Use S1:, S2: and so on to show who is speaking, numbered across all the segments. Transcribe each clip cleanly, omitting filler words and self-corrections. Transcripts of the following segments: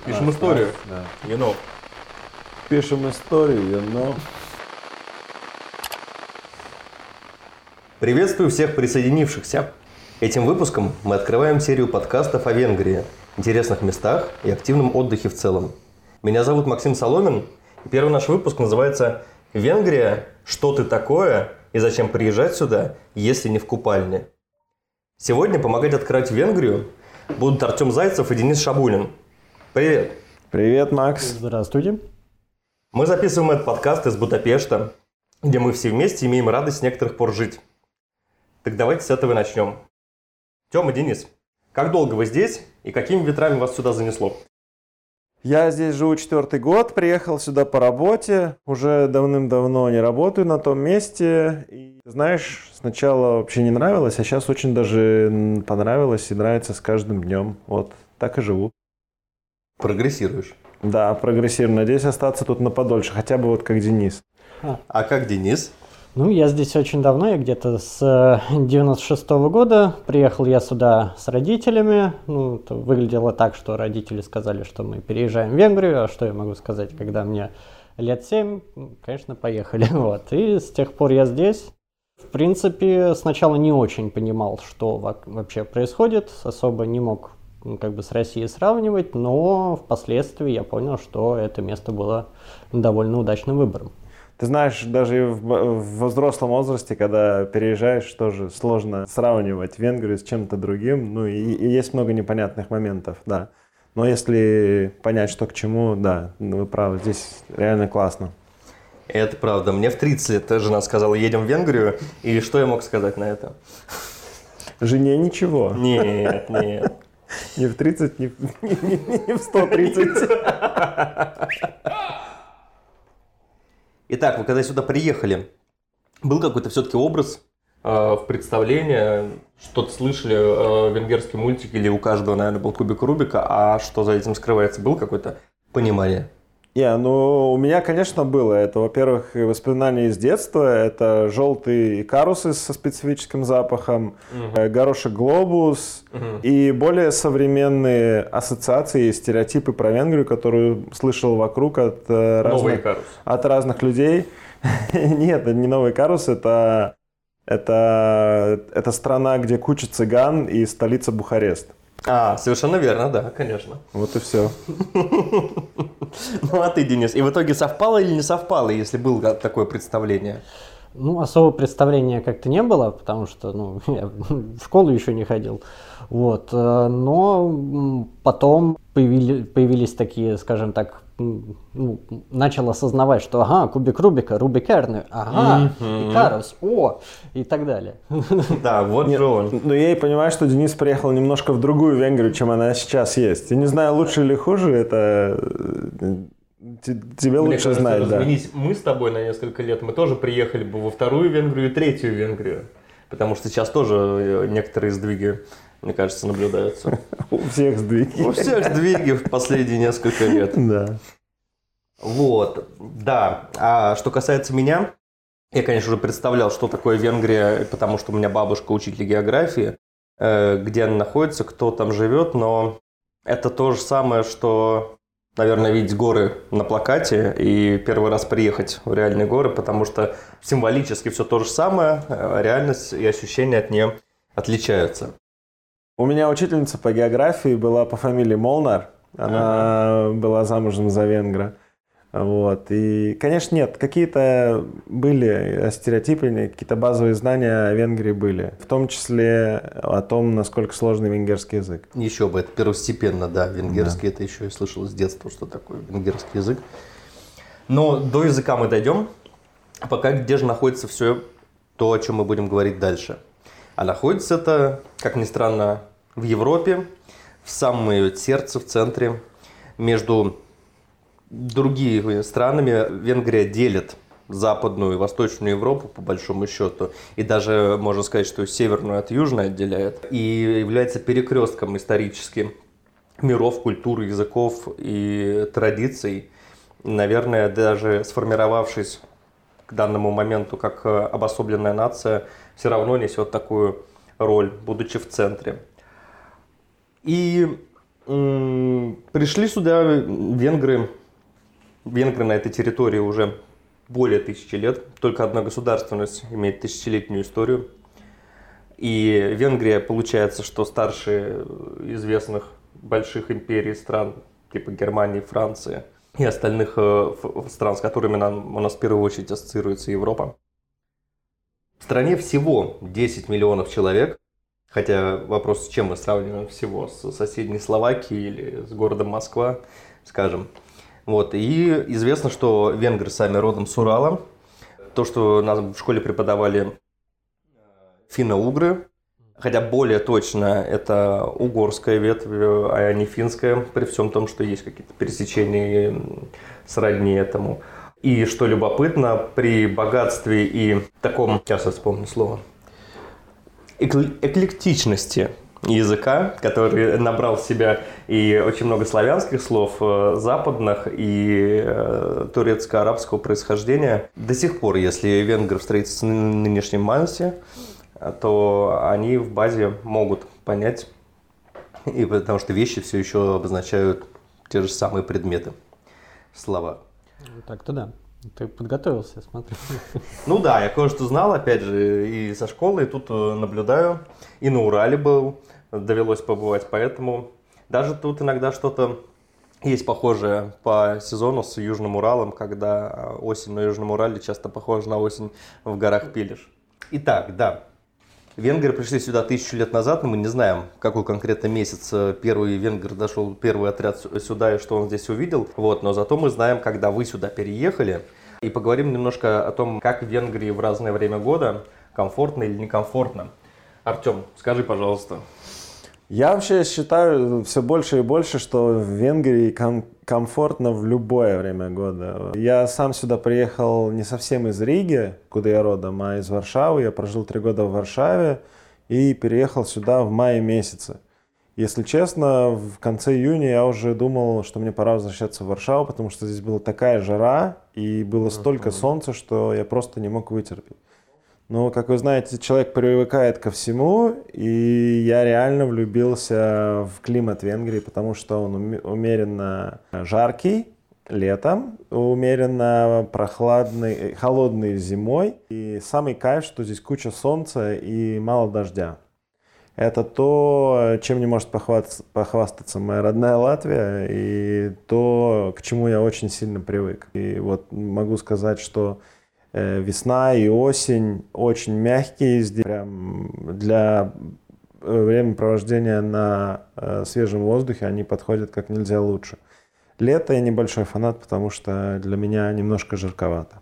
S1: Пишем историю.
S2: Да.
S1: Пишем историю,
S3: Приветствую всех присоединившихся. Этим выпуском мы открываем серию подкастов о Венгрии, интересных местах и активном отдыхе в целом. Меня зовут Максим Соломин, и первый наш выпуск называется «Венгрия. Что ты такое и зачем приезжать сюда, если не в купальне?». Сегодня помогать открыть Венгрию будут Артем Зайцев и Денис Шабунин. Привет!
S1: Привет, Макс!
S2: Здравствуйте!
S3: Мы записываем этот подкаст из Будапешта, где мы все вместе имеем радость с некоторых пор жить. Так давайте с этого и начнем. Тёма, Денис, как долго вы здесь и какими ветрами вас сюда занесло?
S1: Я здесь живу 4-й год, приехал сюда по работе, уже давным-давно не работаю на том месте. И, знаешь, сначала вообще не нравилось, а сейчас очень даже понравилось и нравится с каждым днем. Вот так и живу.
S3: Прогрессируешь.
S1: Да, прогрессирую. Надеюсь остаться тут на подольше, хотя бы вот как Денис.
S3: А как Денис?
S2: Ну, я здесь очень давно, я где-то с 96-го года. Приехал я сюда с родителями. Ну, это выглядело так, что родители сказали, что мы переезжаем в Венгрию. А что я могу сказать, когда мне лет 7? Конечно, поехали. Вот. И с тех пор я здесь. В принципе, сначала не очень понимал, что вообще происходит. Особо не мог с Россией сравнивать, но впоследствии я понял, что это место было довольно удачным выбором.
S1: Ты знаешь, даже в взрослом возрасте, когда переезжаешь, тоже сложно сравнивать Венгрию с чем-то другим. Ну и есть много непонятных моментов, да. Но если понять, что к чему, да, вы правы, здесь реально классно.
S3: Это правда. Мне в 30 лет жена сказала, едем в Венгрию. И что я мог сказать на это?
S1: Жене ничего.
S3: Нет.
S1: Не в 30, не в 130.
S3: Итак, вы когда сюда приехали, был какой-то все-таки образ в представлении? Что-то слышали венгерский мультик или у каждого, наверное, был кубик Рубика, а что за этим скрывается? Было какое-то понимание?
S1: Ну, у меня, конечно, было. Это, во-первых, воспоминания из детства. Это желтые карусы со специфическим запахом, горошек глобус и более современные ассоциации и стереотипы про Венгрию, которые слышал вокруг от разных людей. Нет, это не новый карус, это страна, где куча цыган и столица Бухарест.
S3: Совершенно верно, да, конечно.
S1: Вот и все.
S3: Ну, а ты, Денис, и в итоге совпало или не совпало, если было такое представление?
S2: Ну, особого представления как-то не было, потому что, я в школу еще не ходил. Вот. Но потом появились такие, скажем так, начал осознавать, что кубик Рубика, Рубикерны, и Карус, и так далее.
S3: Да, вот же он.
S1: Но я и понимаю, что Денис приехал немножко в другую Венгрию, чем она сейчас есть. Я не знаю, лучше или хуже, это тебе лучше знать, да.
S3: Разменись мы с тобой на несколько лет, мы тоже приехали бы во вторую Венгрию и третью Венгрию. Потому что сейчас тоже некоторые сдвиги, мне кажется, наблюдаются.
S1: У всех сдвиги.
S3: У всех сдвиги в последние несколько лет.
S1: Да.
S3: Вот, да. А что касается меня, я, конечно, уже представлял, что такое Венгрия, потому что у меня бабушка учитель географии, где она находится, кто там живет, но это то же самое, что, наверное, видеть горы на плакате и первый раз приехать в реальные горы, потому что символически все то же самое, реальность и ощущения от нее отличаются.
S1: У меня учительница по географии была по фамилии Молнар. Она была замужем за венгра. Вот. И, конечно, нет, какие-то были стереотипы, какие-то базовые знания о Венгрии были. В том числе о том, насколько сложный венгерский язык.
S3: Еще бы, это первостепенно, да. Венгерский, это еще я слышал с детства, что такое венгерский язык. Но до языка мы дойдем. А пока где же находится все то, о чем мы будем говорить дальше? А находится это, как ни странно, в Европе, в самом ее сердце, в центре, между другими странами. Венгрия делит Западную и Восточную Европу, по большому счету, и даже, можно сказать, что Северную от Южной отделяет, и является перекрестком исторически миров, культур, языков и традиций, наверное, даже сформировавшись к данному моменту как обособленная нация, все равно несет такую роль, будучи в центре. И Пришли сюда венгры. Венгры на этой территории уже более 1000 лет. Только одна государственность имеет тысячелетнюю историю. И Венгрия, получается, что старше известных больших империй стран, типа Германии, Франции и остальных стран, с которыми у нас в первую очередь ассоциируется Европа. В стране всего 10 миллионов человек, хотя вопрос, с чем мы сравниваем всего, с соседней Словакией или с городом Москва, скажем. Вот. И известно, что венгры сами родом с Урала. То, что нам в школе преподавали финно-угры, хотя более точно это угорская ветвь, а не финская, при всем том, что есть какие-то пересечения сродни этому. И что любопытно, при богатстве и таком, сейчас я вспомню слово, эклектичности языка, который набрал в себя и очень много славянских слов, западных и турецко-арабского происхождения. До сих пор, если венгры встретятся на нынешнем Мансе, то они в базе могут понять, и потому что вещи все еще обозначают те же самые предметы, слова.
S2: Так-то да. Ты подготовился, смотри.
S3: Ну да, я кое-что знал, опять же, и со школы, и тут наблюдаю. И на Урале был, довелось побывать, поэтому даже тут иногда что-то есть похожее по сезону с Южным Уралом, когда осень на Южном Урале часто похожа на осень в горах Пилиш. Итак, да. Венгры пришли сюда 1000 лет назад, но мы не знаем, в какой конкретно месяц первый венгр дошел, первый отряд сюда и что он здесь увидел. Вот, но зато мы знаем, когда вы сюда переехали. И поговорим немножко о том, как в Венгрии в разное время года, комфортно или некомфортно. Артем, скажи, пожалуйста.
S1: Я вообще считаю все больше и больше, что в Венгрии комфортно в любое время года. Я сам сюда приехал не совсем из Риги, куда я родом, а из Варшавы. Я прожил 3 года в Варшаве и переехал сюда в мае месяце. Если честно, в конце июня я уже думал, что мне пора возвращаться в Варшаву, потому что здесь была такая жара и было столько солнца, что я просто не мог вытерпеть. Но, как вы знаете, человек привыкает ко всему, и я реально влюбился в климат Венгрии, потому что он умеренно жаркий летом, умеренно прохладный, холодный зимой. И самый кайф, что здесь куча солнца и мало дождя. Это то, чем не может похвастаться моя родная Латвия, и то, к чему я очень сильно привык. И вот могу сказать, что весна и осень очень мягкие здесь, прям для времяпровождения на свежем воздухе они подходят как нельзя лучше. Лето я небольшой фанат, потому что для меня немножко жарковато.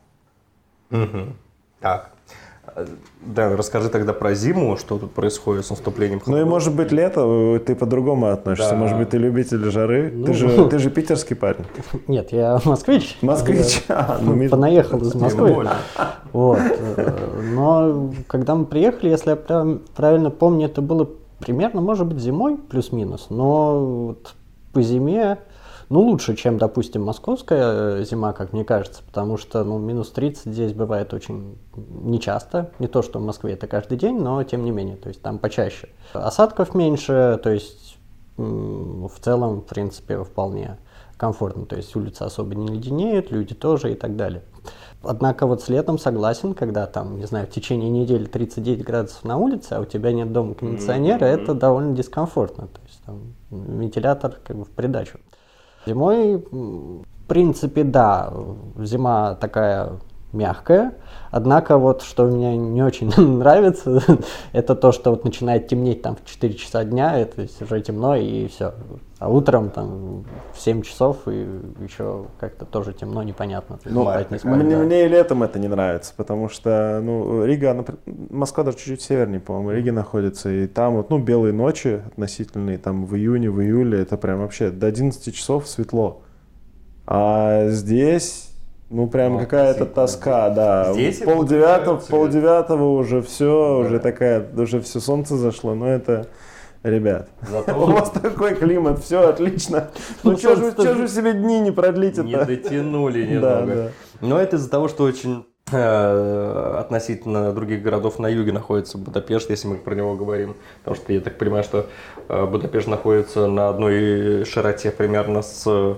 S3: Так. Да, расскажи тогда про зиму, что тут происходит с наступлением холодов.
S1: Ну и может быть лето ты по-другому относишься, да. Может быть ты любитель жары, ты же питерский парень.
S2: Нет, я москвич.
S1: Москвич?
S2: Понаехал из Москвы. Вот. Но когда мы приехали, если я правильно помню, это было примерно, может быть, зимой, плюс-минус, но вот по зиме, ну, лучше, чем, допустим, московская зима, как мне кажется, потому что, ну, минус 30 здесь бывает очень нечасто. Не то, что в Москве это каждый день, но тем не менее, то есть там почаще. Осадков меньше, то есть в целом, в принципе, вполне комфортно. То есть улицы особо не леденеют, люди тоже и так далее. Однако вот с летом согласен, когда там, не знаю, в течение недели 39 градусов на улице, а у тебя нет дома кондиционера, это довольно дискомфортно. То есть там вентилятор как бы в придачу. Зимой, в принципе, да, зима такая мягкая, однако вот что мне не очень нравится, это то, что вот начинает темнеть там в 4 часа дня, это уже темно и все. А утром там в 7 часов и еще как-то тоже темно, непонятно.
S1: Мне и летом это не нравится, потому что, ну, Рига, Москва даже чуть-чуть севернее, по-моему, Риги находится, и там вот, ну, белые ночи относительные, там в июне, в июле, это прям вообще до 11 часов светло. А здесь... Ну, прям какая-то тоска, да. Полдевятого уже все, уже такая, уже все солнце зашло, но это, ребят, у вас такой климат, все отлично. Ну, что же себе дни не продлить это?
S3: Не дотянули немного. Но это из-за того, что очень относительно других городов на юге находится Будапешт, если мы про него говорим. Потому что я так понимаю, что Будапешт находится на одной широте примерно с...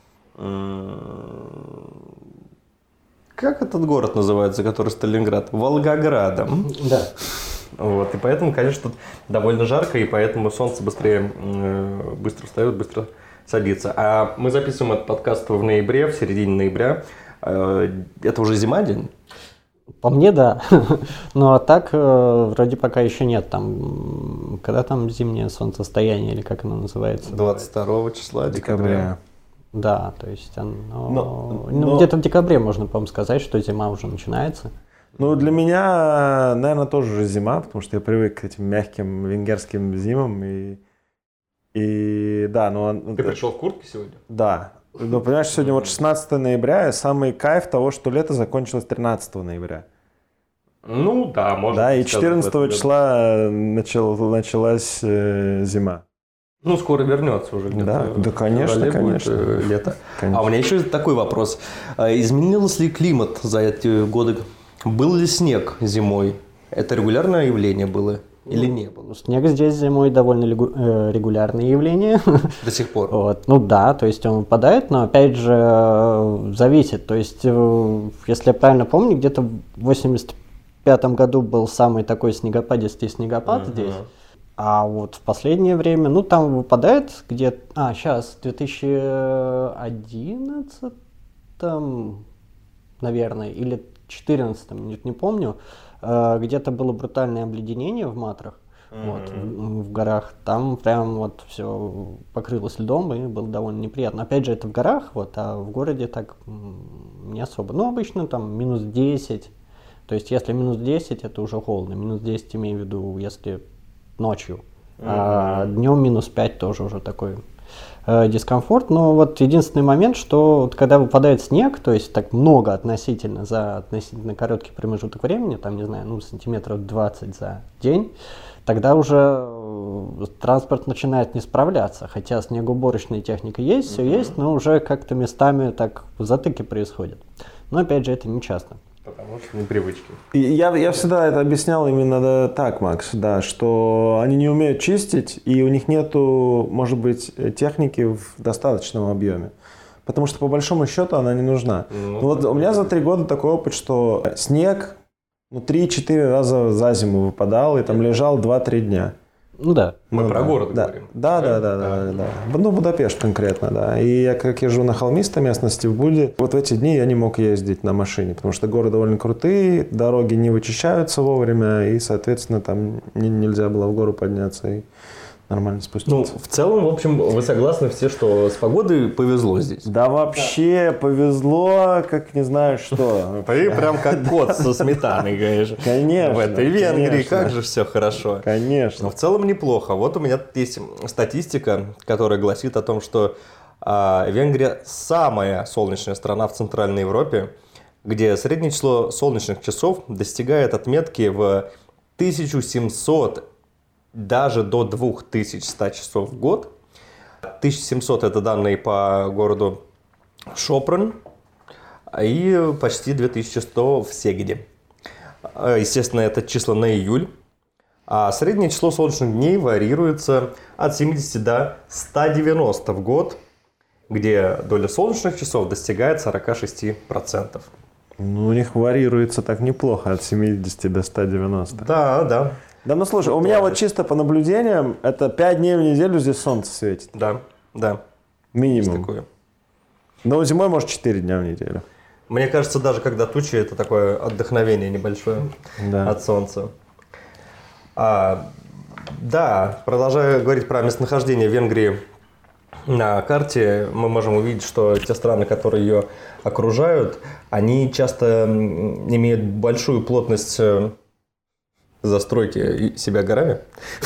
S3: Как этот город называется, который Сталинград? Волгоградом.
S2: Да.
S3: Вот, и поэтому, конечно, тут довольно жарко, и поэтому солнце быстро встает, быстро садится. А мы записываем этот подкаст в ноябре, в середине ноября. Это уже зима день?
S2: По мне, да. Ну, а так, вроде пока еще нет. Там, когда там зимнее солнцестояние, или как оно называется?
S3: 22 числа декабря.
S2: Да, то есть оно... где-то в декабре можно, по-моему, сказать, что зима уже начинается.
S1: Ну, для меня, наверное, тоже уже зима, потому что я привык к этим мягким венгерским зимам. И да, но...
S3: Ты пришел в куртке сегодня?
S1: Да. Ну, понимаешь, сегодня вот 16 ноября, и самый кайф того, что лето закончилось 13 ноября.
S3: Ну, да, можно.
S1: Да, и 14 числа началась зима.
S3: Ну, скоро вернется уже где-то.
S1: Да, конечно, конечно.
S3: Лето.
S1: Конечно.
S3: А у меня еще такой вопрос. Изменился ли климат за эти годы? Был ли снег зимой? Это регулярное явление было или не было?
S2: Снег здесь зимой довольно регулярное явление.
S3: До сих пор?
S2: Вот. Ну да, то есть он выпадает, но опять же зависит. То есть, если я правильно помню, где-то в 85 году был самый такой снегопадистый снегопад здесь. А вот в последнее время, ну там выпадает где-то... сейчас, в 2011, наверное, или 2014, не помню, где-то было брутальное обледенение в Матрах, в горах. Там прям вот все покрылось льдом, и было довольно неприятно. Опять же, это в горах, а в городе так не особо. Ну, обычно там минус 10. То есть, если минус 10, это уже холодно. Минус 10 имею в виду, если ночью. А днем минус 5 тоже уже такой дискомфорт. Но вот единственный момент, что вот когда выпадает снег, то есть так много за относительно короткий промежуток времени, там, не знаю, сантиметров 20 за день, тогда уже транспорт начинает не справляться. Хотя снегоуборочная техника есть, все есть, но уже как-то местами так затыки происходят. Но опять же, это не часто.
S3: Потому что непривычки.
S1: Я всегда это объяснял именно так, Макс, да, что они не умеют чистить, и у них нету, может быть, техники в достаточном объеме. Потому что, по большому счету, она не нужна. Вот у меня за 3 года такой опыт, что снег 3-4 раза за зиму выпадал, и там лежал 2-3 дня.
S2: Ну да.
S3: Мы про город говорим.
S1: Да. Ну, Будапешт конкретно, да. И я как езжу на холмистой местности в Буде, вот в эти дни я не мог ездить на машине, потому что горы довольно крутые, дороги не вычищаются вовремя, и, соответственно, там нельзя было в гору подняться и нормально спуститься.
S3: Ну, в целом, в общем, вы согласны все, что с погодой повезло здесь?
S1: Да вообще повезло, как не знаю что.
S3: Ты прям как кот со сметаной, конечно.
S1: Конечно.
S3: В этой Венгрии
S1: конечно.
S3: как же все хорошо.
S1: Конечно.
S3: Но в целом неплохо. Вот у меня тут есть статистика, которая гласит о том, что Венгрия самая солнечная страна в Центральной Европе, где среднее число солнечных часов достигает отметки в 1700, даже до 2100 часов в год. 1700 это данные по городу Шопрун и почти 2100 в Сегеде. Естественно, это числа на июль. А среднее число солнечных дней варьируется от 70 до 190 в год, где доля солнечных часов достигает 46%.
S1: Ну, у них варьируется так неплохо, от 70 до 190.
S3: Да.
S1: Да, ну слушай, у меня вот чисто по наблюдениям, это 5 дней в неделю здесь солнце светит.
S3: Да.
S1: Минимум.
S3: Такое.
S1: Но зимой, может, 4 дня в неделю.
S3: Мне кажется, даже когда тучи, это такое отдохновение небольшое от солнца. Да, продолжая говорить про местонахождение Венгрии на карте, мы можем увидеть, что те страны, которые ее окружают, они часто имеют большую плотность застройки себя горами.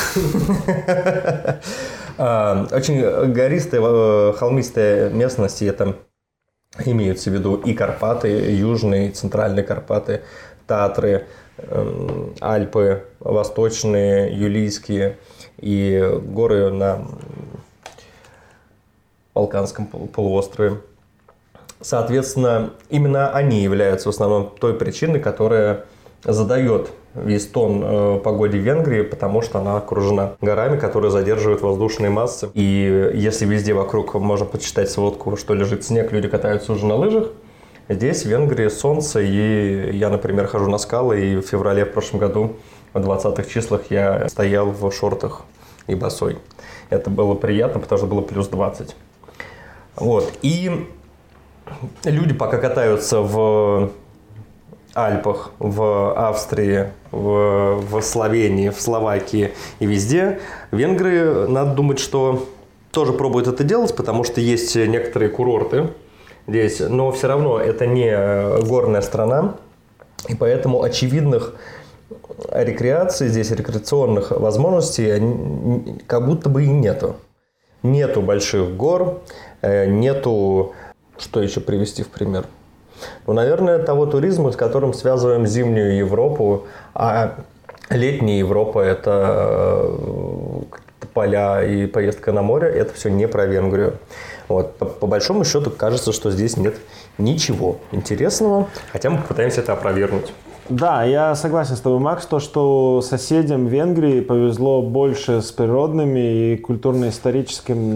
S3: Очень гористая, холмистая местность, и это имеются в виду и Карпаты, южные, центральные Карпаты, Татры, Альпы, восточные, Юлийские и горы на Балканском полуострове. Соответственно, именно они являются в основном той причиной, которая задает весь тон погоде в Венгрии, потому что она окружена горами, которые задерживают воздушные массы. И если везде вокруг можно почитать сводку, что лежит снег, люди катаются уже на лыжах, здесь, в Венгрии, солнце, и я, например, хожу на скалы, и в феврале в прошлом году, в 20-х числах, я стоял в шортах и босой. Это было приятно, потому что было плюс 20. Вот. И люди пока катаются в Альпах, в Австрии, в Словении, в Словакии и везде, венгры, надо думать, что тоже пробуют это делать, потому что есть некоторые курорты здесь, но все равно это не горная страна, и поэтому очевидных рекреаций здесь, рекреационных возможностей как будто бы и нету. Нету больших гор, нету, что еще привести в пример? Ну, наверное, того туризма, с которым связываем зимнюю Европу, а летняя Европа – это поля и поездка на море, это все не про Венгрию. Вот. По большому счету кажется, что здесь нет ничего интересного, хотя мы пытаемся это опровергнуть.
S1: Да, я согласен с тобой, Макс, то, что соседям Венгрии повезло больше с природными и культурно-историческим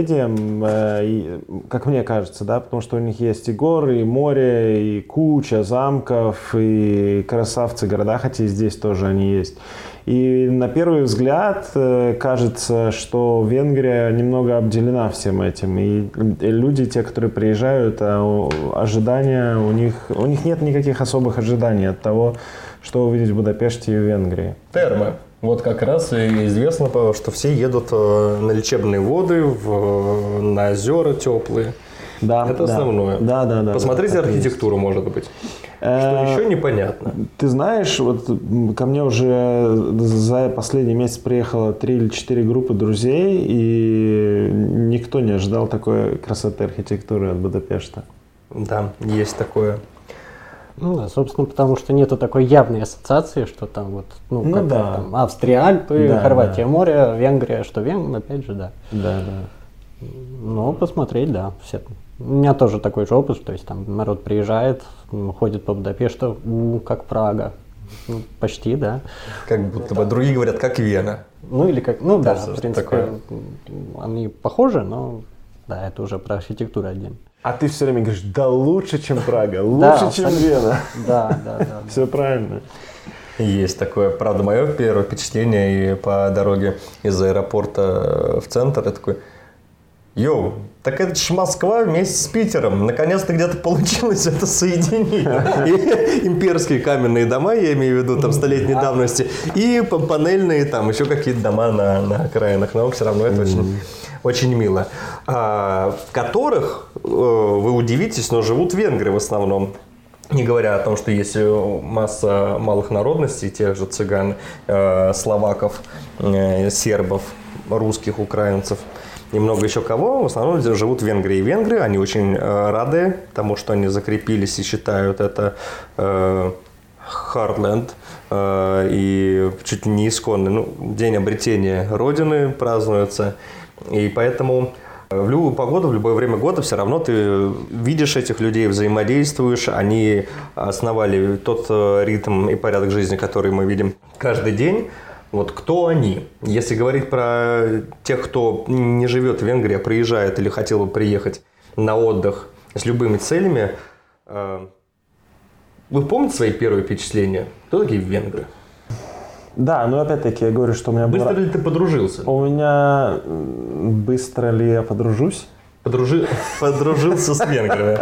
S1: наследием, как мне кажется, да, потому что у них есть и горы, и море, и куча замков, и красавцы города, хотя и здесь тоже они есть. И на первый взгляд кажется, что Венгрия немного обделена всем этим. И люди, те, которые приезжают, ожидания у них нет никаких особых ожиданий от того, что увидеть в Будапеште и в Венгрии.
S3: Термы. Вот как раз и известно, что все едут на лечебные воды, на озера теплые.
S1: Да,
S3: это основное.
S1: Да.
S3: Посмотрите архитектуру, может быть. Что еще непонятно.
S1: Ты знаешь, вот ко мне уже за последний месяц приехало 3 или 4 группы друзей, и никто не ожидал такой красоты архитектуры от Будапешта.
S3: Да, есть такое.
S2: Ну да, собственно, потому что нету такой явной ассоциации, что там вот, там Австрия, Альпы, Хорватия, море, Венгрия, что опять же, да.
S1: Да.
S2: Ну, посмотреть, да, все. У меня тоже такой же опыт, то есть там народ приезжает, ходит по Будапешту, как Прага. Ну, почти, да.
S3: Как будто бы другие говорят, как Вена.
S2: Ну или как, ну да, в принципе,
S3: такое.
S2: Они похожи, но да, это уже про архитектуру отдельно.
S1: А ты все время говоришь, да лучше, чем Прага, лучше, чем Вена.
S2: Да.
S1: Все правильно.
S3: Есть такое. Правда, мое первое впечатление и по дороге из аэропорта в центр, я такой, йоу, так это ж Москва вместе с Питером. Наконец-то где-то получилось это соединить. И имперские каменные дома, я имею в виду, там, столетней давности, и панельные, там, еще какие-то дома на окраинах. Но все равно это очень мило. В которых, вы удивитесь, но живут венгры в основном. Не говоря о том, что есть масса малых народностей, тех же цыган, словаков, сербов, русских, украинцев. И много еще кого, в основном живут в Венгрии. И венгры, они очень рады тому, что они закрепились и считают это Heartland и чуть ли не исконный. День обретения Родины празднуется. И поэтому в любую погоду, в любое время года все равно ты видишь этих людей, взаимодействуешь. Они основали тот ритм и порядок жизни, который мы видим каждый день. Вот кто они? Если говорить про тех, кто не живет в Венгрии, а приезжает или хотел бы приехать на отдых с любыми целями, вы помните свои первые впечатления? Кто такие венгры?
S1: Да, но опять-таки я говорю, что у меня...
S3: Быстро ли ты подружился?
S1: У меня... Быстро ли я подружусь?
S3: Подружился с венграми.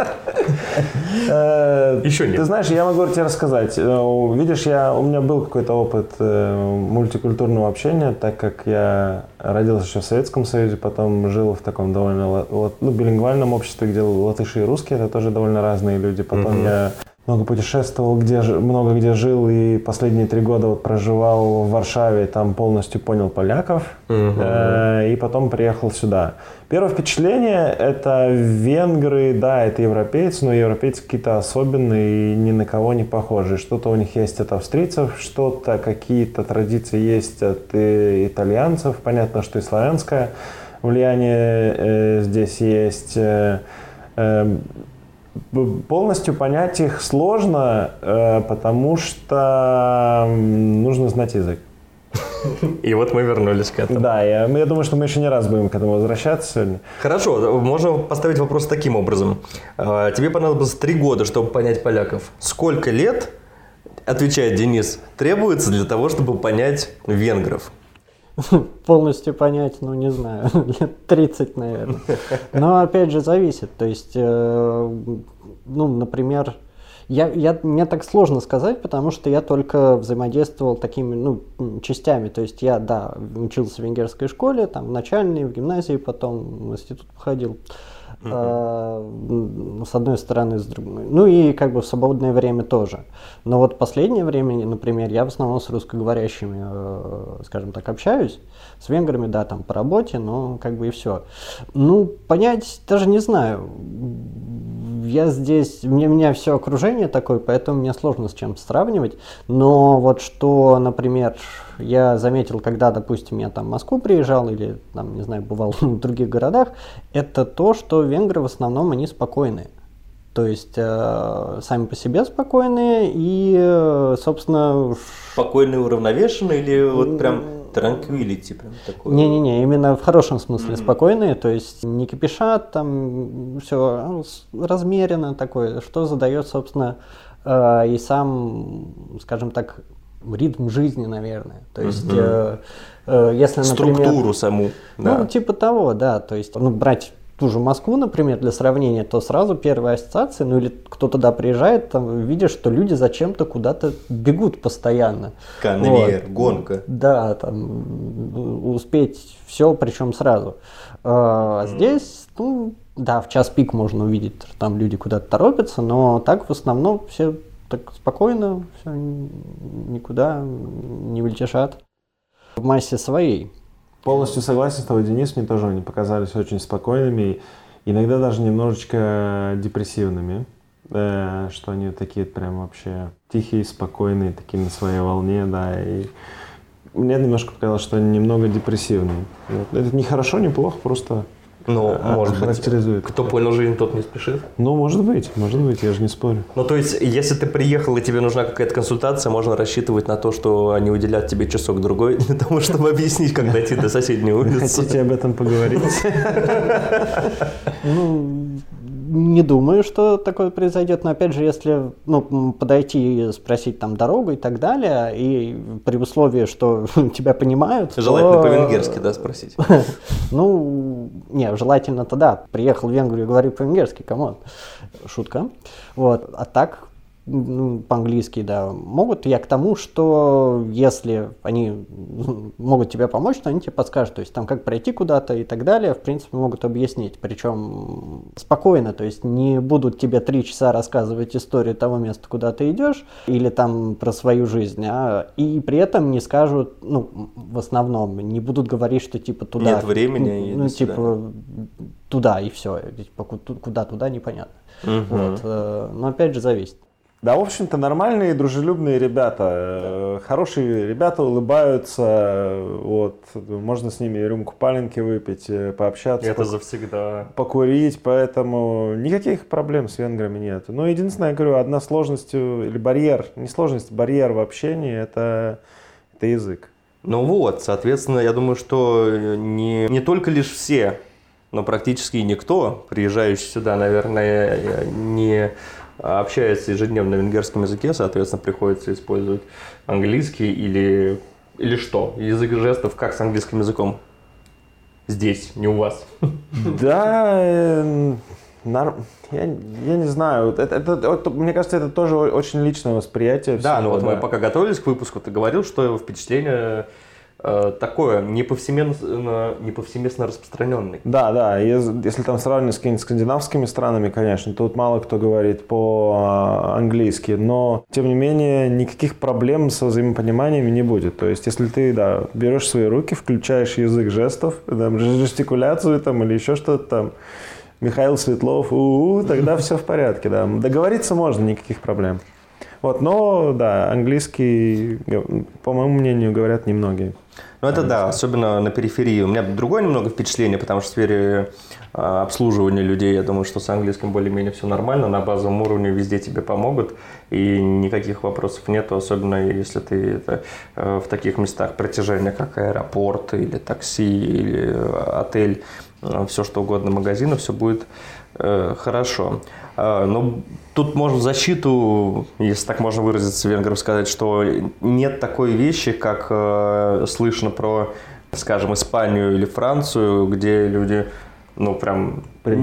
S3: Еще нет.
S1: Ты знаешь, я могу тебе рассказать. Видишь, у меня был какой-то опыт мультикультурного общения, так как я родился еще в Советском Союзе, потом жил в таком довольно билингвальном обществе, где латыши и русские, это тоже довольно разные люди. Потом я много путешествовал, много где жил, и последние 3 года проживал в Варшаве, там полностью понял поляков, и потом приехал сюда. Первое впечатление – это венгры, да, это европейцы, но европейцы какие-то особенные и ни на кого не похожие. Что-то у них есть от австрийцев, что-то, какие-то традиции есть от итальянцев, понятно, что и славянское влияние здесь есть. Полностью понять их сложно, потому что нужно знать язык.
S3: И вот мы вернулись к этому.
S1: Да, я думаю, что мы еще не раз будем к этому возвращаться сегодня.
S3: Хорошо, можно поставить вопрос таким образом. Тебе понадобилось 3 года, чтобы понять поляков. Сколько лет, отвечает Денис, требуется для того, чтобы понять венгров?
S2: Полностью понять, ну, не знаю, лет 30, наверное. Но, опять же, зависит. То есть, ну, например, мне так сложно сказать, потому что я только взаимодействовал такими, ну, частями. То есть, я, да, учился в венгерской школе, там, в начальной, в гимназии, потом в институт походил. С одной стороны, с другой. Ну и как бы в свободное время тоже. Но вот в последнее время, например, я в основном с русскоговорящими, скажем так, общаюсь. С венграми, да, там по работе, но как бы и все. Ну, понять даже не знаю. Я здесь, у меня все окружение такое, поэтому мне сложно с чем сравнивать. Но вот что, например, я заметил, когда, допустим, я там в Москву приезжал или, там, не знаю, бывал в других городах, это то, что венгры в основном, они спокойные. То есть сами по себе спокойные и, собственно...
S3: Спокойные, уравновешенные или вот прям tranquility прям такое?
S2: Не-не-не, именно в хорошем смысле спокойные, то есть не кипишат, там все размеренно такое, что задает, собственно, и сам, скажем так, ритм жизни, наверное. То есть, если, например...
S3: Структуру саму.
S2: Ну,
S3: да.
S2: типа того, да. То есть, ну, брать ту же Москву, например, для сравнения, то сразу первая ассоциация, ну или кто туда приезжает, там видишь, что люди зачем-то куда-то бегут постоянно.
S3: Конвейер,
S2: вот.
S3: гонка.
S2: Да, там успеть все, причем сразу. А здесь, ну, да, в час пик можно увидеть, что там люди куда-то торопятся, но так в основном все так спокойно, все никуда не мельтешат. В массе своей.
S1: Полностью согласен с тобой, Денис, мне тоже они показались очень спокойными, иногда даже немножечко депрессивными, что они такие прям вообще тихие, спокойные, такие на своей волне, да, и мне немножко показалось, что они немного депрессивные. Это не хорошо, не плохо, просто
S3: Ну, может
S1: характеризует.
S3: быть, кто понял жизнь, тот не спешит.
S1: Ну, может быть, я же не спорю.
S3: Ну, то есть, если ты приехал и тебе нужна какая-то консультация, можно рассчитывать на то, что они уделят тебе часок-другой для того, чтобы объяснить, как дойти до соседней улицы.
S1: Хотите об этом поговорить?
S2: Ну, не думаю, что такое произойдет, но опять же, если подойти и спросить там дорогу и так далее, и при условии, что тебя понимают,
S3: желательно по-венгерски, да, спросить.
S2: Ну, не, желательно-то да. Приехал в Венгрию, говорю по-венгерски, камон. Шутка. Вот. А так, по-английски, да, могут. Я к тому, что если они могут тебе помочь, то они тебе подскажут. То есть там как пройти куда-то и так далее, в принципе, могут объяснить. Причем спокойно, то есть не будут тебе 3 часа рассказывать историю того места, куда ты идешь, или там про свою жизнь, и при этом не скажут, в основном, не будут говорить, что типа туда...
S3: Нет времени.
S2: Типа туда и все. Типа, куда туда, непонятно. Вот. Но опять же зависит.
S1: Да, в общем-то, нормальные, дружелюбные ребята, хорошие ребята, улыбаются, вот, можно с ними рюмку паленки выпить, пообщаться.
S3: Это завсегда.
S1: Покурить, поэтому никаких проблем с венграми нет. Но единственное, я говорю, одна сложность или барьер, не сложность, барьер в общении, это язык.
S3: Ну вот, соответственно, я думаю, что не только лишь все, но практически никто, приезжающий сюда, наверное, не общается ежедневно на венгерском языке, соответственно, приходится использовать английский или что? Язык жестов как с английским языком? Здесь, не у вас.
S1: Да, я не знаю. Мне кажется, это тоже очень личное восприятие.
S3: Да,
S1: всего,
S3: но вот мы пока готовились к выпуску, ты говорил, что впечатление такое, не повсеместно распространенный.
S1: Да, если там сравнивать с какими-то скандинавскими странами, конечно, тут мало кто говорит по-английски, но, тем не менее, никаких проблем со взаимопониманиями не будет. То есть, если ты, берешь свои руки, включаешь язык жестов, там, жестикуляцию там, или еще что-то там, Михаил Светлов, тогда все в порядке, да. Договориться можно, никаких проблем. Вот, но, да, английский, по моему мнению, говорят немногие.
S3: Ну это да, особенно на периферии. У меня другое немного впечатление, потому что в сфере обслуживания людей, я думаю, что с английским более-менее все нормально, на базовом уровне везде тебе помогут, и никаких вопросов нету, особенно если ты в таких местах притяжения, как аэропорт, или такси, или отель, все что угодно, магазины, все будет хорошо. Но тут можно в защиту, если так можно выразиться, венгров сказать, что нет такой вещи, как слышно про, скажем, Испанию или Францию, где люди, ну, прям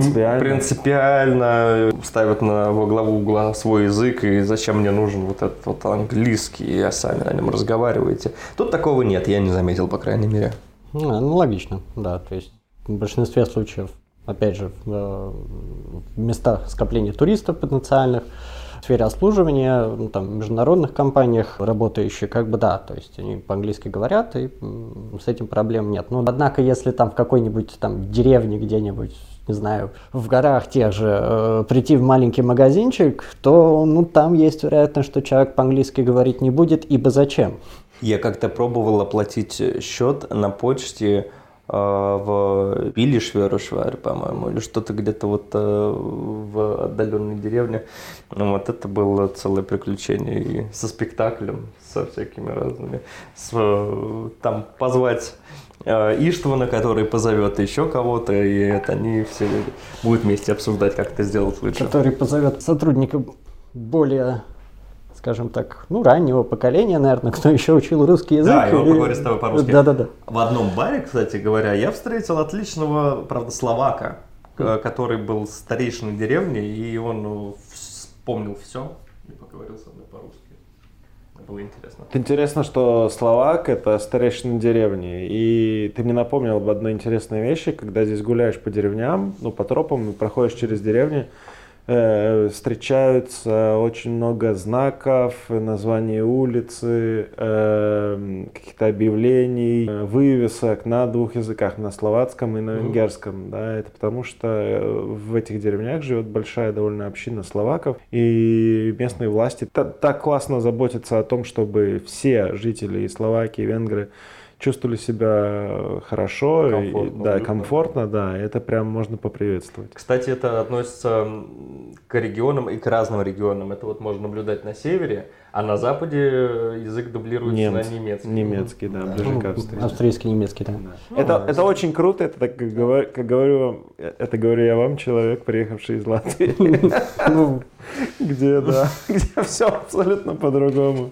S3: принципиально ставят во главу угла свой язык, и зачем мне нужен вот этот вот английский, а сами на нем разговариваете. Тут такого нет, я не заметил, по крайней мере.
S2: Ну, логично, да, то есть в большинстве случаев, опять же, в местах скопления туристов потенциальных, в сфере обслуживания, ну, там, международных компаниях работающие, как бы да, то есть они по-английски говорят, и с этим проблем нет. Но однако, если там в какой-нибудь там деревне где-нибудь, не знаю, в горах тех же, прийти в маленький магазинчик, то ну, там есть вероятность, что человек по-английски говорить не будет, ибо зачем?
S3: Я как-то пробовал оплатить счет на почте в Пилишверушваре, по-моему, или что-то где-то вот в отдаленной деревне. Вот это было целое приключение и со спектаклем, со всякими разными. Там позвать Иштвана, который позовет еще кого-то, и это они все будут вместе обсуждать, как это сделать лучше.
S2: Который позовет сотрудника более, скажем так, ну, раннего поколения, наверное, кто еще учил русский язык.
S3: Да, и он поговорит с тобой по-русски.
S2: Да.
S3: В одном баре, кстати говоря, я встретил отличного, правда, словака, который был старейшиной деревни, и он вспомнил все и поговорил со мной по-русски. Было интересно.
S1: Интересно, что словак – это старейшина деревни. И ты мне напомнил об одной интересной вещи, когда здесь гуляешь по деревням, ну, по тропам, проходишь через деревни, встречаются очень много знаков, названий улицы, каких-то объявлений, вывесок на двух языках, на словацком и на венгерском. Да, это потому что в этих деревнях живет большая довольно община словаков, и местные власти так классно заботятся о том, чтобы все жители Словакии, венгры чувствовали себя хорошо, комфортно, да, это прям можно поприветствовать.
S3: Кстати, это относится к регионам и к разным регионам. Это вот можно наблюдать на севере, а на западе язык дублируется на немецкий.
S1: Немецкий, да, ближе к австрийскому.
S2: Австрийский, немецкий, да.
S1: Это очень круто, это, как говорю я вам, человек, приехавший из Латвии, где все абсолютно по-другому.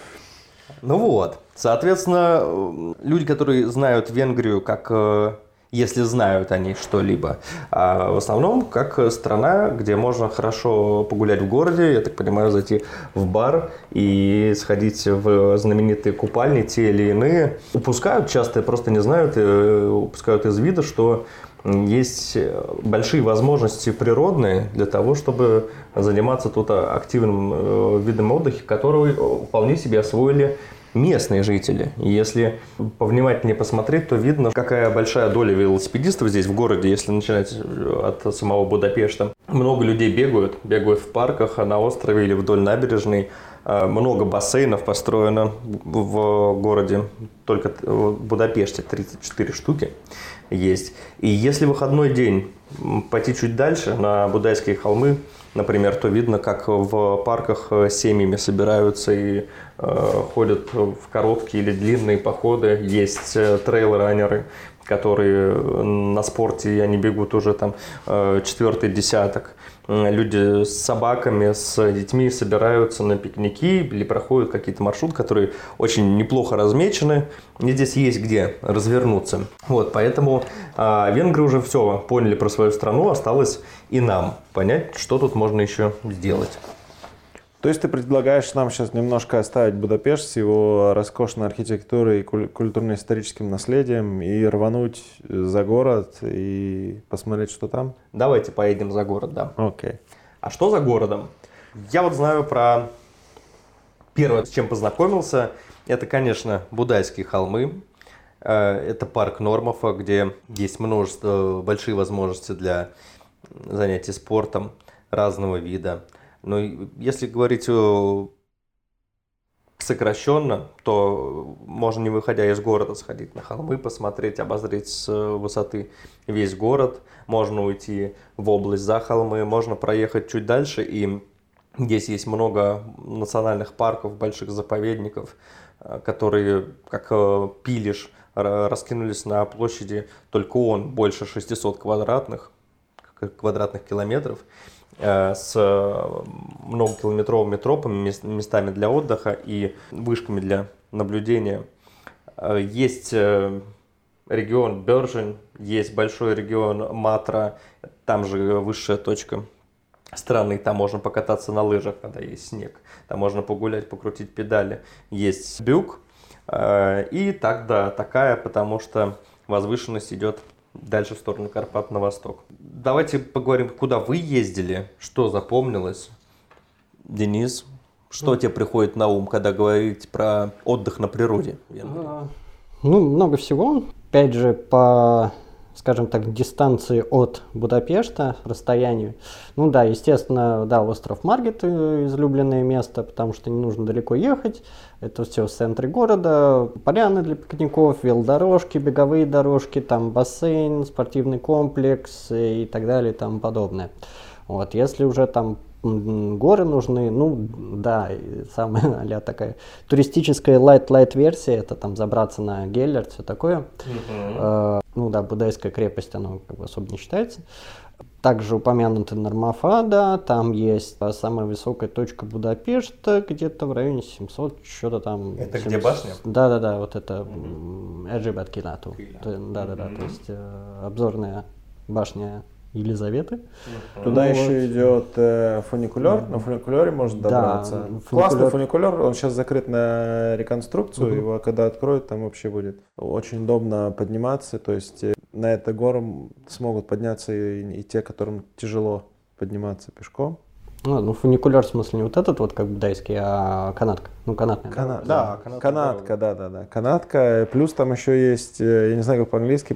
S3: Ну вот, соответственно, люди, которые знают Венгрию как, если знают они что-либо, в основном как страна, где можно хорошо погулять в городе, я так понимаю, зайти в бар и сходить в знаменитые купальни, те или иные. Упускают часто, просто не знают, упускают из вида, что есть большие возможности природные для того, чтобы заниматься тут активным видом отдыха, который вполне себе освоили местные жители. И если повнимательнее посмотреть, то видно, какая большая доля велосипедистов здесь в городе, если начинать от самого Будапешта. Много людей бегают в парках, на острове или вдоль набережной. Много бассейнов построено в городе, только в Будапеште 34 штуки есть. И если выходной день пойти чуть дальше, на Будайские холмы, например, то видно, как в парках семьями собираются и ходят в короткие или длинные походы. Есть трейл-раннеры, которые на спорте, они бегут уже там 4-й десяток. Люди с собаками, с детьми собираются на пикники или проходят какие-то маршруты, которые очень неплохо размечены. И здесь есть где развернуться. Вот, поэтому венгры уже все поняли про свою страну, осталось и нам понять, что тут можно еще сделать.
S1: То есть ты предлагаешь нам сейчас немножко оставить Будапешт с его роскошной архитектурой и культурно-историческим наследием и рвануть за город и посмотреть, что там?
S3: Давайте поедем за город, да.
S1: Окей.
S3: А что за городом? Я вот знаю про... Первое, с чем познакомился, это, конечно, Будайские холмы. Это парк Нормофа, где есть множество, большие возможности для занятий спортом разного вида. Но если говорить о сокращенно, то можно, не выходя из города, сходить на холмы, посмотреть, обозреть с высоты весь город. Можно уйти в область за холмы, можно проехать чуть дальше. И здесь есть много национальных парков, больших заповедников, которые, как Пилиш, раскинулись на площади, только он больше 600 квадратных километров, с многокилометровыми тропами, местами для отдыха и вышками для наблюдения. Есть регион Бержен, есть большой регион Матра, там же высшая точка страны, там можно покататься на лыжах, когда есть снег, там можно погулять, покрутить педали. Есть Бюк, и так, да, такая, потому что возвышенность идет дальше в сторону Карпат на восток. Давайте поговорим, куда вы ездили, что запомнилось. Денис, что тебе приходит на ум, когда говорить про отдых на природе?
S2: Много всего. Опять же, по, скажем так, дистанции от Будапешта, расстоянию. Да, естественно, да, остров Маргет излюбленное место, потому что не нужно далеко ехать. Это все в центре города, поляны для пикников, велодорожки, беговые дорожки, там бассейн, спортивный комплекс и так далее и тому подобное. Вот, если уже там горы нужны, да, самая а-ля такая туристическая light версия, это там забраться на Геллерт, все такое. Да, Будайская крепость, она как бы особо не считается. Также упомянутый Нормафа, да, там есть самая высокая точка Будапешта, где-то в районе 700, что-то там.
S3: Это 700... где башня?
S2: Да, вот это Эджибат-Кинату. Да, то есть обзорная башня Елизаветы.
S1: Туда еще идет фуникулер, на фуникулере можно добраться. Да, классный фуникулер, он сейчас закрыт на реконструкцию, его когда откроют, там вообще будет очень удобно подниматься, то есть на эту гору смогут подняться и те, которым тяжело подниматься пешком.
S2: Фуникулер в смысле не вот этот вот как будайский, а канатка. Канатная.
S1: Канатка, да. Канатка. Плюс там еще есть, я не знаю, как по-английски,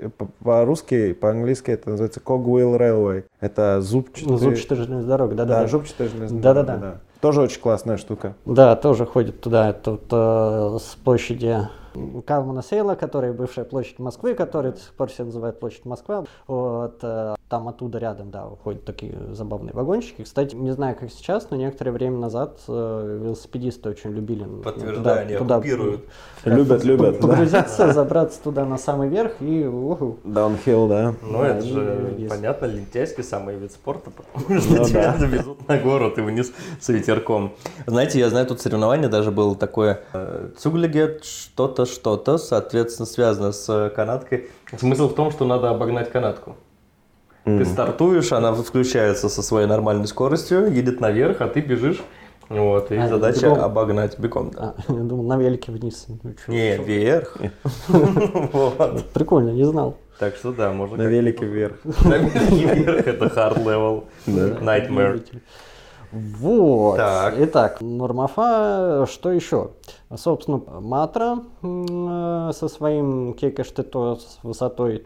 S1: по-английски это называется Cogwheel Railway. Это
S2: зубчатая железная дорога, да.
S1: Да, зубчатая железная дорога, да. Тоже очень классная штука.
S2: Да, тоже ходит туда. Тут с площади Калмана Сейла, которая бывшая площадь Москвы, которая до сих пор все называют площадь Москва. Вот, там оттуда рядом, да, ходят такие забавные вагончики. Кстати, не знаю, как сейчас, но некоторое время назад велосипедисты очень любили.
S3: Подтверждаю, они оккупируют.
S1: Любят.
S2: Погрузиться, забраться туда на самый верх и...
S1: Даунхилл, да.
S3: Это же, понятно, лентяйский самый вид спорта, потому что тебя завезут на гору, ты вниз с ветерком. Знаете, я знаю, тут соревнование даже было такое. Цуглигет, что-то, соответственно, связано с канаткой. Смысл в том, что надо обогнать канатку. Ты стартуешь, она включается со своей нормальной скоростью, едет наверх, а ты бежишь. Вот, и задача бегом. Обогнать бегом. Да.
S2: Я думал, на велике вниз.
S3: Не, вверх.
S2: Прикольно, не знал.
S3: Так что да, можно...
S1: На велике вверх.
S3: На велике вверх, это hard level, nightmare.
S2: Вот. Так. Итак, Нормафа, что еще? Собственно, Матра со своим Кекештето с высотой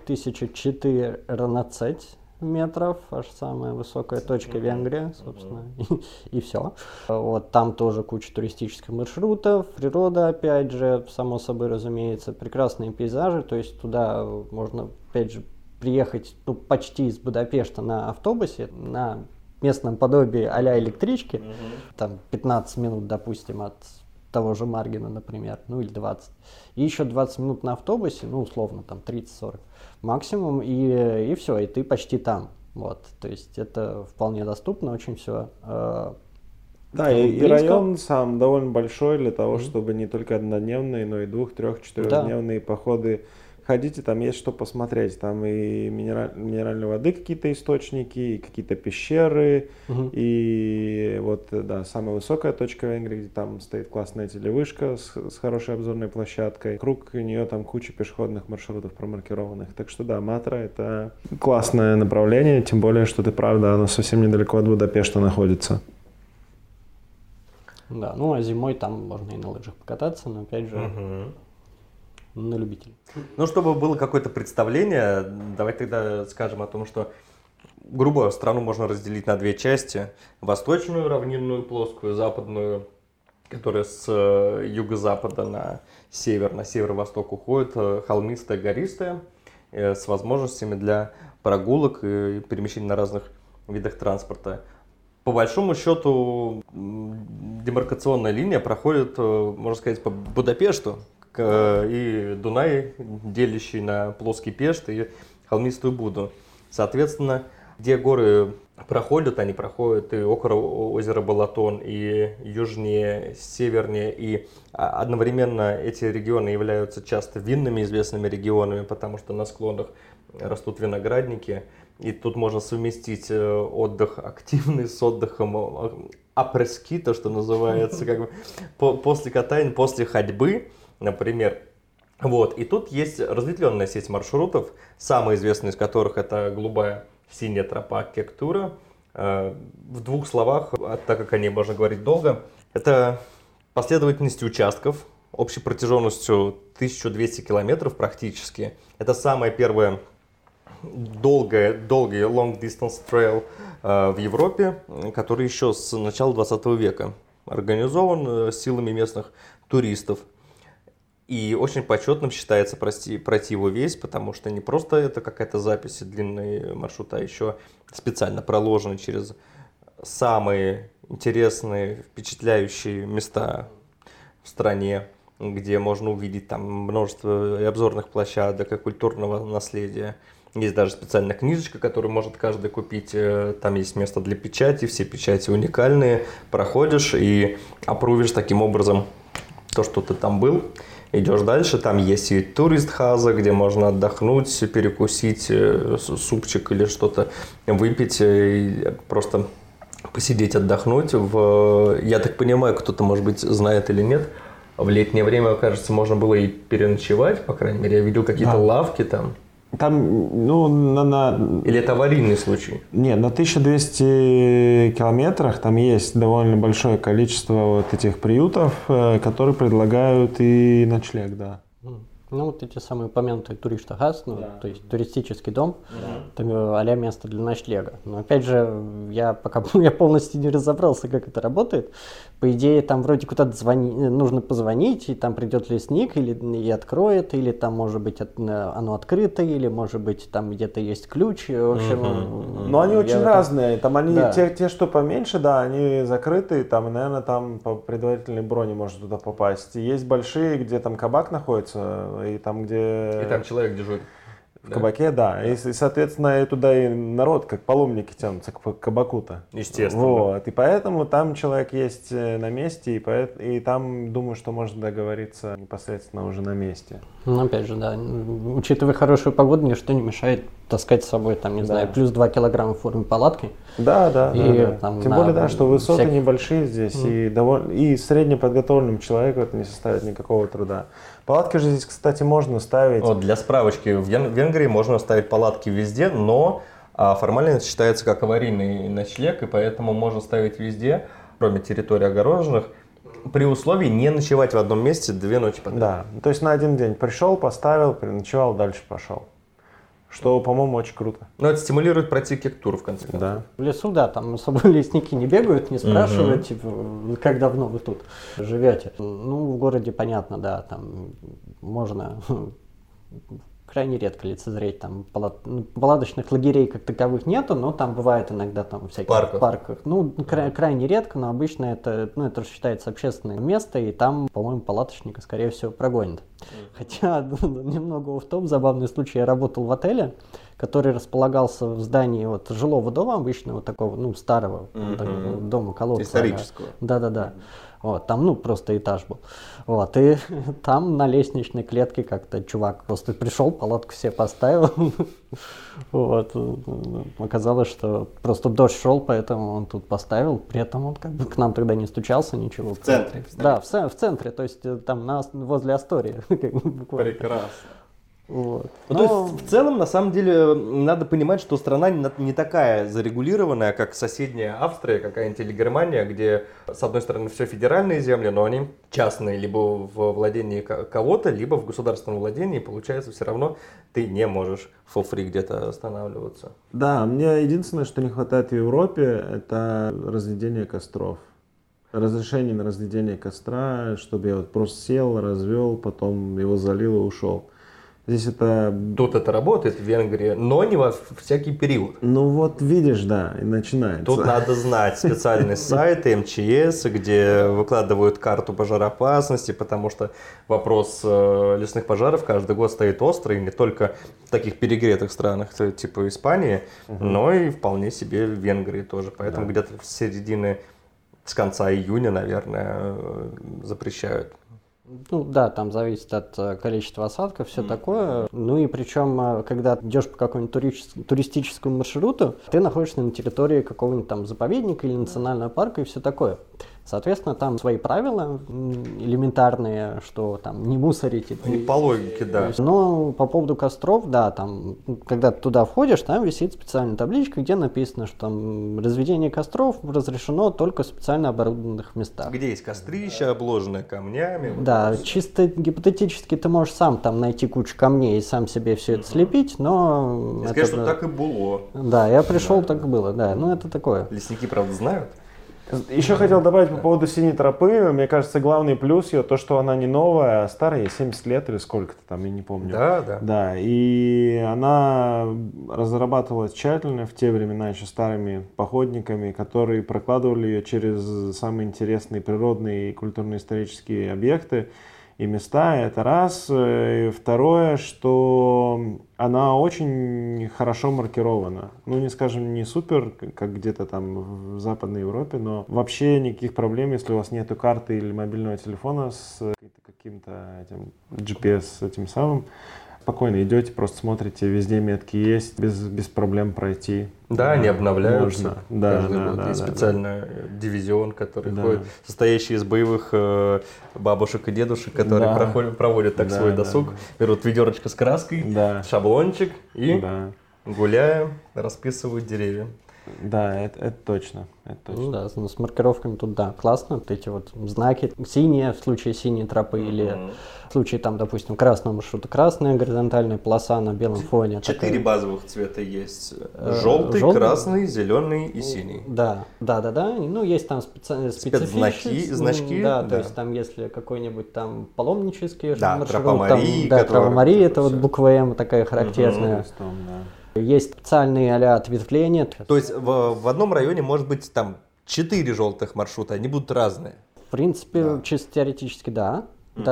S2: 1014 метров, аж самая высокая точка Венгрии, собственно, и все. Вот, там тоже куча туристических маршрутов, природа, опять же, само собой разумеется, прекрасные пейзажи, то есть туда можно, опять же, приехать почти из Будапешта на автобусе, на местном подобии а-ля электрички, там 15 минут, допустим, от того же Маргина, например, или 20. И еще 20 минут на автобусе, условно, там 30-40 максимум, и все, и ты почти там. Вот, то есть это вполне доступно, очень все.
S1: Да, и район сам довольно большой для того, чтобы не только однодневные, но и 2-, 3-, 4-дневные походы ходите, там есть что посмотреть. Там и минеральной воды какие-то источники, и какие-то пещеры, и вот, да, самая высокая точка Венгрии, где там стоит классная телевышка с хорошей обзорной площадкой. Вокруг нее там куча пешеходных маршрутов промаркированных. Так что да, Матра — это классное направление, тем более, что ты, правда, оно совсем недалеко от Будапешта находится.
S2: Да, а зимой там можно и на лыжах покататься, но опять же... на любителей.
S3: Чтобы было какое-то представление, давайте тогда скажем о том, что, грубо, страну можно разделить на две части. Восточную, равнинную, плоскую, западную, которая с юго-запада на северо-восток уходит, холмистая, гористая, с возможностями для прогулок и перемещений на разных видах транспорта. По большому счету, демаркационная линия проходит, можно сказать, по Будапешту, и Дунай, делящий на плоский Пешт и холмистую Буду. Соответственно, где горы проходят, они проходят и около озера Балатон, и южнее, севернее, и одновременно эти регионы являются часто винными известными регионами, потому что на склонах растут виноградники, и тут можно совместить отдых активный с отдыхом апрески, то, что называется, как бы после катания, после ходьбы, например. Вот. И тут есть разветвленная сеть маршрутов, самый известный из которых это голубая синяя тропа Кек-Тура. В двух словах, так как о ней можно говорить долго, это последовательность участков общей протяженностью 1200 километров практически. Это самая первая долгий long distance trail в Европе, который еще с начала 20 века организован силами местных туристов. И очень почетным считается пройти его весь, потому что не просто это какая-то запись длинной маршрута, а еще специально проложены через самые интересные, впечатляющие места в стране, где можно увидеть там множество и обзорных площадок, и культурного наследия. Есть даже специальная книжечка, которую может каждый купить. Там есть место для печати, все печати уникальные. Проходишь и опрувишь таким образом то, что ты там был. Идешь дальше, там есть и турист-хаза, где можно отдохнуть, перекусить, супчик или что-то выпить, и просто посидеть, отдохнуть. Я так понимаю, кто-то, может быть, знает или нет, в летнее время, кажется, можно было и переночевать, по крайней мере. Я видел какие-то лавки там.
S1: Там, ну,
S3: Или это аварийный случай?
S1: Нет, на 1200 километрах там есть довольно большое количество вот этих приютов, которые предлагают и ночлег, да.
S2: Ну, вот эти самые упомянутые турист-хаз, то есть туристический дом, там а-ля место для ночлега. Но опять же, я полностью не разобрался, как это работает. По идее, там вроде куда-то нужно позвонить, и там придет лесник и откроет, или там, может быть, оно открыто, или, может быть, там где-то есть ключ. В общем,
S1: но они очень разные. Там они, те, что поменьше, да, они закрыты, там, наверное, там по предварительной броне можно туда попасть. И есть большие, где там кабак находится, и там, где...
S3: И там человек дежурит.
S1: В кабаке, да. И, соответственно, и туда и народ, как паломники, тянутся к кабаку-то.
S3: Естественно.
S1: Вот. И поэтому там человек есть на месте, и там, думаю, что можно договориться непосредственно уже на месте.
S2: Ну, опять же, да. Учитывая хорошую погоду, ничто не мешает таскать с собой, там, не знаю, плюс 2 килограмма в форме палатки.
S1: Да.
S2: Там,
S1: тем более, да, что высоты небольшие здесь, и среднеподготовленному человеку это не составит никакого труда. Палатки же здесь, кстати, можно ставить.
S3: Вот для справочки, в Венгрии можно ставить палатки везде, но формально это считается как аварийный ночлег, и поэтому можно ставить везде, кроме территорий огороженных, при условии не ночевать в одном месте 2 ночи подряд.
S1: Да, то есть на один день пришел, поставил, переночевал, дальше пошел. Что, по-моему, очень круто.
S3: Но это стимулирует пройти Кек-Тур, в конце концов.
S1: Да.
S2: В лесу, да, там особо лесники не бегают, не спрашивают, типа, как давно вы тут живете. Ну, в городе, понятно, да, там можно крайне редко лицезреть, там палаточных лагерей как таковых нету, но там бывает иногда там всяких парках. Ну, крайне редко, но обычно это же считается общественное место, и там, по-моему, палаточника, скорее всего, прогонят. Хотя, немного офф-топ, забавный случай, я работал в отеле, который располагался в здании вот жилого дома обычного, такого, ну, старого дома, колодца.
S3: Исторического.
S2: Да. Вот, там, просто этаж был. Вот, и там на лестничной клетке как-то чувак просто пришел, палатку себе поставил. Вот, оказалось, что просто дождь шел, поэтому он тут поставил. При этом он как бы к нам тогда не стучался, ничего.
S3: В центре?
S2: Да, в центре, то есть там возле Астории.
S3: Прекрасно.
S2: Вот.
S3: Ну, то есть, в целом, на самом деле, надо понимать, что страна не такая зарегулированная, как соседняя Австрия, какая-нибудь или Германия, где, с одной стороны, все федеральные земли, но они частные, либо в владении кого-то, либо в государственном владении, получается, все равно ты не можешь for free где-то останавливаться.
S1: Да, мне единственное, что не хватает в Европе, это разведение костров. разрешение на разведение костра, чтобы я вот просто сел, развел, потом его залил и ушел. Здесь это...
S3: Тут это работает в Венгрии, но не во всякий период.
S1: Ну вот видишь, да, и начинается.
S3: Тут надо знать специальные сайты МЧС, где выкладывают карту пожароопасности, потому что вопрос лесных пожаров каждый год стоит острый, не только в таких перегретых странах, типа Испании, но и вполне себе в Венгрии тоже. Поэтому где-то с конца июня, наверное, запрещают.
S2: Ну да, там зависит от количества осадков, все такое. Ну и причем, когда идешь по какому-нибудь туристическому маршруту, ты находишься на территории какого-нибудь там заповедника или национального парка и все такое. Соответственно, там свои правила элементарные, что там не мусорить.
S3: По логике, да.
S2: Но по поводу костров, да, там, когда ты туда входишь, там висит специальная табличка, где написано, что там разведение костров разрешено только в специально оборудованных местах.
S3: Где есть кострища, обложенные камнями.
S2: Да, чисто гипотетически ты можешь сам там найти кучу камней и сам себе все это слепить, но...
S3: Сказать, что так и было.
S2: Да, я пришел, так и было, да, ну это такое.
S3: Лесники, правда, знают.
S1: Еще хотел добавить по поводу синей тропы. Мне кажется, главный плюс ее то, что она не новая, а старая, ей 70 лет или сколько-то там, я не помню.
S3: Да, да.
S1: Да, и она разрабатывалась тщательно в те времена еще старыми походниками, которые прокладывали ее через самые интересные природные и культурно-исторические объекты и места. Это раз. И второе, что она очень хорошо маркирована. Ну, не скажем, не супер, как где-то там в Западной Европе, но вообще никаких проблем, если у вас нету карты или мобильного телефона с каким-то этим GPS этим самым. Спокойно идете, просто смотрите, везде метки есть, без проблем пройти.
S3: Да, они обновляются.
S1: Да,
S3: каждый год. Есть специальный дивизион, который ходит, состоящий из боевых бабушек и дедушек, которые проводят так свой досуг. Берут ведерочко с краской, шаблончик и, гуляя, расписывают деревья.
S1: Да, это точно.
S2: Ну да, с маркировками тут, да, классно. Вот эти вот знаки синие, в случае синей тропы, или в случае, там, допустим, красного маршрута красная горизонтальная полоса на белом фоне.
S3: 4 базовых цвета есть. Желтый, красный, зеленый и синий.
S2: Да. Ну, есть там специфические
S3: значки.
S2: Да, то есть там, если какой-нибудь там паломнический маршрут,
S3: Тропа Марии,
S2: Тропа Марии, это вот буква М такая характерная. Есть специальные а-ля ответвления.
S3: То есть в одном районе может быть там 4 желтых маршрута, они будут разные?
S2: В принципе, чисто теоретически, да.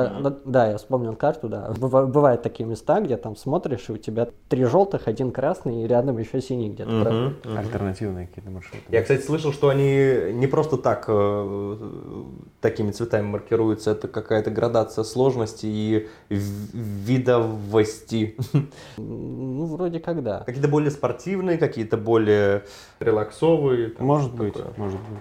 S2: Да, я вспомнил карту, да. Бывают такие места, где там смотришь, и у тебя 3 желтых, 1 красный, и рядом еще синий где-то.
S1: Альтернативные какие-то маршруты.
S3: Я, кстати, слышал, что они не просто так такими цветами маркируются, это какая-то градация сложности и видовости.
S2: Ну, вроде как да.
S3: Какие-то более спортивные, какие-то более релаксовые.
S1: Может быть, да.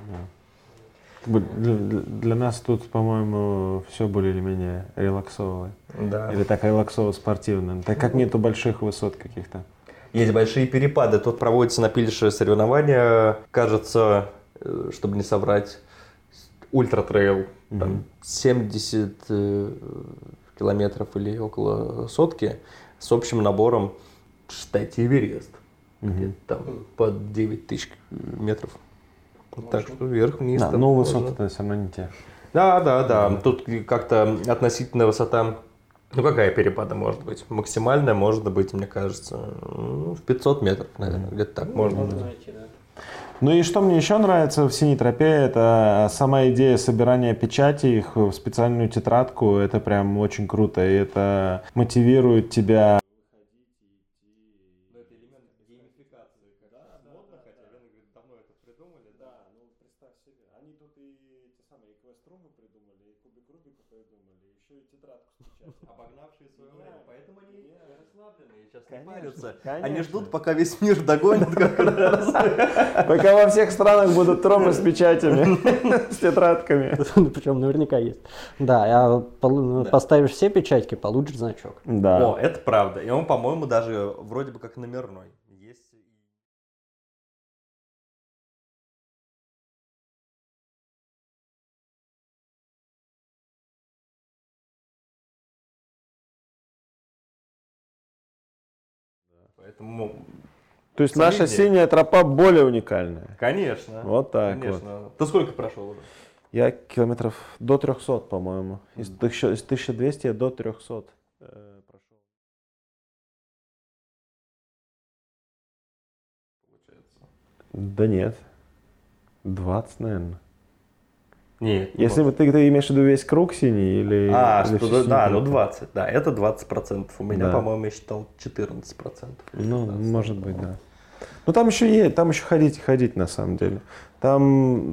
S1: Для нас тут, по-моему, все более или менее релаксовое.
S3: Да.
S1: Или так релаксово-спортивно. Так как нету больших высот каких-то.
S3: Есть большие перепады. Тут проводятся на Пильше соревнования. Кажется, чтобы не соврать, ультра-трейл. 70 километров или около сотки с общим набором, считайте, Эверест. Там под 9 тысяч метров. Так что вверх-вниз.
S1: Да, но высоты-то все равно не те.
S3: Да. Тут как-то относительная высота, ну какая перепада может быть? Максимальная может быть, мне кажется, в 500 метров, наверное, где-то так можно быть.
S1: Ну и что мне еще нравится в «Синей тропе», это сама идея собирания печатей их в специальную тетрадку. Это прям очень круто, и это мотивирует тебя.
S3: Обогнавшие свое время, поэтому они расслабленные, сейчас не парятся. Они ждут, пока весь мир догонит как раз.
S1: Пока во всех странах будут тропы с печатями, с тетрадками.
S2: Причем наверняка есть. Да, поставишь все печатки, получишь значок.
S1: Да.
S3: О, это правда. И он, по-моему, даже вроде бы как номерной. Есть. Поэтому...
S1: То есть наша «Синяя тропа» более уникальная.
S3: Конечно.
S1: Вот так
S3: конечно.
S1: вот.
S3: Ты сколько прошел уже?
S1: Я километров до 300, по-моему. Из 1200 до 300 прошел. Да нет. 20, наверное.
S3: Нет.
S1: Если бы ты имеешь в виду весь круг синий или... или всю синюю
S3: да,
S1: круг.
S3: 20, да, это 20%. У меня,
S1: Да.
S3: по-моему, я считал 14%.
S1: Ну, может быть, да. Ну, там еще ходить на самом деле. Там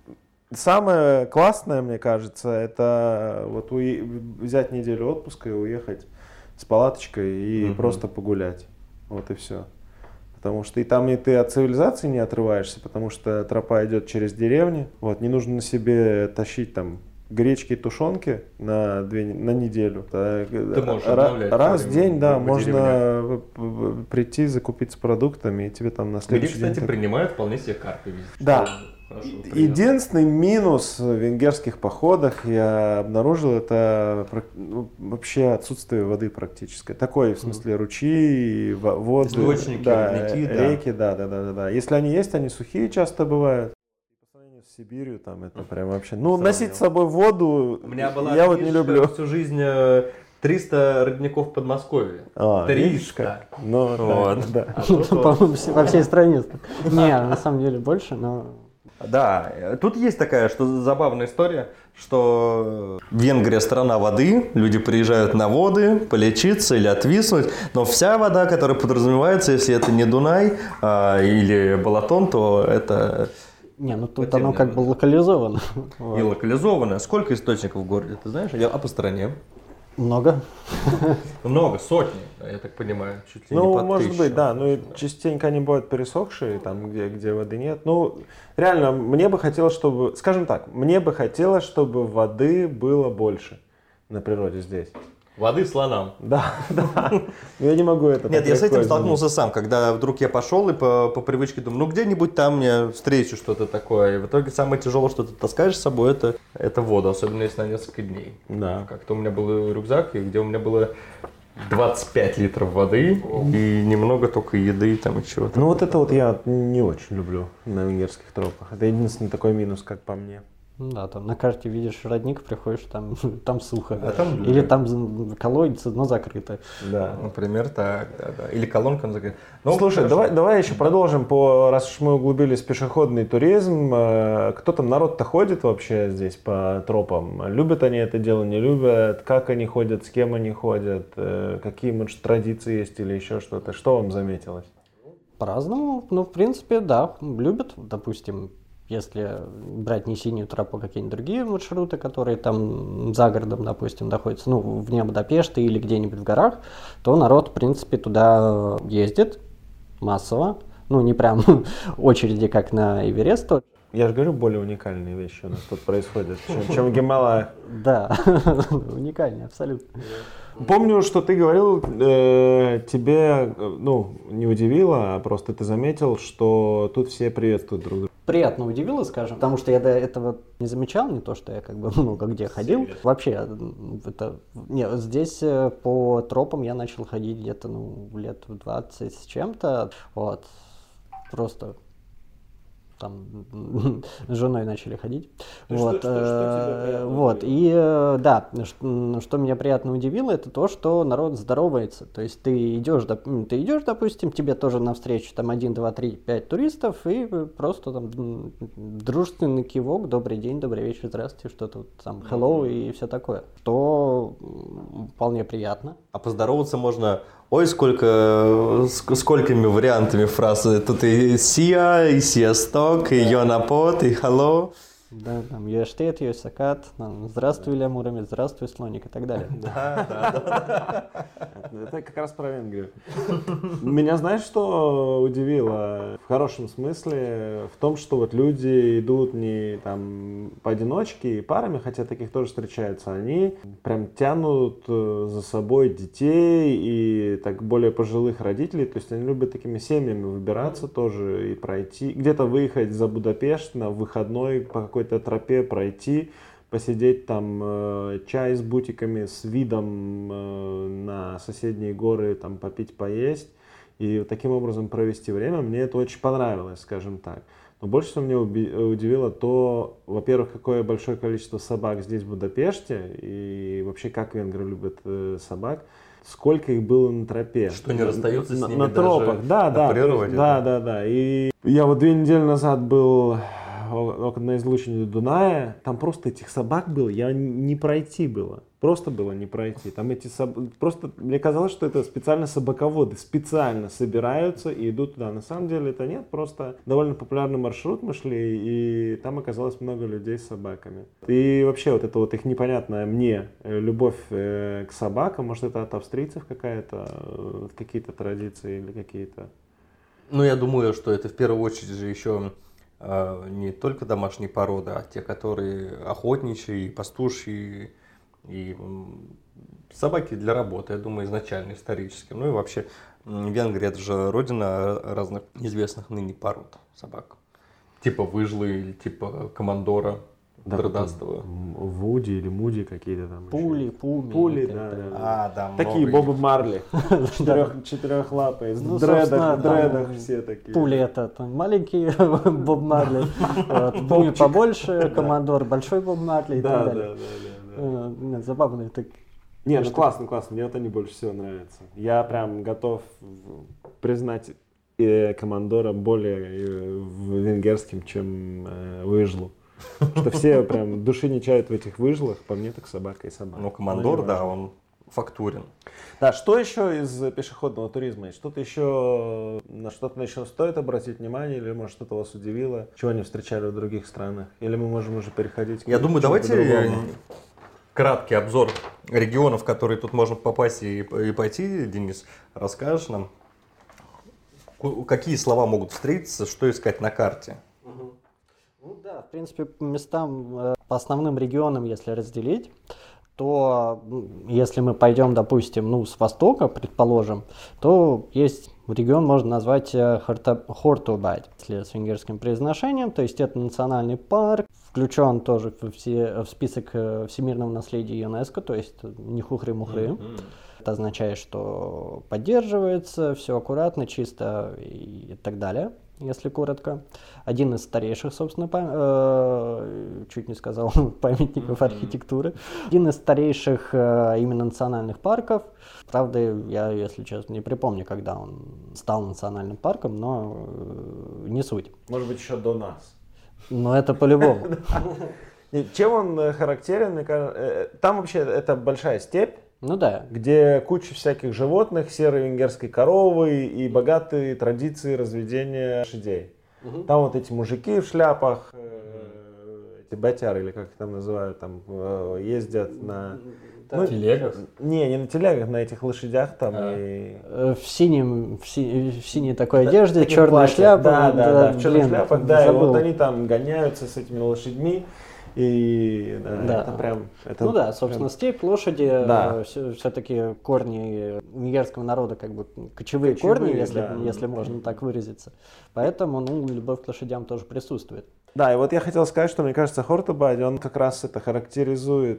S1: самое классное, мне кажется, это вот взять неделю отпуска и уехать с палаточкой и просто погулять. Вот и все. Потому что и там и ты от цивилизации не отрываешься, потому что тропа идет через деревни. Вот, не нужно на себе тащить там гречки и тушенки на неделю.
S3: Ты можешь обновлять
S1: раз в
S3: время
S1: день, да,
S3: в
S1: можно прийти, закупиться продуктами, и тебе там на
S3: Где,
S1: следующий
S3: кстати,
S1: день...
S3: принимают вполне себе карты.
S1: Да.
S3: Хорошо,
S1: Единственный минус в венгерских походах я обнаружил, это вообще отсутствие воды практически. Такой, в смысле, ручьи, воды,
S3: источники,
S1: да,
S3: родники, да.
S1: реки, да. Если они есть, они сухие часто бывают. По сравнению с Сибирью, там это прям вообще... Ну, носить с собой воду
S3: У меня была
S1: я вот не люблю.
S3: всю жизнь 300 родников в Подмосковье. 300.
S1: Ну,
S3: Вот.
S1: да.
S2: По-моему, во всей стране. Не, на самом деле больше, но...
S3: Да, тут есть такая забавная история, что Венгрия страна воды, люди приезжают на воды полечиться или отвиснуть, но вся вода, которая подразумевается, если это не Дунай или Балатон, то это...
S2: Не, ну тут оно как бы локализовано.
S3: И локализованное. Сколько источников в городе, ты знаешь? А по стране?
S2: Много.
S3: Много, сотни, я так понимаю, чуть ли не
S1: Ну,
S3: по
S1: может
S3: 1000.
S1: быть, да. Ну и частенько они бывают пересохшие, там, где воды нет. Ну, реально, мне бы хотелось, чтобы, скажем так, мне бы хотелось, чтобы воды было больше на природе здесь.
S3: Воды слонам.
S1: Да. Но я не могу это.
S3: Нет,
S1: так
S3: я с
S1: легко
S3: этим
S1: изменить.
S3: столкнулся сам, когда вдруг я пошел и по привычке думаю, ну где-нибудь там мне встречу что-то такое. И в итоге самое тяжелое, что ты таскаешь с собой, это воду, особенно если на несколько дней.
S1: Да.
S3: Как-то у меня был рюкзак, где у меня было 25 литров воды и немного только еды там и чего-то.
S1: Ну вот это вот я не очень люблю на венгерских тропах. Это единственный такой минус, как по мне.
S2: Да, там на карте видишь родник, приходишь, там сухо.
S3: А там
S2: Или там колодец, но закрыто.
S1: Да.
S3: Например, так, да. Или колонкам закрыта. Ну,
S1: Слушай, давай еще продолжим, раз уж мы углубились в пешеходный туризм. Кто там, народ-то ходит вообще здесь по тропам? Любят они это дело, не любят? Как они ходят, с кем они ходят? Какие, может, традиции есть или еще что-то? Что вам заметилось?
S2: По-разному, ну, в принципе, да, любят, допустим, если брать не синюю тропу, а какие-нибудь другие маршруты, которые там за городом, допустим, находятся, ну, вне Будапешта или где-нибудь в горах, то народ, в принципе, туда ездит массово. Ну, не прям очереди, как на Эверест.
S1: Я же говорю, более уникальные вещи у нас тут происходят, чем в Гималаях.
S2: Да, уникальные, абсолютно.
S1: Помню, что ты говорил, тебе, ну, не удивило, а просто ты заметил, что тут все приветствуют друг друга.
S2: Приятно удивило, скажем, потому что я до этого не замечал, не то, что я как бы много где ходил. Вообще, это, нет, здесь по тропам я начал ходить где-то, ну, лет в 20 с чем-то, вот, просто там с женой начали ходить. Вот, вот, и да, что меня приятно удивило, это то, что народ здоровается. То есть ты идешь, допустим, тебе тоже навстречу там 1, 2, 3, 5 туристов, и просто там дружественный кивок, добрый день, добрый вечер, здравствуйте, что-то там, hello и все такое. Что вполне приятно.
S3: А поздороваться можно, ой, сколькими вариантами фраз. Тут и сия, и сиасток, и йонапот, и hello.
S2: Да, там юэштет, юэсакат, здравствуй, лямурами, здравствуй, слоник и так далее.
S1: Да. Это как раз про Венгрию. Меня, знаешь, что удивило? В хорошем смысле, в том, что вот люди идут не там поодиночке и парами, хотя таких тоже встречаются, они прям тянут за собой детей и так более пожилых родителей, то есть они любят такими семьями выбираться тоже и пройти, где-то выехать за Будапешт на выходной по какой-то тропе пройти, посидеть там, чай с бутиками, с видом на соседние горы, там попить, поесть. и таким образом провести время, мне это очень понравилось, скажем так. Но больше всего меня удивило то, во-первых, какое большое количество собак здесь в Будапеште, и вообще как венгры любят собак, сколько их было на тропе.
S3: Что не расстаются с ними
S1: на тропах,
S3: даже на природе.
S1: Да. И я вот 2 недели назад был на излучине Дуная, там просто этих собак было, не пройти было. Просто было не пройти. Там просто мне казалось, что это специально собаководы специально собираются и идут туда. На самом деле это нет, просто довольно популярный маршрут мы шли, и там оказалось много людей с собаками. И вообще вот это вот их непонятная мне любовь к собакам, может это от австрийцев какие-то традиции или какие-то.
S3: Ну, я думаю, что это в первую очередь же еще не только домашние породы, а те, которые охотничьи, пастушьи, и собаки для работы, я думаю, изначально исторически. Ну и вообще Венгрия — это же родина разных известных ныне пород собак. Типа выжлы или типа командора,
S1: Да,
S3: трудастого.
S1: Вуди или Муди какие-то там.
S2: Пули,
S1: еще.
S2: пуми.
S1: Пули, да.
S3: Да,
S1: Такие Боба Марли. Четырехлапые.
S2: Ну,
S1: В
S2: собственно,
S1: дредах
S2: там
S1: все такие.
S2: Пули это маленький Боб Марли, Пуми побольше, Командор большой Боб Марли и так далее.
S1: Да.
S2: Забавные так.
S1: Не, ну классно. Мне вот они больше всего нравятся. Я прям готов признать Командора более венгерским, чем выжлу. Что все прям души не чают в этих выжлах, по мне так собака и собака.
S3: Ну, командор, да, он фактурен.
S1: Да, что еще из пешеходного туризма? На что-то еще стоит обратить внимание, или может что-то вас удивило, чего не встречали в других странах? Или мы можем уже переходить к
S3: Я думаю, давайте
S1: другому?
S3: краткий обзор регионов, в которые тут можно попасть и пойти. Денис, расскажешь нам, какие слова могут встретиться, что искать на карте?
S2: Ну да, в принципе, по местам, по основным регионам, если разделить, то если мы пойдем, допустим, с востока, предположим, то есть регион можно назвать Хортубайт, если с венгерским произношением, то есть это национальный парк, включен тоже в список всемирного наследия ЮНЕСКО, то есть не хухры-мухры. Это означает, что поддерживается, все аккуратно, чисто и так далее, если коротко. Один из старейших, собственно, чуть не сказал, памятников архитектуры. Один из старейших именно национальных парков. Правда, я, если честно, не припомню, когда он стал национальным парком, но не суть.
S1: Может быть, еще до нас.
S2: Но это по-любому.
S1: Чем он характерен? Мне кажется, там вообще это большая степь.
S2: Ну да.
S1: Где куча всяких животных, серой венгерской коровы и богатые традиции разведения лошадей. Там вот эти мужики в шляпах, эти батяры, или как их там называют, там ездят на...
S3: телегах?
S1: Не на телегах, на этих лошадях там.
S2: В синей такой одежде, черная шляпа.
S1: Да, в черных шляпах, да, и вот они там гоняются с этими лошадьми. И это прям...
S2: собственно, степь, лошади, все-таки корни венгерского народа, как бы кочевые корни, если можно так выразиться. Поэтому, любовь к лошадям тоже присутствует.
S1: Да, и вот я хотел сказать, что мне кажется, Хортубайт, он как раз это характеризует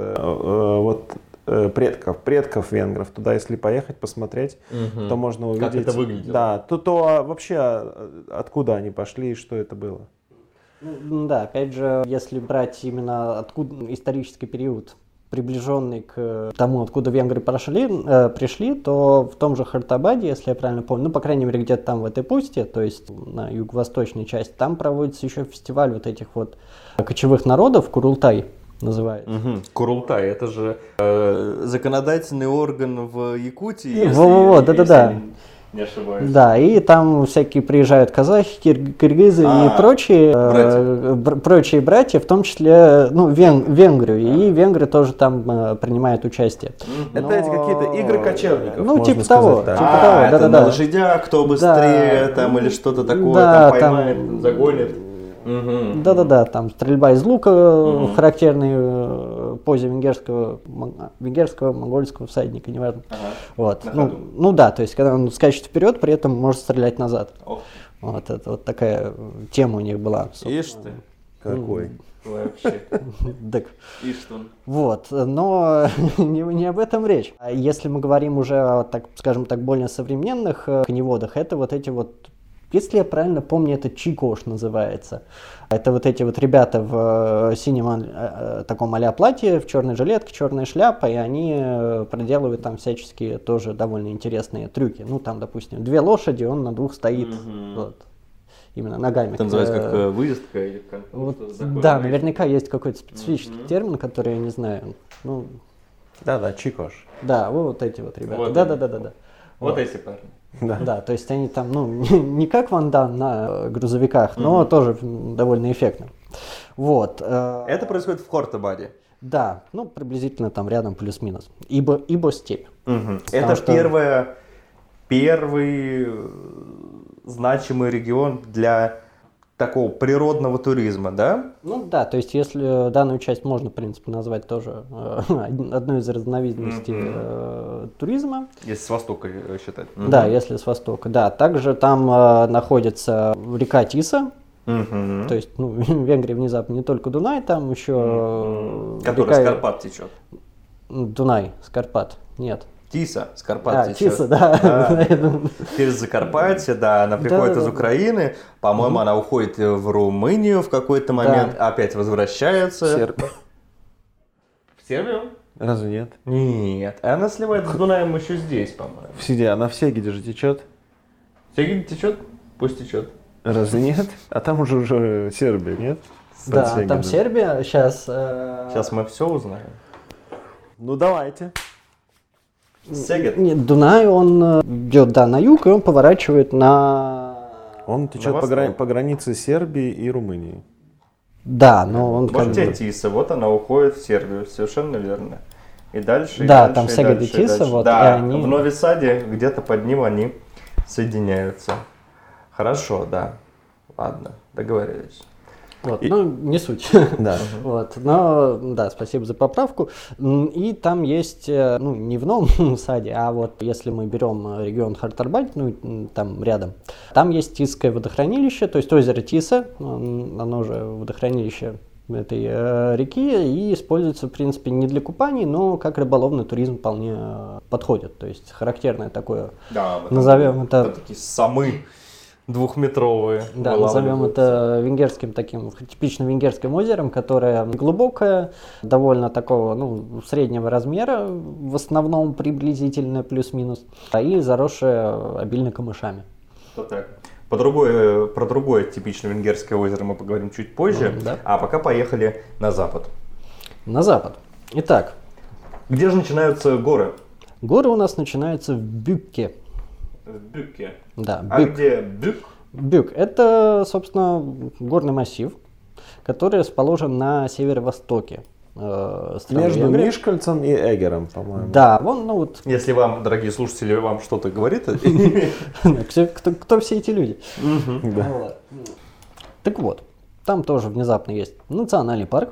S1: предков венгров. Туда, если поехать, посмотреть, то можно увидеть...
S3: Как это выглядело.
S1: Да, то вообще откуда они пошли и что это было.
S2: Да, опять же, если брать именно откуда исторический период, приближенный к тому, откуда венгры пришли, то в том же Хортубайте, если я правильно помню, по крайней мере, где-то там в этой пусте, то есть на юго-восточной части, там проводится еще фестиваль вот этих вот кочевых народов, Курултай называется.
S3: Курултай, это же законодательный орган в Якутии.
S2: Да.
S3: Не ошибаюсь.
S2: Да, и там всякие приезжают казахи, киргизы и прочие братья, в том числе Венгрию, и венгры тоже там принимают участие.
S1: Это эти какие-то игры кочевников,
S2: можно
S1: сказать,
S2: того.
S3: Это на лошадях, кто быстрее там или что-то такое, там поймает, загонит.
S2: Да, там стрельба из лука, характерный позе венгерского, монгольского всадника, неважно. Вот. Да, то есть когда он скачет вперед, при этом может стрелять назад. Вот это вот такая тема у них была.
S3: Ишь ты.
S1: Какой?
S3: Вообще.
S2: Так.
S3: И что?
S2: Вот, но не об этом речь. А если мы говорим уже о, так, скажем так, более современных коневодах, это вот эти вот, если я правильно помню, это чикош называется. Это вот эти вот ребята в синем таком а-ля платье, в черной жилетке, черная шляпа, и они проделывают там всяческие тоже довольно интересные трюки. Ну, там, допустим, 2 лошади, он на 2 стоит. Вот. Именно ногами.
S3: Это называется как выездка или как?
S2: Вот, да, наверняка есть какой-то специфический термин, который я не знаю. Ну,
S1: Да, чикош.
S2: да, вот эти вот ребята.
S3: Вот
S2: Да.
S3: Вот эти парни.
S2: Да, то есть они там, ну, не как Ван Дам на грузовиках, но тоже довольно эффектно. Вот.
S3: Это происходит в Хортобаде.
S2: Да, ну, приблизительно там рядом плюс-минус. Ибо степь.
S3: Это
S2: что...
S3: первый значимый регион для такого природного туризма, да?
S2: Ну да, то есть если данную часть можно, в принципе, назвать тоже одной из разновидностей туризма.
S3: Если с востока считать.
S2: Да, если с востока, да. Также там находится река Тиса. То есть, ну, в Венгрии внезапно не только Дунай, там еще...
S3: Который с Карпат течет.
S2: Дунай, с Карпат, нет.
S3: Тиса, с Карпат течет.
S2: Тиса, да.
S3: Через Закарпатье, да, она приходит из Украины, по-моему, она уходит в Румынию в какой-то момент, опять возвращается. В Сербию?
S1: Разве нет?
S3: Нет, она сливается с Дунаем еще здесь, по-моему.
S1: Она в Сегеде же течет.
S3: Сегеде течет? Пусть течет.
S1: Разве нет? А там уже Сербия, нет?
S2: Да, там Сербия, сейчас...
S3: Сейчас мы все узнаем.
S1: Ну давайте.
S3: Сегед?
S2: Нет, Дунай, он идет, да, на юг, и он поворачивает на...
S1: Он течет по границе Сербии и Румынии.
S2: Да, но он...
S3: Вот тебе Тиса, вот она уходит в Сербию, совершенно верно. И дальше, и
S2: да,
S3: дальше,
S2: там
S3: и
S2: Сегед и
S3: дальше,
S2: Тиса,
S3: дальше.
S2: вот,
S3: Да,
S2: и они...
S3: в Нови Саде, где-то под ним они соединяются. Хорошо, да. Ладно, договорились.
S2: Вот, ну, не суть.
S1: Да.
S2: Вот, но, да, спасибо за поправку. И там есть, ну, не в Новом Саде, а вот если мы берем регион Хартарбальт, ну, там рядом, там есть Тисское водохранилище, то есть озеро Тиса, оно же водохранилище этой реки, и используется, в принципе, не для купаний, но как рыболовный туризм вполне подходит. То есть характерное такое,
S3: Да,
S2: назовем это...
S3: такие самы двухметровые.
S2: Да, назовем это венгерским таким, типично венгерским озером, которое глубокое, довольно такого, ну, среднего размера, в основном приблизительно плюс-минус, и заросшее обильно камышами.
S3: Так. Про другое типично венгерское озеро мы поговорим чуть позже,
S2: да.
S3: А пока поехали на запад.
S2: На запад. Итак.
S3: Где же начинаются горы?
S2: Горы у нас начинаются в Бюкке.
S3: В Бюкке.
S2: Да,
S3: А где Бюк?
S2: Бюк – это, собственно, горный массив, который расположен на северо-востоке.
S1: Между Мишкальцем и Эгером, по-моему.
S2: Да, вон, ну вот.
S3: Если вам, дорогие слушатели, вам что-то говорит,
S2: кто все эти люди?
S1: Да.
S2: Так вот, там тоже внезапно есть национальный парк.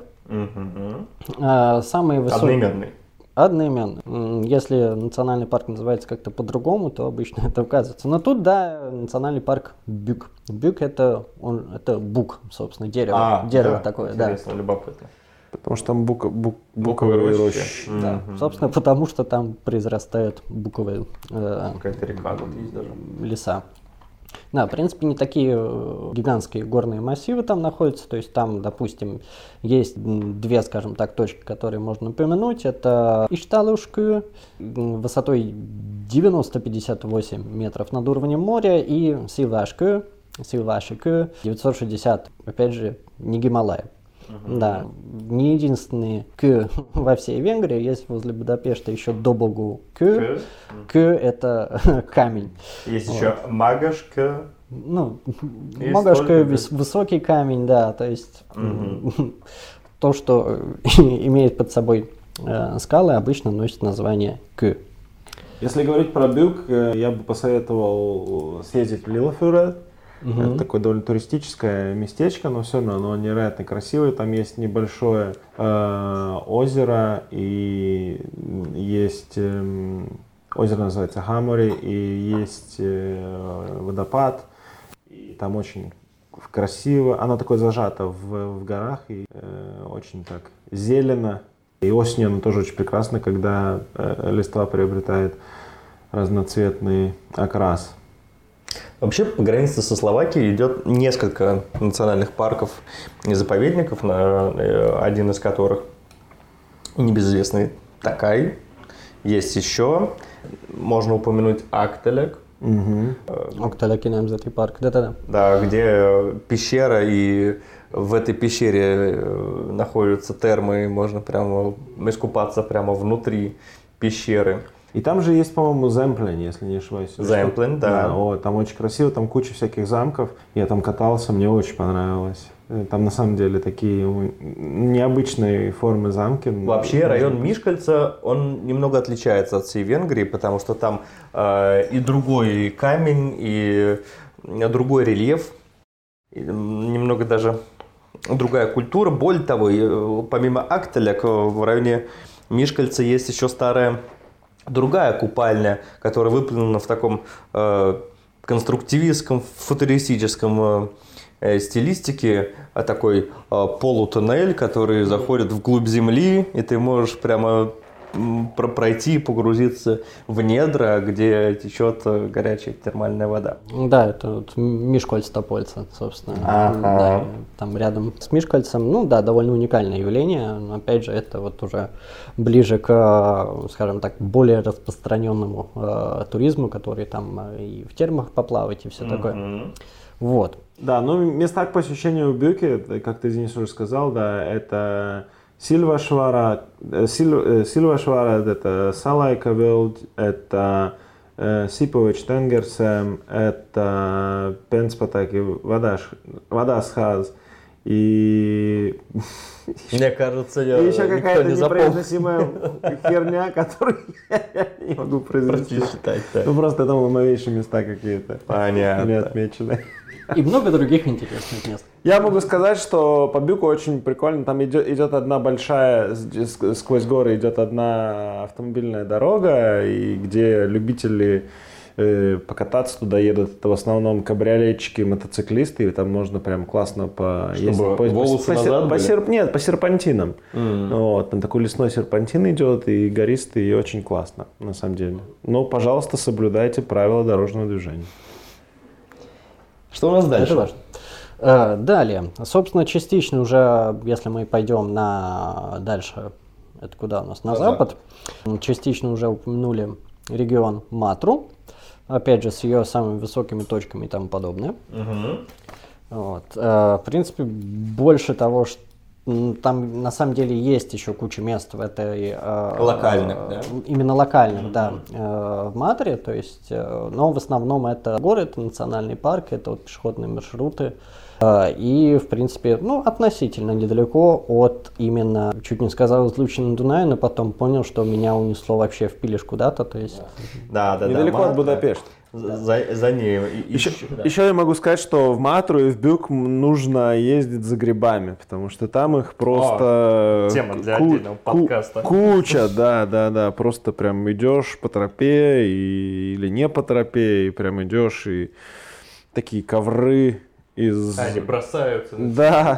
S2: Самый высокий. Одноименный. Если национальный парк называется как-то по-другому, то обычно это указывается. Но тут, да, национальный парк Бюк. Бюк это бук, собственно, дерево. Дерево такое, да.
S3: Интересно, любопытно.
S1: Потому что там буковые рощи.
S2: Да, собственно, потому что там произрастают буковые
S3: какая-то река тут есть даже.
S2: Леса. Да, в принципе, не такие гигантские горные массивы там находятся. То есть там, допустим, есть две, скажем так, точки, которые можно упомянуть. Это Ишталушку высотой 90-58 метров над уровнем моря и Силвашку 960, опять же, не Гималай. Да, не единственные К во всей Венгрии, есть возле Будапешта еще Добогу К. К это камень.
S3: Есть еще Магашка.
S2: Ну, Магашка высокий камень, да, то есть то, что имеет под собой скалы, обычно носит название К.
S1: Если говорить про Бюк, я бы посоветовал съездить в Лилофюре. Это такое довольно туристическое местечко, но все равно оно невероятно красивое. Там есть небольшое озеро, и есть озеро называется Хамори, и есть водопад. И там очень красиво, оно такое зажато в горах и очень так зелено. И осенью оно тоже очень прекрасно, когда листва приобретает разноцветный окрас.
S3: Вообще, по границе со Словакией идет несколько национальных парков и заповедников, один из которых небезызвестный Такай. Есть еще, можно упомянуть Актелек.
S2: Актелек и Немзетый парк, да-да-да.
S3: Да, где пещера, и в этой пещере находятся термы, и можно прямо искупаться прямо внутри пещеры.
S1: И там же есть, по-моему, Земплен, если не ошибаюсь.
S3: Земплен, да.
S1: Там очень красиво, там куча всяких замков. Я там катался, мне очень понравилось. Там на самом деле такие необычные формы замки.
S3: Вообще район Мишкальца, он немного отличается от всей Венгрии, потому что там и другой камень, и другой рельеф, и немного даже другая культура. Более того, помимо Актелек, в районе Мишкальца есть еще старая другая купальня, которая выполнена в таком конструктивистском, футуристическом стилистике, такой полутуннель, который заходит вглубь земли, и ты можешь прямо пройти и погрузиться в недра, где течет горячая термальная вода.
S2: Да, это вот Мишкольц-Топольца, собственно. Да, там рядом с Мишкольцем, ну да, довольно уникальное явление, но опять же это вот уже ближе к, скажем так, более распространенному туризму, который там и в термах поплавать и все такое. Вот.
S1: Да, ну места к посещению в Бюке, как ты, Денис, уже сказал, да, это Silvašvara, это Salaikaveld, это Sipovič Tengersem, это Пенспатаки, Vadaskhaz и...
S3: Мне кажется,
S1: еще какая-то непроизносимая херня, которую я не могу произнести. Ну просто это новейшие места какие-то.
S3: Понятно.
S1: Не отмечены.
S2: И много других интересных мест.
S1: Я могу сказать, что по Бюку очень прикольно. Там идет одна большая, сквозь горы идет одна автомобильная дорога, и где любители покататься туда едут. Это в основном кабриолетчики, мотоциклисты, и там можно прям классно
S3: Нет,
S1: по серпантинам. Вот, там такой лесной серпантин идет, и гористый, и очень классно, на самом деле. Но, пожалуйста, соблюдайте правила дорожного движения.
S3: Что у нас дальше?
S2: Это важно. Далее, собственно, частично уже, если мы пойдем дальше, это куда у нас, на запад, частично уже упомянули регион Матру, опять же, с ее самыми высокими точками и тому подобное. Вот. В принципе, больше того, что там на самом деле есть еще куча мест в этой...
S3: Локальных, да?
S2: Именно локальных, да, в Матре, то есть, но в основном это горы, это национальный парк, это вот пешеходные маршруты. И, в принципе, ну, относительно недалеко от именно, чуть не сказал, излучины Дуная, но потом понял, что меня унесло вообще в Пилиш куда-то, то есть...
S3: Да.
S1: Недалеко от Будапешта.
S3: За ней.
S1: Еще я могу сказать, что в Матру и в Бюк нужно ездить за грибами, потому что там их просто...
S3: Тема для отдельного подкаста.
S1: Куча, да. Просто прям идешь по тропе или не по тропе, и прям идешь, и такие ковры из...
S3: Они бросаются.
S1: Да.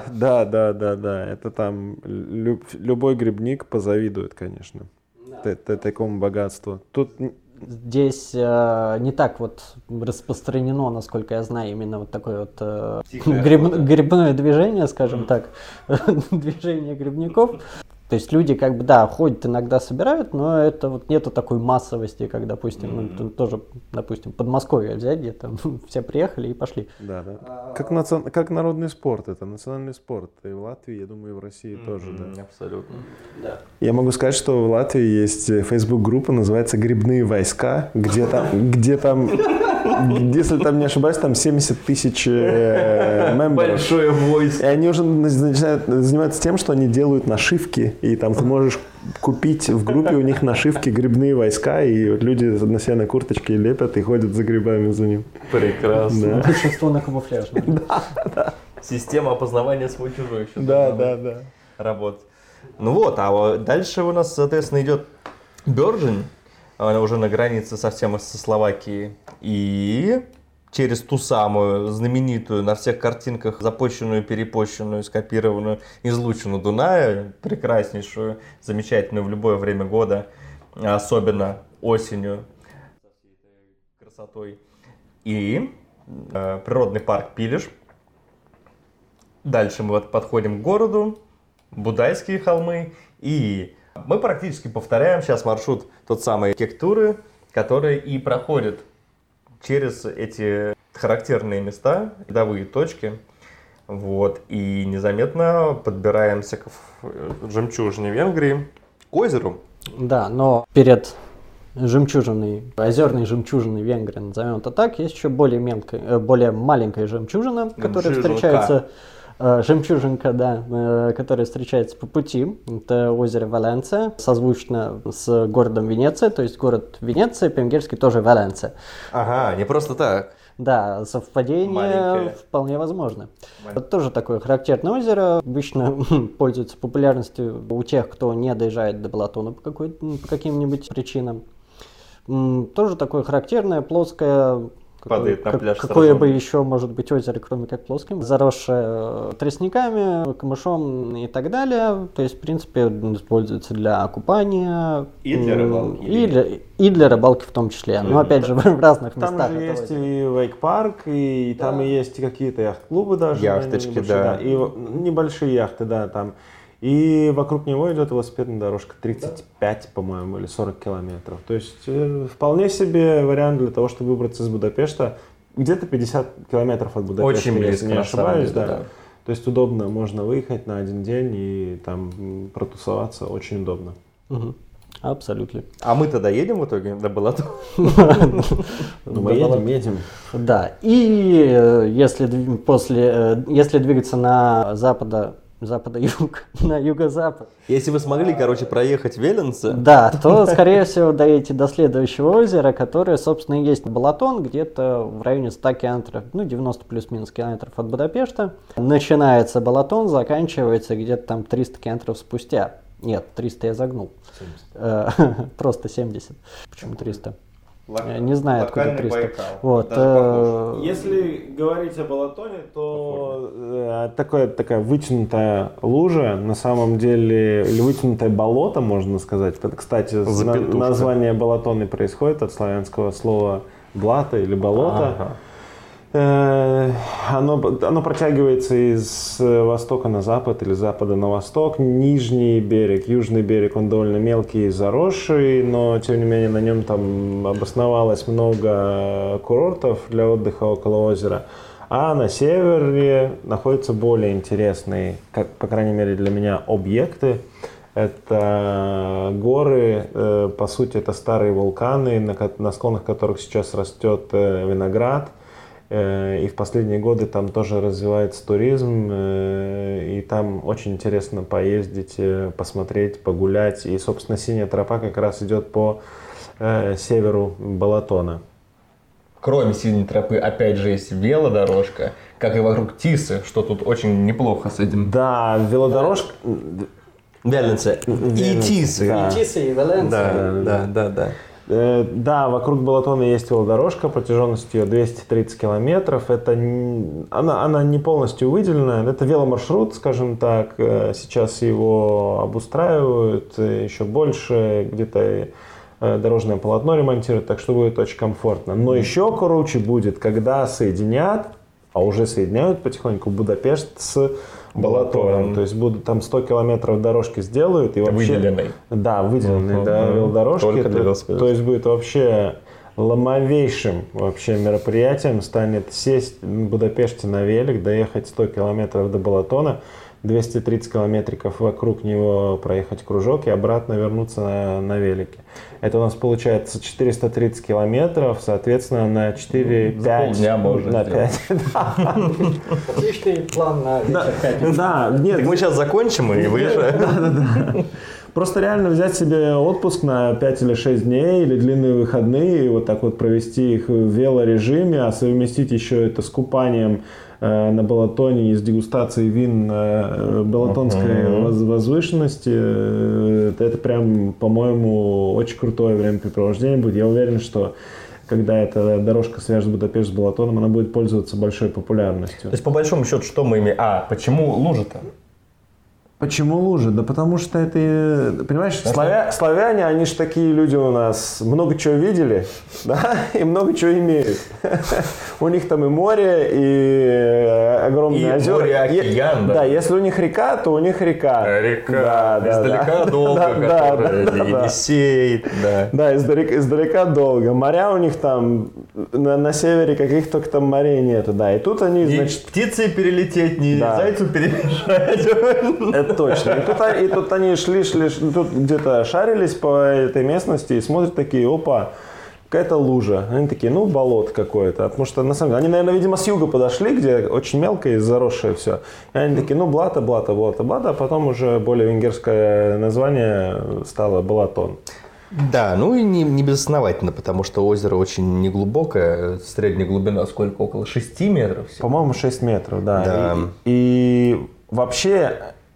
S1: Это там любой грибник позавидует, конечно, такому богатству. Тут...
S2: Здесь не так вот распространено, насколько я знаю, именно вот такое вот грибное движение, скажем так, движение грибников. То есть люди как бы, да, ходят иногда, собирают, но это вот нету такой массовости, как, допустим, ну, тоже, допустим, Подмосковье взять, где там все приехали и пошли.
S1: Да. Как народный спорт, это национальный спорт. И в Латвии, я думаю, и в России тоже, да.
S3: Абсолютно.
S2: Да.
S1: Я могу сказать, что в Латвии есть Facebook-группа, называется «Грибные войска», где там, если там не ошибаюсь, там 70 тысяч мемберов.
S3: Большое войско.
S1: И они уже начинают заниматься тем, что они делают нашивки, и там ты можешь купить в группе у них нашивки «Грибные войска», и вот люди на себе на курточке лепят и ходят за грибами за ним.
S3: Прекрасно.
S1: Да.
S2: Большинство на камуфляжном.
S1: Да.
S3: Система опознавания свой-чужой еще.
S1: Да.
S3: Работать. Ну вот, а вот дальше у нас, соответственно, идет Бёржень. Она уже на границе совсем со Словакией. И через ту самую знаменитую на всех картинках запущенную, перепощенную, скопированную излучину Дуная, прекраснейшую, замечательную в любое время года, особенно осенью, со всей этой красотой. И природный парк Пилиш. Дальше мы вот подходим к городу, Будайские холмы, и мы практически повторяем сейчас маршрут тот самый Кектуры, который и проходит через эти характерные места, рядовые точки. Вот, и незаметно подбираемся к жемчужине Венгрии, к озеру.
S2: Да, но перед жемчужиной, озерной жемчужиной Венгрии, назовем это так, есть еще более маленькая жемчужина, которая встречается... Жемчужинка, да, которая встречается по пути. Это озеро Валенция, созвучно с городом Венеция, то есть город Венеция, по-венгерски тоже Валенция.
S3: Ага, не просто так.
S2: Да, совпадение маленькое. Вполне возможно. Это тоже такое характерное озеро, обычно пользуется популярностью у тех, кто не доезжает до Балатона по каким-нибудь причинам. Тоже такое характерное, плоское.
S3: Падает на пляж.
S2: Какое бы еще может быть озеро, кроме как плоским, заросшее тростниками, камышом и так далее. То есть, в принципе, используется для купания.
S3: И для рыбалки.
S2: И для рыбалки в том числе. Но опять же, в разных местах.
S1: Там же есть и вейк-парк, и там и есть какие-то яхт-клубы даже.
S3: Яхточки, да.
S1: И небольшие яхты, да, там. И вокруг него идет велосипедная дорожка 35, по-моему, или 40 километров. То есть вполне себе вариант для того, чтобы выбраться из Будапешта. Где-то 50 километров от Будапешта,
S3: очень близко,
S1: если не ошибаюсь.
S3: Деле,
S1: да. То есть удобно, можно выехать на один день и там протусоваться, очень удобно.
S2: Угу. Абсолютно.
S3: А мы тогда едем в итоге до Балатона?
S1: Мы едем.
S2: Да, и если двигаться на запада-юг, на юго-запад.
S3: Если вы смогли, проехать Веленце.
S2: Да, то, скорее всего, доедете до следующего озера, которое, собственно, и есть Балатон, где-то в районе 100 километров, 90 плюс-минус километров от Будапешта. Начинается Балатон, заканчивается где-то там 300 километров спустя. Нет, 300 я загнул. 70. Просто 70. Почему 300? Не знаю, откуда 300. Вот.
S1: Если говорить о Балатоне, то такая вытянутая лужа, на самом деле, или вытянутое болото, можно сказать. Кстати, название Балатон и происходит от славянского слова блато или болото. Ага. Оно протягивается из востока на запад или запада на восток. Нижний берег, южный берег, он довольно мелкий и заросший, но тем не менее на нем там обосновалось много курортов для отдыха около озера. А на севере находятся более интересные, по крайней мере для меня, объекты. Это горы, по сути это старые вулканы, на склонах которых сейчас растет виноград. И в последние годы там тоже развивается туризм, и там очень интересно поездить, посмотреть, погулять. И, собственно, синяя тропа как раз идет по северу Балатона.
S3: Кроме синей тропы, опять же, есть велодорожка, как и вокруг Тисы, что тут очень неплохо с этим.
S1: Да, велодорожка...
S3: Веленце и Тисы.
S2: Да. И Тисы, и Валенция.
S3: Да.
S1: Да, вокруг Балатона есть велодорожка, протяженностью 230 километров. Она не полностью выделена, это веломаршрут, скажем так. Сейчас его обустраивают еще больше, где-то дорожное полотно ремонтируют, так что будет очень комфортно. Но еще круче будет, когда соединят, а уже соединяют потихоньку Будапешт с Балатоном. То есть будут там 100 километров дорожки сделают. И вообще, выделенной. Да, выделенной, велодорожки.
S3: Только для велосипедов.
S1: То есть будет вообще ломовейшим вообще мероприятием станет сесть в Будапеште на велик, доехать 100 километров до Балатона, 230 километриков вокруг него проехать кружок и обратно вернуться на велике. Это у нас получается 430 километров, соответственно, на 4-5...
S3: полдня можно
S1: на 5.
S2: Отличный план на вечер.
S1: Да, нет.
S3: Так мы сейчас закончим и выезжаем.
S1: Да. Просто реально взять себе отпуск на 5 или 6 дней или длинные выходные и вот так вот провести их в велорежиме, а совместить еще это с купанием на Балатоне и с дегустацией вин балатонской возвышенности. Это прям, по-моему, очень крутое времяпрепровождение будет. Я уверен, что когда эта дорожка свяжет Будапешт с Балатоном, она будет пользоваться большой популярностью.
S3: То есть, по большому счету, что мы имеем? Почему лужи-то?
S1: Почему лужи? Да потому что это, понимаешь, славяне, они же такие люди у нас, много чего видели, да, и много чего имеют. У них там и море, и огромные озера.
S3: И море, океан, да.
S1: Да, если у них река, то у них река.
S3: Река, издалека долго, которая Енисей.
S1: Да, издалека долго. Моря у них там, на севере каких только там морей нету, да. И тут они, значит...
S3: Птицы перелететь, не зайцу перебежать.
S1: Это точно. И тут они шли, тут где-то шарились по этой местности и смотрят такие, опа, какая-то лужа. Они такие, ну, болото какое-то. Потому что, на самом деле, они, наверное, видимо, с юга подошли, где очень мелко и заросшее все. И они такие, ну, блато, а потом уже более венгерское название стало Балатон.
S3: Да, ну и не безосновательно, потому что озеро очень неглубокое, средняя глубина сколько? Около 6 метров?
S1: По-моему, 6 метров, да. И вообще...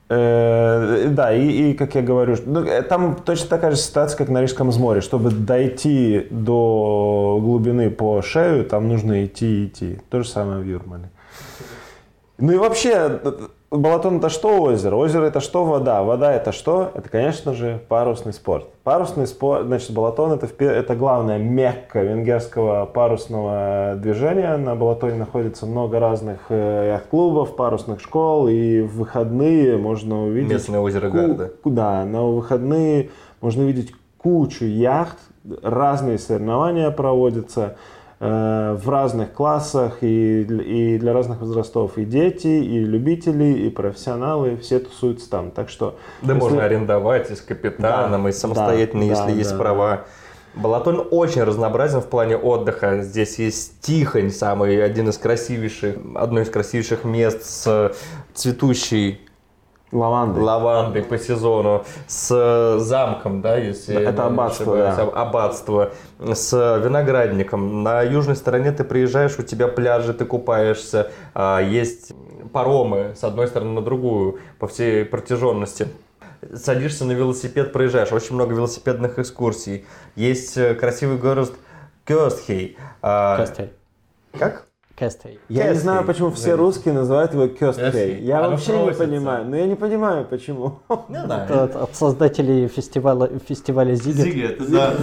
S1: Да, и как я говорю, там точно такая же ситуация, как на Рижском море. Чтобы дойти до глубины по шею, там нужно идти. То же самое в Юрмале. Ну и вообще, Балатон это что озеро? Озеро это что вода? Вода это что? Это, конечно же, парусный спорт. Парусный спорт, значит, Балатон это главная мекка венгерского парусного движения. На Балатоне находится много разных яхт-клубов, парусных школ, и в выходные можно увидеть...
S3: Местное озеро Гарда.
S1: Да, на выходные можно увидеть кучу яхт, разные соревнования проводятся. В разных классах и для разных возрастов. И дети, и любители, и профессионалы, все тусуются там. Так что...
S3: Да, если... можно арендовать и с капитаном, и самостоятельно, если есть права. Балатон очень разнообразен в плане отдыха. Здесь есть Тихонь, одно из красивейших мест с цветущей лавандой по сезону, с замком, да, если
S1: это аббатство,
S3: аббатство, с виноградником. На южной стороне ты приезжаешь, у тебя пляжи, ты купаешься, есть паромы с одной стороны на другую по всей протяженности. Садишься на велосипед, проезжаешь, очень много велосипедных экскурсий. Есть красивый город Кёстхей.
S2: Кёстхей.
S3: Как?
S2: Кёстхей.
S1: Я не знаю, почему все русские называют его Кёстхей. Я вообще не понимаю. Но я не понимаю, почему.
S2: Это от создателей фестиваля Зигет.
S3: Да.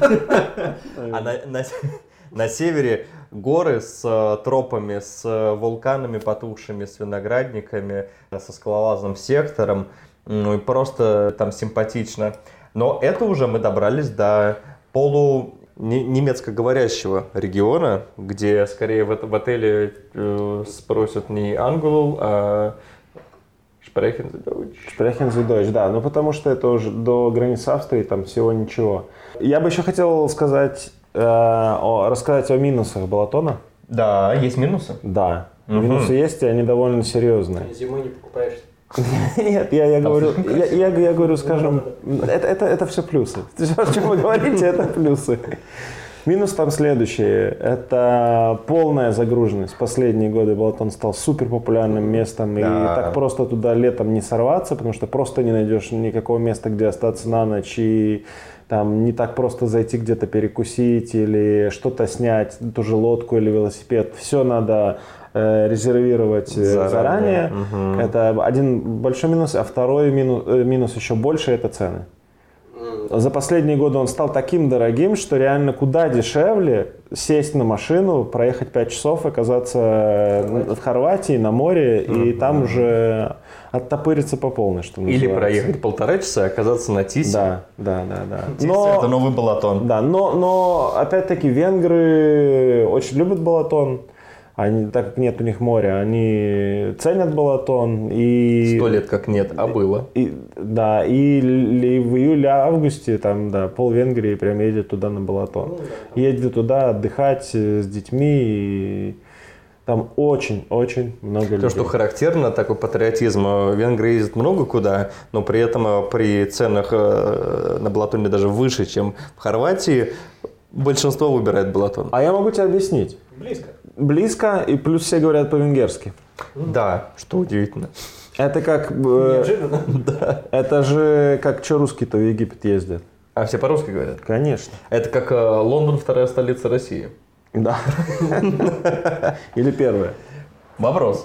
S3: А на севере горы с тропами, с вулканами потухшими, с виноградниками, со скалолазным сектором. Ну и просто там симпатично. Но это уже мы добрались до немецкоговорящего региона, где скорее в отеле спросят не Ангелу, а Sprechen Sie Deutsch.
S1: Sprechen Sie Deutsch, да. Ну потому что это уже до границы Австрии, там всего ничего. Я бы еще хотел рассказать о минусах Балатона.
S3: Да, есть минусы?
S1: Да. Минусы есть, и они довольно серьезные.
S2: Зимой не покупаешь?
S1: Нет, я говорю, скажем, это все плюсы. Все, о чем вы говорите, это плюсы. Минус там следующий. Это полная загруженность. Последние годы Балатон стал супер популярным местом. И так просто туда летом не сорваться, потому что просто не найдешь никакого места, где остаться на ночь. И там не так просто зайти где-то перекусить или что-то снять, ту же лодку или велосипед. Все надо резервировать заранее. Угу. Это один большой минус, а второй минус еще больше – это цены. За последние годы он стал таким дорогим, что реально куда дешевле сесть на машину, проехать 5 часов, оказаться в Хорватии на море и там уже оттопыриться по полной, что называется.
S3: Или проехать 1,5 часа и оказаться на Тисе.
S1: Да.
S3: Это новый Балатон.
S1: Да, но опять-таки венгры очень любят Балатон. Так как нет у них моря, они ценят Балатон.
S3: 100 лет как нет, а было.
S1: И в июле-августе там, пол Венгрии прям едет туда на Балатон. Едет туда отдыхать с детьми. И там очень-очень много людей.
S3: То, что характерно, такой патриотизм. Венгры ездят много куда, но при этом при ценах на Балатоне даже выше, чем в Хорватии, большинство выбирает Балатон.
S1: А я могу тебе объяснить. Близко, и плюс все говорят по-венгерски.
S3: Да, что удивительно.
S1: Это как...
S2: Неожиданно.
S1: Да. Это же как что русские-то в Египет ездят.
S3: А все по-русски говорят?
S1: Конечно.
S3: Это как Лондон, вторая столица России.
S1: Да. Или первая.
S3: Вопрос.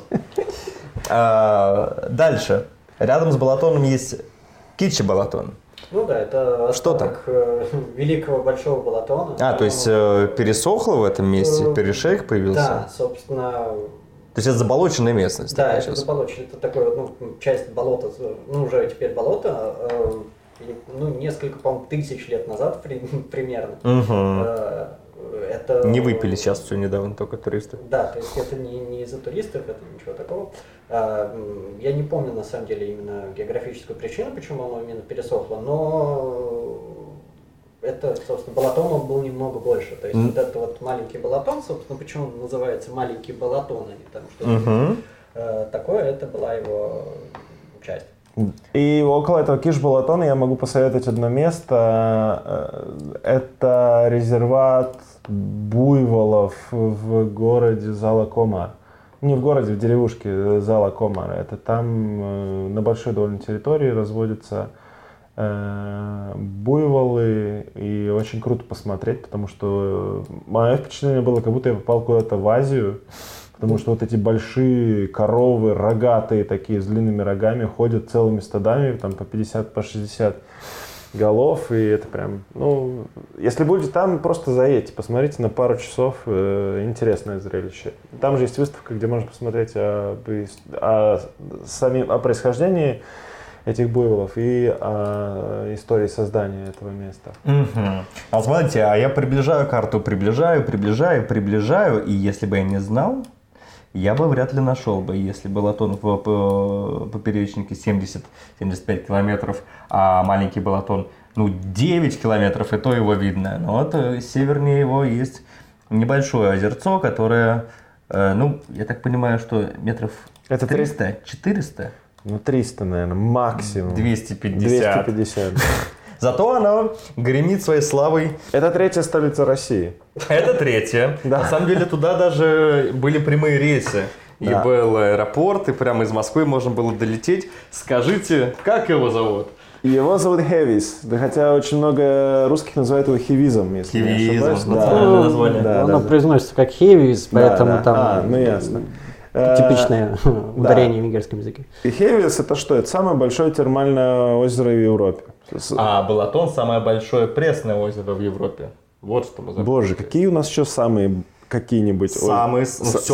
S3: Дальше. Рядом с Балатоном есть Кичи-Балатон.
S2: Ну да, это
S3: что там?
S2: Великого Большого Балатона.
S3: То есть пересохло в этом месте, перешейк появился?
S2: Да, собственно.
S3: То есть это заболоченная местность?
S2: Да, это заболоченная, это такое, часть болота, уже теперь болото, несколько, по-моему, тысяч лет назад примерно. Это...
S3: Не выпили сейчас все недавно только туристы.
S2: Да, то есть это не из-за туристов, это ничего такого. Я не помню на самом деле именно географическую причину, почему оно именно пересохло, но это, собственно, Балатон он был немного больше. То есть вот это вот маленький Балатон, собственно, почему он называется маленький Балатон, а не там что-то такое, это была его часть.
S1: И около этого Киш-Балатона я могу посоветовать одно место. Это резерват буйволов в городе Зала-Комар. Не в городе, в деревушке Зала-Комар. Это там на большой довольно территории разводятся буйволы. И очень круто посмотреть, потому что мое впечатление было, как будто я попал куда-то в Азию. Потому что вот эти большие коровы, рогатые такие, с длинными рогами, ходят целыми стадами, там по 50, по 60 голов, и это прям, если будете там, просто заедьте, посмотрите на пару часов, интересное зрелище. Там же есть выставка, где можно посмотреть о происхождении этих буйволов и о истории создания этого места.
S3: А смотрите, я приближаю карту, приближаю, и если бы я не знал, я бы вряд ли нашел бы, если Балатон в поперечнике 70-75 километров, а маленький Балатон 9 километров, и то его видно. Но вот севернее его есть небольшое озерцо, которое, я так понимаю, что метров 300-400?
S1: 300, наверное, максимум.
S3: 250. Зато она гремит своей славой.
S1: Это третья столица России.
S3: Это третья. Да. На самом деле туда даже были прямые рейсы. И был аэропорт, и прямо из Москвы можно было долететь. Скажите, как его зовут?
S1: Его зовут Хевис. Да, хотя очень много русских называют его Хевизом, если не ошибаюсь.
S3: Национальное название.
S2: Оно произносится как Хевис, поэтому там...
S1: ясно.
S2: Типичное ударение в венгерском языке.
S1: И Хевис это что? Это самое большое термальное озеро в Европе.
S3: А Балатон самое большое пресное озеро в Европе. Вот что мы забыли.
S1: Боже, какие у нас еще самые какие-нибудь...
S3: Самые.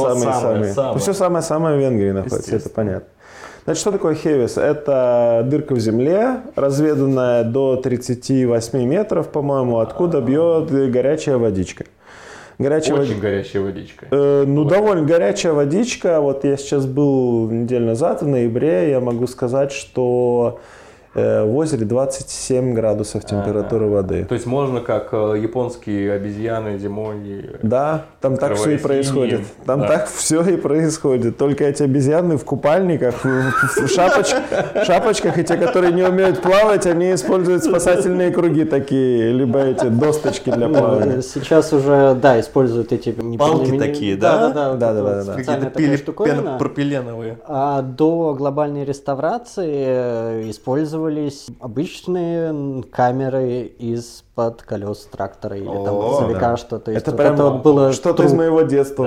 S1: Все самое-самое в Венгрии находится, это понятно. Значит, что такое Хевис? Это дырка в земле, разведанная до 38 метров, по-моему, откуда бьет горячая водичка.
S3: Очень горячая водичка.
S1: Довольно горячая водичка. Вот я сейчас был неделю назад, в ноябре, я могу сказать, что в озере 27 градусов температура воды.
S3: То есть можно, как японские обезьяны зимой.
S1: Да, там так все и происходит. Там так все и происходит. Только эти обезьяны в купальниках, в шапочках, и те, которые не умеют плавать, они используют спасательные круги такие, либо эти досточки для плавания.
S2: Сейчас уже, используют эти...
S3: Палки такие, да?
S1: Да.
S3: Какие-то пропиленовые.
S2: А до глобальной реставрации использовались обычные камеры из-под колес трактора или грузовика, что-то.
S1: Это прям было что-то из моего детства.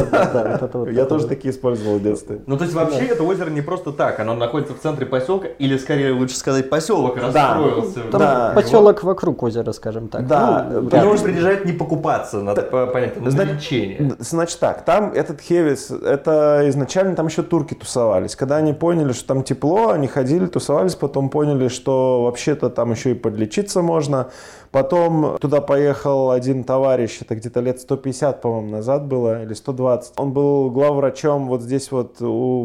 S1: Я тоже такие использовал в детстве.
S3: То есть вообще это озеро не просто так, оно находится в центре поселка, или скорее лучше сказать поселок расстроился.
S2: Там поселок вокруг озера, скажем так.
S3: Потому что приезжают не покупаться, надо понять, на лечение.
S1: Значит так, там этот Хевис, это изначально там еще турки тусовались. Когда они поняли, что там тепло, они ходили, тусовались, потом поняли, что вообще-то там еще и подлечиться можно. Потом туда поехал один товарищ, это где-то лет 150, по-моему, назад было, или 120. Он был главврачом вот здесь вот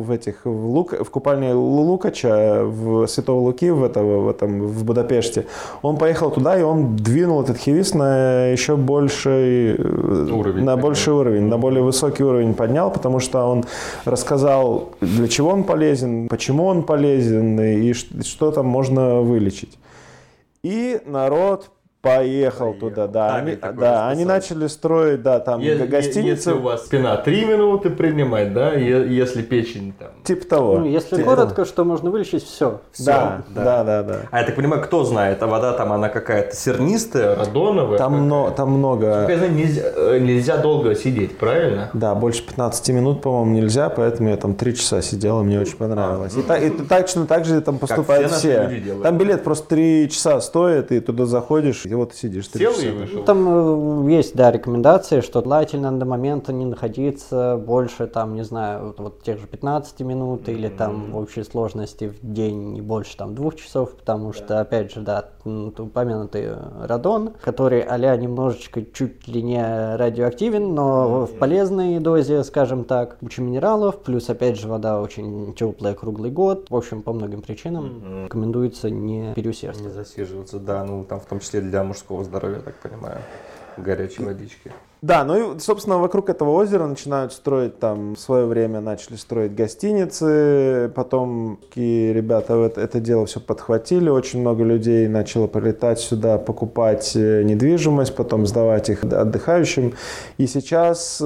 S1: в купальне Лукача, в Святого Луки, в Будапеште. Он поехал туда, и он двинул этот Хевис на еще больший уровень, на более высокий уровень поднял, потому что он рассказал, для чего он полезен, почему он полезен, и что там можно вылечить. И народ Поехал туда, да. Они начали строить, да, там гостиницы.
S3: Если у вас спина 3 минуты принимать, да, если печень там.
S1: Типа того.
S2: Ну, если коротко, что можно вылечить, все.
S1: Да.
S3: А я так понимаю, кто знает, а вода там она какая-то сернистая, радоновая?
S1: Там много.
S3: Нельзя долго сидеть, правильно?
S1: Да, больше 15 минут, по-моему, нельзя, поэтому я там 3 часа сидел, и мне очень понравилось. И точно так же там поступают все. Там билет просто 3 часа стоит, и туда заходишь, и вот сидишь 3 часа.
S3: И вышел.
S2: Там есть, да, рекомендации, что желательно до момента не находиться больше, там, не знаю, вот тех же 15 минут или там в общей сложности в день не больше там 2 часов, потому что, опять же, да, упомянутый радон, который а-ля немножечко чуть ли не радиоактивен, но в полезной дозе, скажем так, куча минералов, плюс, опять же, вода очень теплая круглый год, в общем, по многим причинам рекомендуется не переусердствовать.
S3: Не засиживаться, да, ну там в том числе для мужского здоровья, так понимаю, горячей водички.
S1: Да, ну и, собственно, вокруг этого озера начинают строить, там, в свое время начали строить гостиницы, потом ребята это дело все подхватили, очень много людей начало прилетать сюда, покупать недвижимость, потом сдавать их отдыхающим, и сейчас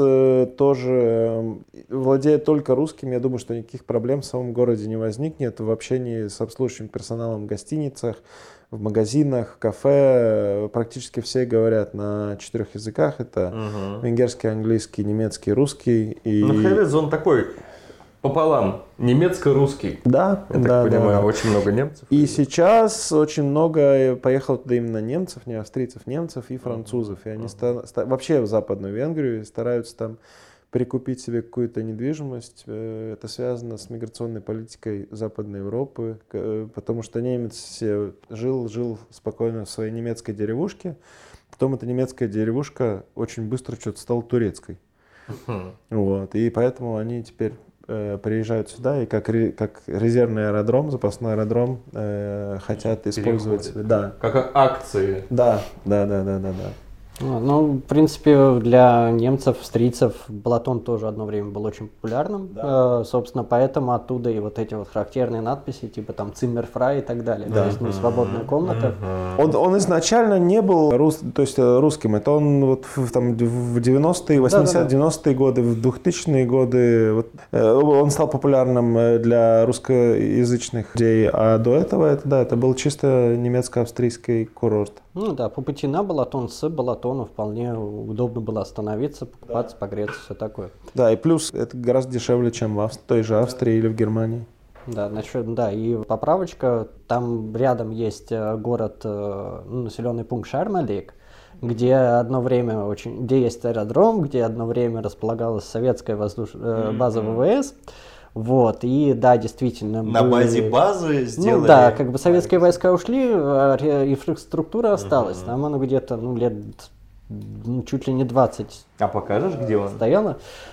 S1: тоже владея только русским, я думаю, что никаких проблем в самом городе не возникнет в общении с обслуживающим персоналом в гостиницах, в магазинах, в кафе. Практически все говорят на 4 языках. Это венгерский, английский, немецкий, русский.
S3: Ну, Хэвидз, он такой пополам, немецко-русский.
S1: Да,
S3: я так понимаю, очень много немцев.
S1: И сейчас очень много поехало туда именно немцев, не австрийцев, немцев и французов. И они вообще в Западную Венгрию стараются там прикупить себе какую-то недвижимость. Это связано с миграционной политикой Западной Европы, потому что немец жил спокойно в своей немецкой деревушке, потом эта немецкая деревушка очень быстро что-то стала турецкой. Вот, и поэтому они теперь приезжают сюда и как резервный аэродром, запасной аэродром хотят использовать. Да.
S3: Как акции.
S1: Да.
S2: Ну, в принципе, для немцев, австрийцев Балатон тоже одно время был очень популярным. Да. Собственно, поэтому оттуда и вот эти вот характерные надписи, типа там «Циммерфрай» и так далее. Да. То есть, свободная комната.
S1: Он изначально не был русским. Это он вот в 90-е, 80-90-е годы, в 2000-е годы. Вот, он стал популярным для русскоязычных людей. А до этого это был чисто немецко-австрийский курорт.
S2: Ну да, по пути на Балатон, с Балатона вполне удобно было остановиться, покупаться, погреться, все такое.
S1: Да, и плюс это гораздо дешевле, чем в той же Австрии или в Германии.
S2: Да, да, и поправочка, там рядом есть город, населенный пункт Шармелик, где одно время где есть аэродром, где одно время располагалась советская база ВВС. Вот, и да, действительно.
S3: На базе базы сделали.
S2: Ну да, как бы советские войска ушли, а инфраструктура осталась. Там она где-то, лет чуть ли не 20.
S3: А покажешь, где он?
S2: Стояла.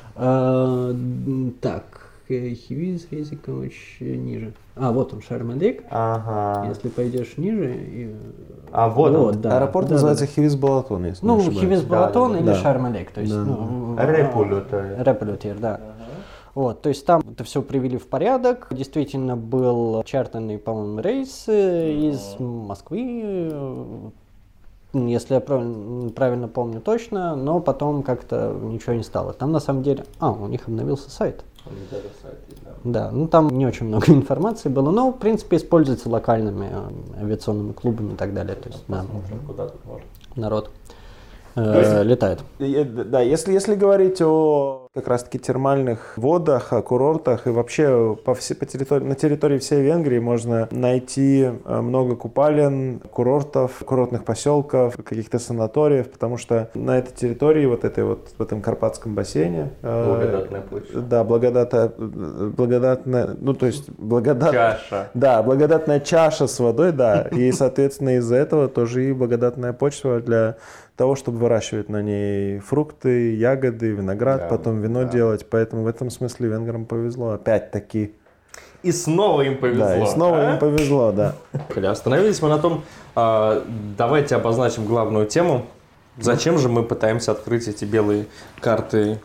S2: Так, Хивиз, Резикович, ниже. Вот он, Шармелик.
S3: Ага.
S2: Если пойдешь ниже.
S3: Вот он.
S1: Да. Аэропорт называется Хивиз-Балатон, если не ошибаюсь.
S2: Хивиз-Балатон или Шармелик. То есть, Реполютер, да. Вот, то есть там это все привели в порядок. Действительно был чартерный, по-моему, рейс из Москвы, если я правильно помню точно, но потом как-то ничего не стало. Там на самом деле, у них обновился сайт. Да, там не очень много информации было, но в принципе используется локальными авиационными клубами и так далее. То есть,
S3: куда тут можно?
S2: Народ летает.
S1: Да, если говорить о как раз-таки термальных водах, о курортах и вообще на территории всей Венгрии можно найти много купалин, курортов, курортных поселков, каких-то санаториев, потому что на этой территории, в этом Карпатском бассейне,
S3: благодатная почва.
S1: Да, благодатная,
S3: чаша.
S1: Да, благодатная чаша с водой, да, и, соответственно, из-за этого тоже и благодатная почва для того, чтобы выращивать на ней фрукты, ягоды, виноград, потом вино делать. Поэтому в этом смысле венграм повезло. Опять-таки.
S3: И снова им повезло.
S1: Да, и снова им повезло, да.
S3: Остановились мы на том, давайте обозначим главную тему. Зачем же мы пытаемся открыть эти белые карты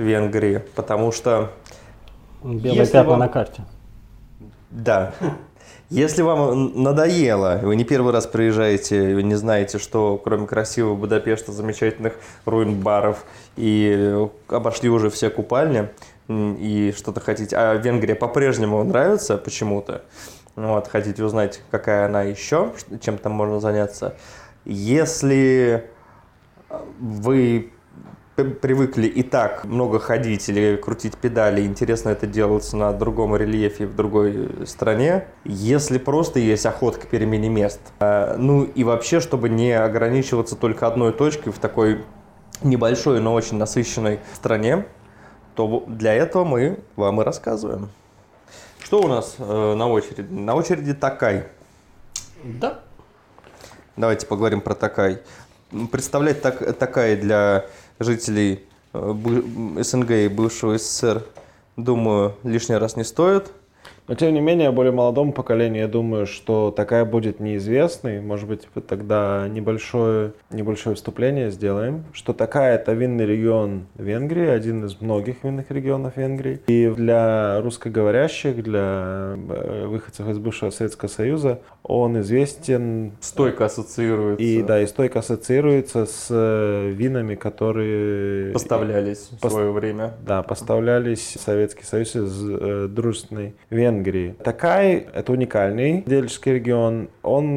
S3: Венгрии? Потому что...
S2: Белые пятна на карте.
S3: Да. Если вам надоело, вы не первый раз приезжаете, вы не знаете, что кроме красивого Будапешта, замечательных руин баров, и обошли уже все купальни, и что-то хотите, а Венгрия по-прежнему нравится почему-то, вот, хотите узнать, какая она еще, чем там можно заняться. Если вы привыкли и так много ходить или крутить педали, интересно это делать на другом рельефе в другой стране, если просто есть охота к перемене мест, ну и вообще, чтобы не ограничиваться только одной точкой в такой небольшой, но очень насыщенной стране, то для этого мы вам и рассказываем. Что у нас на очереди? На очереди Токай.
S2: Да.
S3: Давайте поговорим про Токай. Представлять Токай для жителей СНГ и бывшего СССР, думаю, лишний раз не стоит.
S1: Но, тем не менее, более молодому поколению, я думаю, что такая будет неизвестной. Может быть, тогда небольшое вступление сделаем. Что такая — это винный регион Венгрии, один из многих винных регионов Венгрии. И для русскоговорящих, для выходцев из бывшего Советского Союза, он известен...
S3: Стойко ассоциируется.
S1: И стойко ассоциируется с винами, которые...
S3: Поставлялись в свое время.
S1: Да, поставлялись в Советский Союз из дружественной Венгрии. Токай — это уникальный дельский регион. Он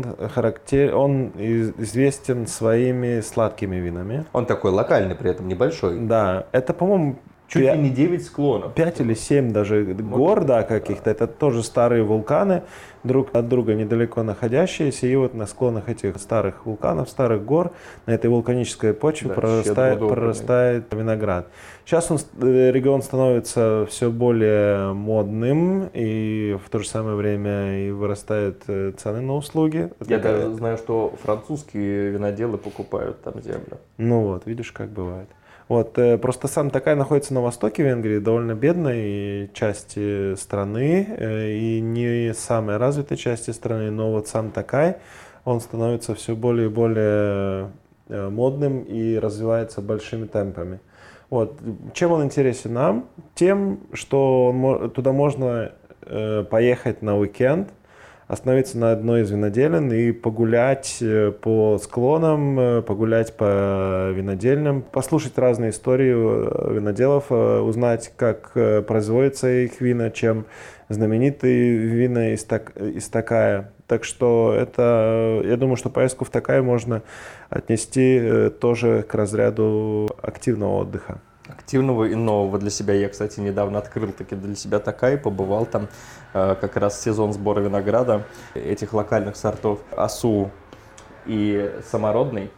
S1: известен своими сладкими винами.
S3: Он такой локальный, при этом небольшой.
S1: Да, это, по-моему,
S3: чуть ли не 9 склонов.
S1: 5 или 7 даже гор, да, каких-то. Это тоже старые вулканы, друг от друга недалеко находящиеся. И вот на склонах этих старых вулканов, старых гор, на этой вулканической почве прорастает виноград. Сейчас регион становится все более модным, и в то же самое время и вырастают цены на услуги.
S3: Я даже знаю, что французские виноделы покупают там землю.
S1: Ну вот, видишь, как бывает. Вот, просто сам Токай находится на востоке Венгрии, довольно бедной части страны, и не самой развитой части страны, но вот сам Токай, он становится все более и более модным и развивается большими темпами. Вот. Чем он интересен нам? Тем, что туда можно поехать на уикенд, остановиться на одной из виноделин и погулять по склонам, погулять по винодельням, послушать разные истории виноделов, узнать, как производятся их вина, чем знаменитые вина из Токая. Так что это, я думаю, что поездку в Токай можно отнести тоже к разряду активного отдыха.
S3: Активного и нового для себя. Я, кстати, недавно открыл таки для себя Токай, побывал там как раз сезон сбора винограда, этих локальных сортов Асу и Самородный.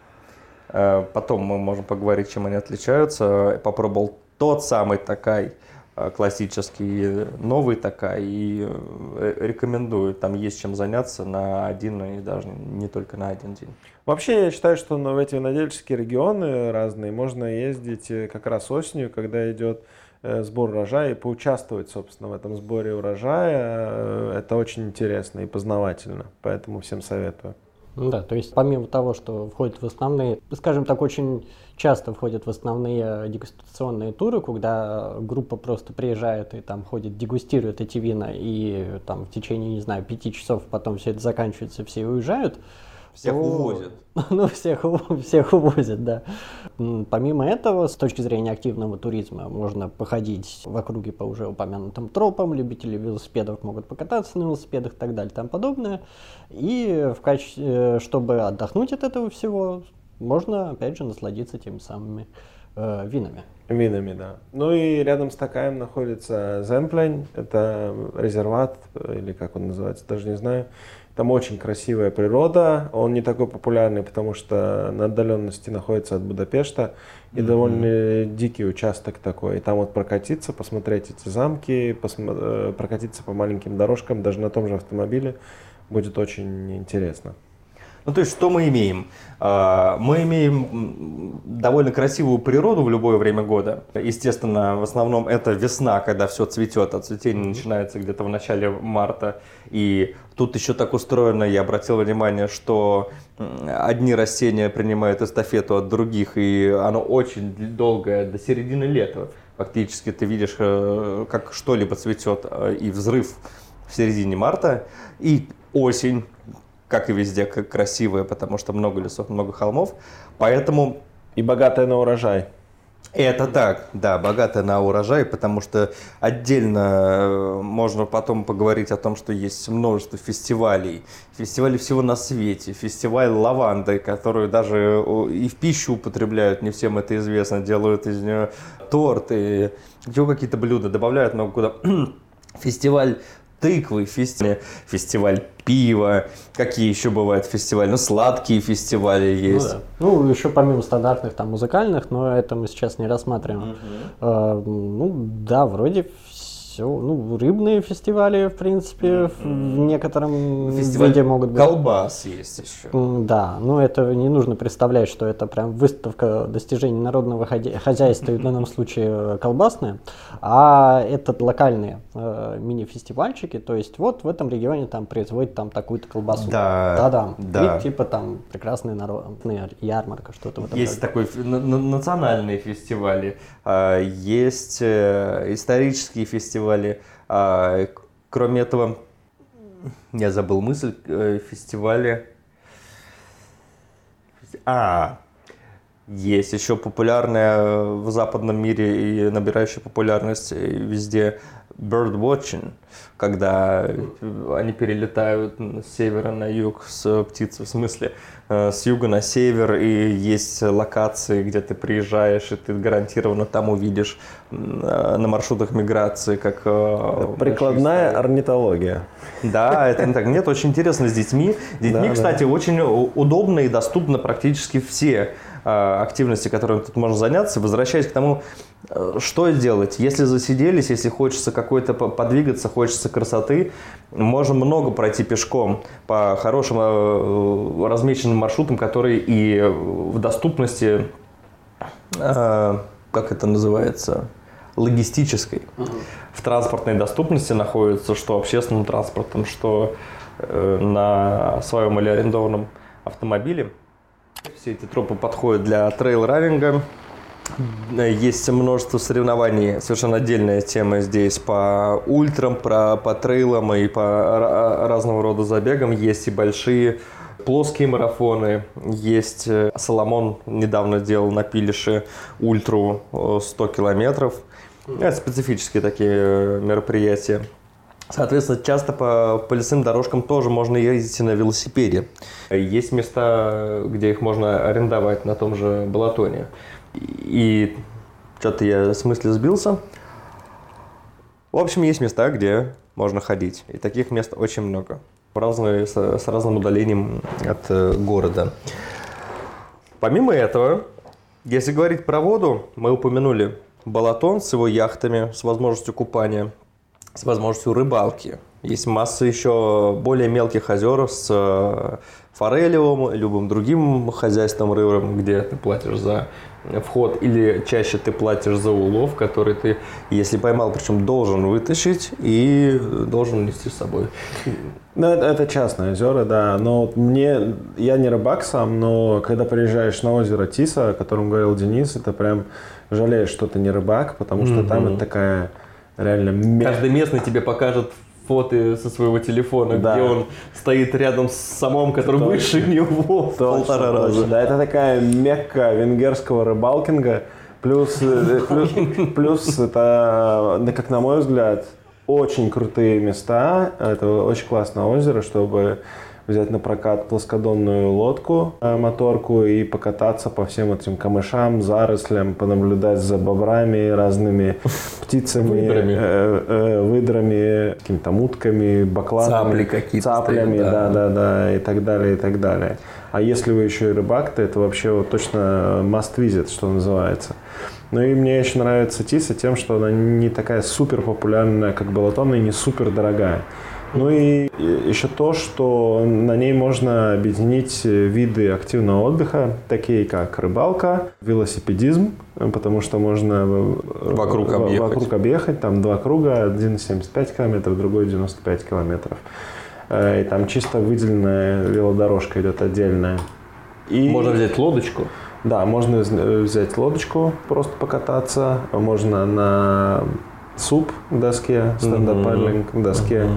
S3: Потом мы можем поговорить, чем они отличаются. Попробовал тот самый Токай, классический, новый Токай, и рекомендую. Там есть чем заняться на один, и даже не только на один день.
S1: Вообще, я считаю, что в эти винодельческие регионы разные можно ездить как раз осенью, когда идет сбор урожая, и поучаствовать, собственно, в этом сборе урожая. Это очень интересно и познавательно, поэтому всем советую.
S2: Да, то есть помимо того, что входит в основные, скажем так, очень часто входят в основные дегустационные туры, когда группа просто приезжает и там ходит, дегустирует эти вина, и там в течение, не знаю, 5 часов потом все это заканчивается, все уезжают.
S3: Всех увозят.
S2: Ну, всех увозят, да. Помимо этого, с точки зрения активного туризма, можно походить в округе по уже упомянутым тропам, любители велосипедов могут покататься на велосипедах и так далее и тому подобное. И в качестве, чтобы отдохнуть от этого всего, можно, опять же, насладиться теми самыми винами.
S1: Винами, да. Ну и рядом с Токаем находится Земплень, это резерват, или как он называется, даже не знаю. Там очень красивая природа, он не такой популярный, потому что на отдаленности находится от Будапешта, и довольно дикий участок такой. И там вот прокатиться, посмотреть эти замки, прокатиться по маленьким дорожкам, даже на том же автомобиле, будет очень интересно.
S3: Ну, то есть, что мы имеем? Мы имеем довольно красивую природу в любое время года. Естественно, в основном это весна, когда все цветет, а цветение начинается где-то в начале марта. И тут еще так устроено, я обратил внимание, что одни растения принимают эстафету от других, и оно очень долгое, до середины лета. Фактически ты видишь, как что-либо цветет, и взрыв в середине марта, и осень, как и везде, красивая, потому что много лесов, много холмов, поэтому...
S1: И богатая на урожай.
S3: Это так, да, богатая на урожай, потому что отдельно можно потом поговорить о том, что есть множество фестивалей. Фестивали всего на свете. Фестиваль лаванды, которую даже и в пищу употребляют, не всем это известно, делают из нее торты, еще какие-то блюда, добавляют много куда. Фестиваль тыквы, фестиваль пива, какие еще бывают фестивали, ну сладкие фестивали есть.
S2: Ну, еще помимо стандартных там музыкальных, но это мы сейчас не рассматриваем. Ну да, вроде все, ну рыбные фестивали в принципе в некотором виде могут быть.
S3: Колбас есть еще.
S2: Да, но это не нужно представлять, что это прям выставка достижений народного хозяйства, и в данном случае колбасная, а это локальные мини-фестивальчики, то есть вот в этом регионе там производят там такую-то колбасу.
S3: Да.
S2: И типа там прекрасная народная ярмарка, что-то в этом
S3: Есть такой национальные фестивали, есть исторические фестивали. Кроме этого, я забыл мысль, фестивали. Есть еще популярная в западном мире и набирающая популярность везде birdwatching, когда они перелетают с севера на юг с птицей, в смысле с юга на север, и есть локации, где ты приезжаешь, и ты гарантированно там увидишь на маршрутах миграции, как...
S1: Прикладная орнитология.
S3: Да, это не так. Нет, очень интересно с детьми. Детьми, кстати, очень удобно и доступно практически все активности, которыми тут можно заняться. Возвращаясь к тому, что делать, если засиделись, если хочется какой-то подвигаться, хочется красоты, можно много пройти пешком по хорошим размеченным маршрутам, которые и в доступности, как это называется, логистической, в транспортной доступности находятся, что общественным транспортом, что на своем или арендованном автомобиле. Все эти тропы подходят для трейл-раннинга. Есть множество соревнований, совершенно отдельная тема здесь по ультрам, по трейлам и по разного рода забегам. Есть и большие плоские марафоны, есть Соломон недавно делал на Пилише ультру 100 километров. Это специфические такие мероприятия. Соответственно, часто по лесным дорожкам тоже можно ездить и на велосипеде. Есть места, где их можно арендовать на том же Балатоне. И что-то я с мысли сбился. В общем, есть места, где можно ходить. И таких мест очень много. С разным удалением от города. Помимо этого, если говорить про воду, мы упомянули Балатон с его яхтами, с возможностью купания, с возможностью рыбалки. Есть масса еще более мелких озер с форелевым, любым другим хозяйственным рыбам, где ты платишь за вход, или чаще ты платишь за улов, который ты, если поймал, причем должен вытащить и должен нести с собой.
S1: Ну, это частные озера, да. Но я не рыбак сам, но когда приезжаешь на озеро Тиса, о котором говорил Денис, это прям жалеешь, что ты не рыбак, потому что там это такая реально...
S3: Каждый местный тебе покажет фото со своего телефона, где он стоит рядом с самом, который выше него в полтора раза.
S1: Да, это такая мекка венгерского рыбалкинга. Плюс это, как на мой взгляд, очень крутые места. Это очень классное озеро, чтобы взять на прокат плоскодонную лодку, моторку и покататься по всем этим камышам, зарослям, понаблюдать за бобрами, разными птицами, выдрами, какими-то утками, бакланами,
S3: цапли какие-то,
S1: цаплями, да, и так далее, и так далее. А если вы еще и рыбак, то это вообще вот точно must visit, что называется. Ну и мне еще нравится Тиса тем, что она не такая супер популярная, как Балатон, и не супер дорогая. Ну и еще то, что на ней можно объединить виды активного отдыха, такие как рыбалка, велосипедизм, потому что можно вокруг объехать, там 2 круга, один 75 километров, другой 95 километров. И там чисто выделенная велодорожка идет отдельная. И...
S3: Можно взять лодочку?
S1: Да, можно взять лодочку, просто покататься, можно на суп доске, стендап-падлинг доске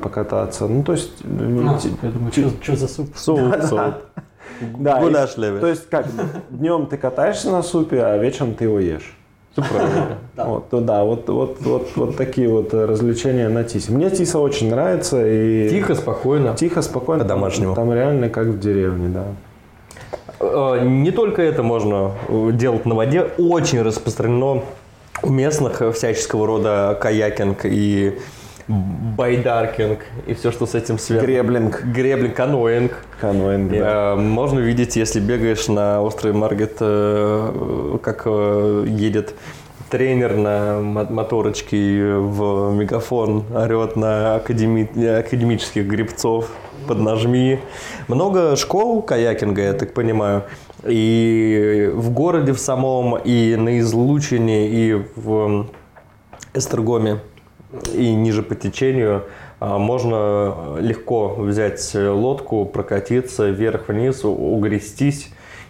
S1: покататься. Ну, то есть...
S2: Я думаю, что за суп?
S3: Суп.
S1: Да,
S3: Гуляш левый.
S1: то есть как, днем ты катаешься на супе, а вечером ты его ешь.
S3: Все правильно.
S1: Вот такие вот развлечения на Тисе. Мне Тиса очень нравится. И
S3: Тихо, спокойно.
S1: Тихо, спокойно.
S3: По-домашнему.
S1: Там реально как в деревне, да.
S3: Не только это можно делать на воде. Очень распространено у местных всяческого рода каякинг и байдаркинг и все, что с этим связано. Греблинг, каноинг.
S1: Да.
S3: Можно видеть, если бегаешь на острове Маргет, как едет тренер на моторочке в мегафон, орет на академических гребцов, поднажми. Много школ каякинга, я так понимаю, и в городе в самом, и на Излучине, и в Эстергоме, и ниже по течению. Можно легко взять лодку, прокатиться вверх-вниз, угрестись.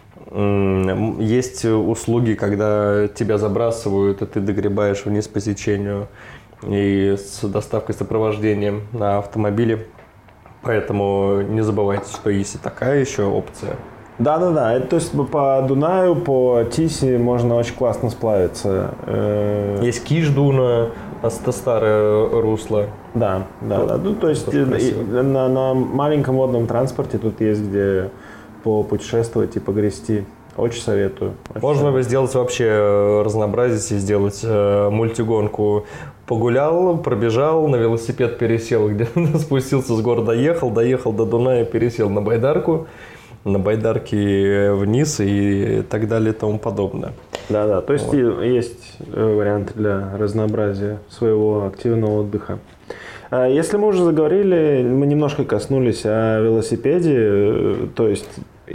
S3: Есть услуги, когда тебя забрасывают, и ты догребаешь вниз по течению, и с доставкой, сопровождением на автомобиле. Поэтому не забывайте, что есть и такая еще опция.
S1: Да. То есть по Дунаю, по Тисе можно очень классно сплавиться.
S3: Есть Киш-Дуна, это старое русло.
S1: Да. Ну, то есть на маленьком водном транспорте тут есть где попутешествовать и погрести. Очень советую.
S3: Можно сделать вообще разнообразить и сделать мультигонку. Погулял, пробежал, на велосипед пересел, где-то спустился с гор, доехал до Дуная, пересел на байдарку, на байдарке вниз и так далее и тому подобное.
S1: Да, то есть есть варианты для разнообразия своего активного отдыха. Если мы уже заговорили, мы немножко коснулись о велосипеде, то есть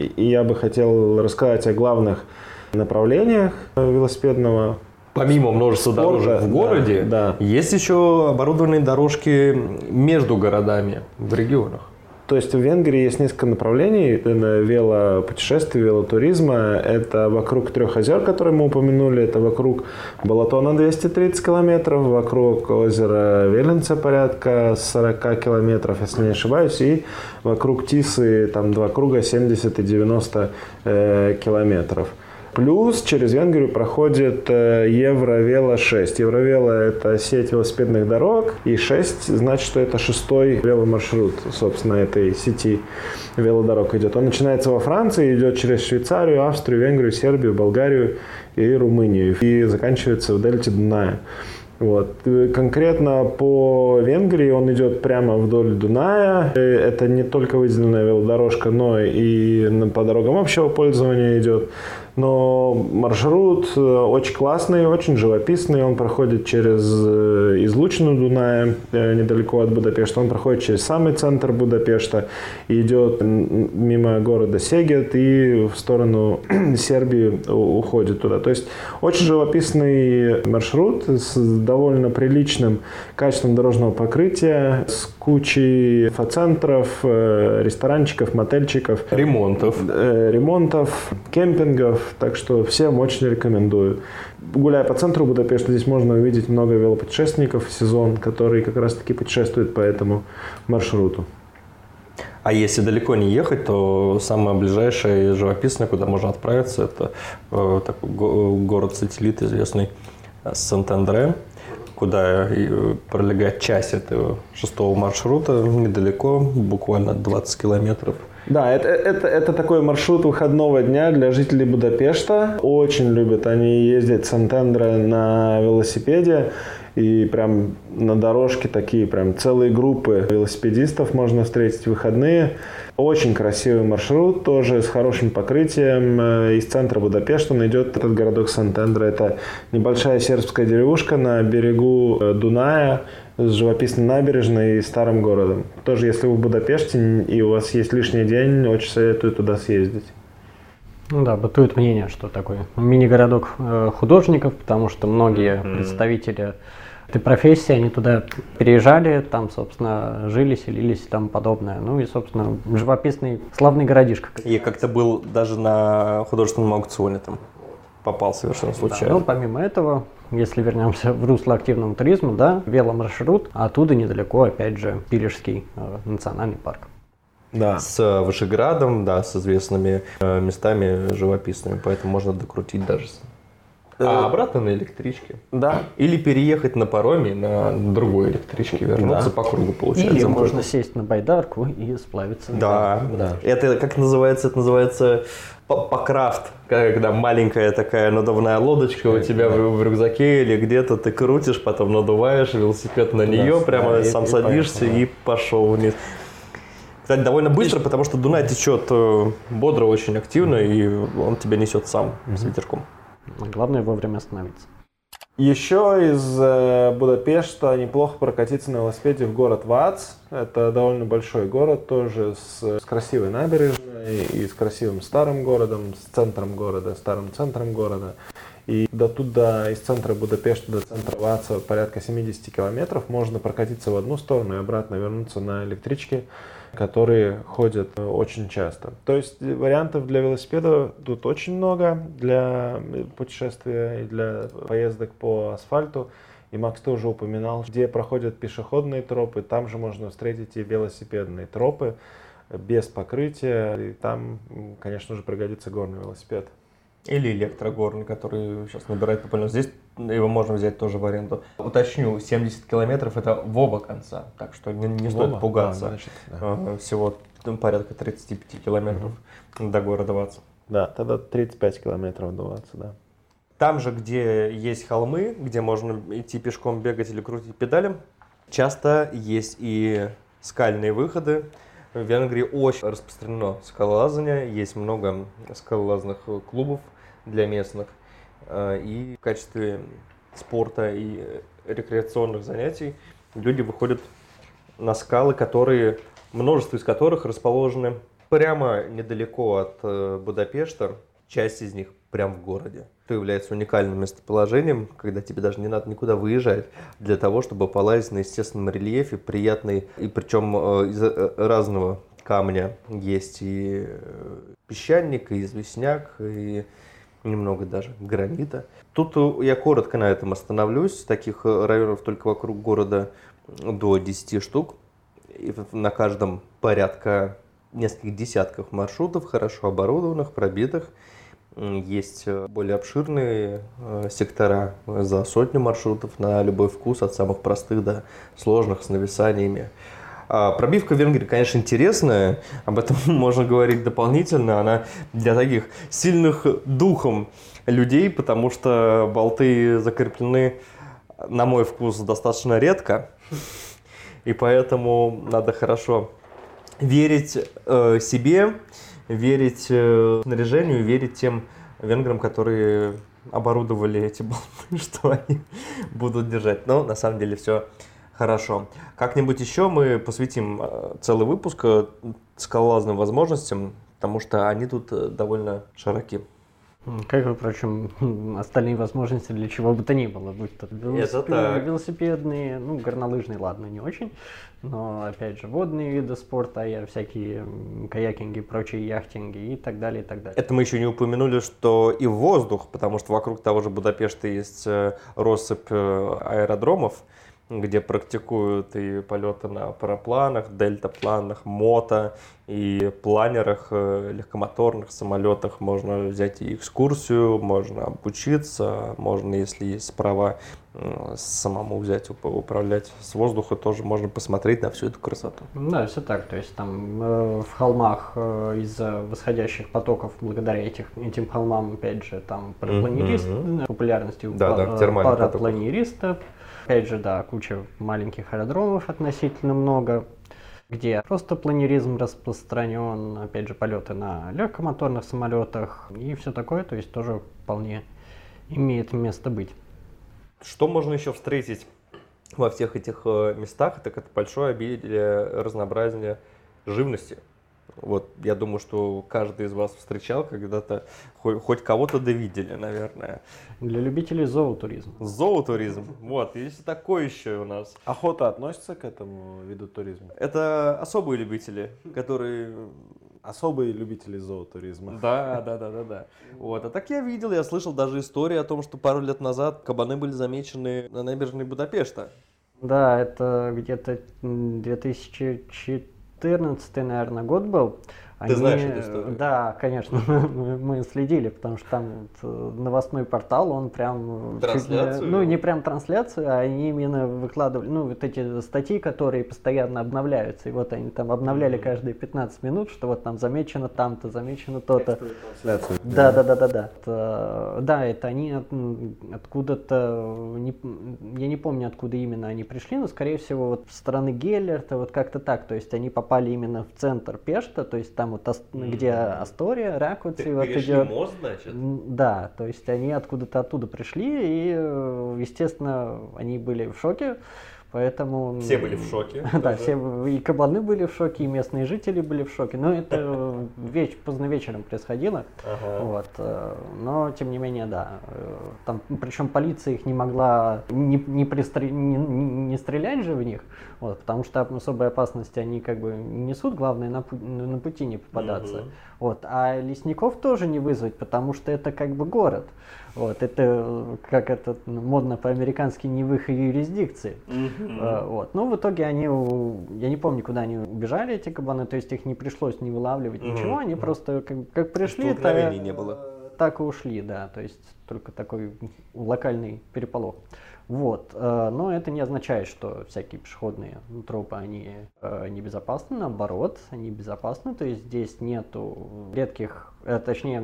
S1: я бы хотел рассказать о главных направлениях велосипедного.
S3: Помимо множества дорожек в городе, есть еще оборудованные дорожки между городами в регионах.
S1: То есть в Венгрии есть несколько направлений велопутешествий, велотуризма. Это вокруг 3 озер, которые мы упомянули. Это вокруг Балатона 230 километров, вокруг озера Веленце порядка 40 километров, если не ошибаюсь. И вокруг Тисы там 2 круга 70 и 90 километров. Плюс через Венгрию проходит Евровело 6. Евровело – это сеть велосипедных дорог, и 6 значит, что это 6-й веломаршрут, собственно, этой сети велодорог идет. Он начинается во Франции, идет через Швейцарию, Австрию, Венгрию, Сербию, Болгарию и Румынию, и заканчивается в дельте Дуная. Вот. Конкретно по Венгрии он идет прямо вдоль Дуная. Это не только выделенная велодорожка, но и по дорогам общего пользования идет. Но маршрут очень классный, очень живописный. Он проходит через излучину Дуная, недалеко от Будапешта. Он проходит через самый центр Будапешта, идет мимо города Сегет и в сторону Сербии уходит туда. То есть очень живописный маршрут с довольно приличным качеством дорожного покрытия, с кучей инфоцентров, ресторанчиков, мотельчиков, ремонтов, кемпингов. Так что всем очень рекомендую. Гуляя по центру Будапешта, здесь можно увидеть много велопутешественников в сезон, которые как раз-таки путешествуют по этому маршруту.
S3: А если далеко не ехать, то самое ближайшее и живописное, куда можно отправиться, это такой город-сателлит известный Сент-Андре, куда пролегает часть этого 6-го маршрута, недалеко, буквально 20 километров.
S1: Да, это такой маршрут выходного дня для жителей Будапешта. Очень любят они ездить в Сент-Андре на велосипеде. И прям на дорожке такие прям целые группы велосипедистов можно встретить в выходные. Очень красивый маршрут, тоже с хорошим покрытием. Из центра Будапешта он идет этот городок Сент-Андре. Это небольшая сербская деревушка на берегу Дуная с живописной набережной и старым городом. Тоже, если вы в Будапеште и у вас есть лишний день, очень советую туда съездить.
S2: Ну да, бытует мнение, что такой мини-городок художников, потому что многие представители этой профессии, они туда переезжали, там, собственно, жили, селились и тому подобное. Ну и, собственно, живописный, славный городишко.
S3: Я как-то был даже на художественном аукционе там. Попал совершенно случайно.
S2: Да, ну, помимо этого, Если вернемся в русло активного туризма, да, веломаршрут, а оттуда недалеко, опять же, Пилежский национальный парк.
S1: Да.
S3: С Вышеградом, да, с известными местами живописными, поэтому можно докрутить даже. А обратно на электричке.
S1: Да.
S3: Или переехать на пароме на другой электричке, вернуться по кругу, получается.
S2: Или можно сесть на байдарку и сплавиться.
S3: Да. Это как называется? Это называется покрафт, когда маленькая такая надувная лодочка у тебя в рюкзаке или где-то, ты крутишь, потом надуваешь велосипед на нее, прямо сам садишься и пошел вниз. Кстати, довольно быстро, потому что Дунай течет бодро, очень активно, и он тебя несет сам с ветерком.
S2: Главное вовремя остановиться.
S1: Еще из Будапешта неплохо прокатиться на велосипеде в город Вац. Это довольно большой город, тоже с красивой набережной и с красивым старым городом, с центром города, старым центром города. И туда, из центра Будапешта до центра Ваца порядка 70 километров. Можно прокатиться в одну сторону и обратно вернуться на электричке, которые ходят очень часто. То есть вариантов для велосипеда тут очень много, для путешествия и для поездок по асфальту. И Макс, ты уже упоминал, где проходят пешеходные тропы, там же можно встретить и велосипедные тропы без покрытия. И там, конечно же, пригодится горный велосипед.
S3: Или электрогорный, который сейчас набирает популярность. Здесь его можно взять тоже в аренду. Уточню, 70 километров это в оба конца, так что не стоит пугаться.
S1: Значит, да.
S3: Всего порядка 35 километров до города Ваца.
S1: Да, тогда 35 километров до Ваца, да.
S3: Там же, где есть холмы, где можно идти пешком, бегать или крутить педали, часто есть и скальные выходы. В Венгрии очень распространено скалолазание, есть много скалолазных клубов для местных. И в качестве спорта и рекреационных занятий люди выходят на скалы, множество из которых расположены прямо недалеко от Будапешта. Часть из них прямо в городе. Это является уникальным местоположением, когда тебе даже не надо никуда выезжать для того, чтобы полазить на естественном рельефе, приятный, и причем из разного камня. Есть и песчаник, и известняк, и немного даже гранита. Тут я коротко на этом остановлюсь. Таких районов только вокруг города до 10 штук. И на каждом порядка нескольких десятков маршрутов, хорошо оборудованных, пробитых. Есть более обширные сектора за 100 маршрутов на любой вкус, от самых простых до сложных с нависаниями. Пробивка в Венгрии, конечно, интересная, об этом можно говорить дополнительно. Она для таких сильных духом людей, потому что болты закреплены, на мой вкус, достаточно редко. И поэтому надо хорошо верить себе, верить снаряжению, верить тем венграм, которые оборудовали эти болты, что они будут держать. Но на самом деле все хорошо. Как-нибудь еще мы посвятим целый выпуск скалолазным возможностям, потому что они тут довольно широки.
S2: Как и, впрочем, остальные возможности для чего бы то ни было, будь то велосипедные, горнолыжные, ладно, не очень, но, опять же, водные виды спорта, всякие каякинги, прочие яхтинги и так далее, и так далее.
S3: Это мы еще не упомянули, что и воздух, потому что вокруг того же Будапешта есть россыпь аэродромов, где практикуют и полеты на парапланах, дельтапланах, мото и планерах, легкомоторных самолетах. Можно взять и экскурсию, можно обучиться, можно, если есть права, самому взять, управлять с воздуха, тоже можно посмотреть на всю эту красоту.
S2: Да, все так. То есть там в холмах из-за восходящих потоков, благодаря этим холмам, опять же, там парапланеристы, популярностью парапланеристов. Опять же, да, куча маленьких аэродромов относительно много, где просто планеризм распространен, опять же, полеты на легкомоторных самолетах и все такое, то есть тоже вполне имеет место быть.
S3: Что можно еще встретить во всех этих местах, так это большое обилие разнообразия живности. Вот, я думаю, что каждый из вас встречал когда-то, хоть кого-то довидели, наверное.
S2: Для любителей зоотуризма.
S3: Зоотуризм, вот, есть такой еще у нас.
S1: Охота относится к этому виду туризма?
S3: Это особые любители, которые
S1: особые любители зоотуризма.
S3: Да. Вот. А так я слышал даже историю о том, что пару лет назад кабаны были замечены на набережной Будапешта.
S2: Да, это где-то 2014, наверное, год был.
S3: Ты знаешь эту историю?
S2: Да, конечно, мы следили, потому что там новостной портал, он прям...
S3: Трансляцию?
S2: Не прям трансляцию, а они именно выкладывали, вот эти статьи, которые постоянно обновляются. И вот они там обновляли каждые 15 минут, что вот там замечено там-то, замечено то-то.
S1: Трансляцию.
S2: Да. Да, это они откуда-то, я не помню, откуда именно они пришли, но, скорее всего, вот со стороны Геллерта, вот как-то так. То есть они попали именно в центр Пешта, то есть там вот где Астория, Ракуци вот идет.
S3: Мост, значит?
S2: Да, то есть они откуда-то оттуда пришли, и, естественно, они были в шоке. Поэтому...
S3: Все были в шоке.
S2: Да, все и кабаны были в шоке, и местные жители были в шоке. Но это поздно вечером происходило. Вот. Но, тем не менее, да. Там, причем полиция их не могла не стрелять же в них, вот, потому что особой опасности они как бы не несут, главное на пути не попадаться. Вот. А лесников тоже не вызвать, потому что это как бы город. Вот. Это, как это модно по-американски, не в их юрисдикции. Вот. Но в итоге они, я не помню, куда они убежали, эти кабаны, то есть их не пришлось не вылавливать, ничего, они просто как пришли,
S3: не было.
S2: Так и ушли, да, то есть только такой локальный переполох. Вот. Но это не означает, что всякие пешеходные тропы, они небезопасны, наоборот, они безопасны, то есть здесь нету редких, точнее,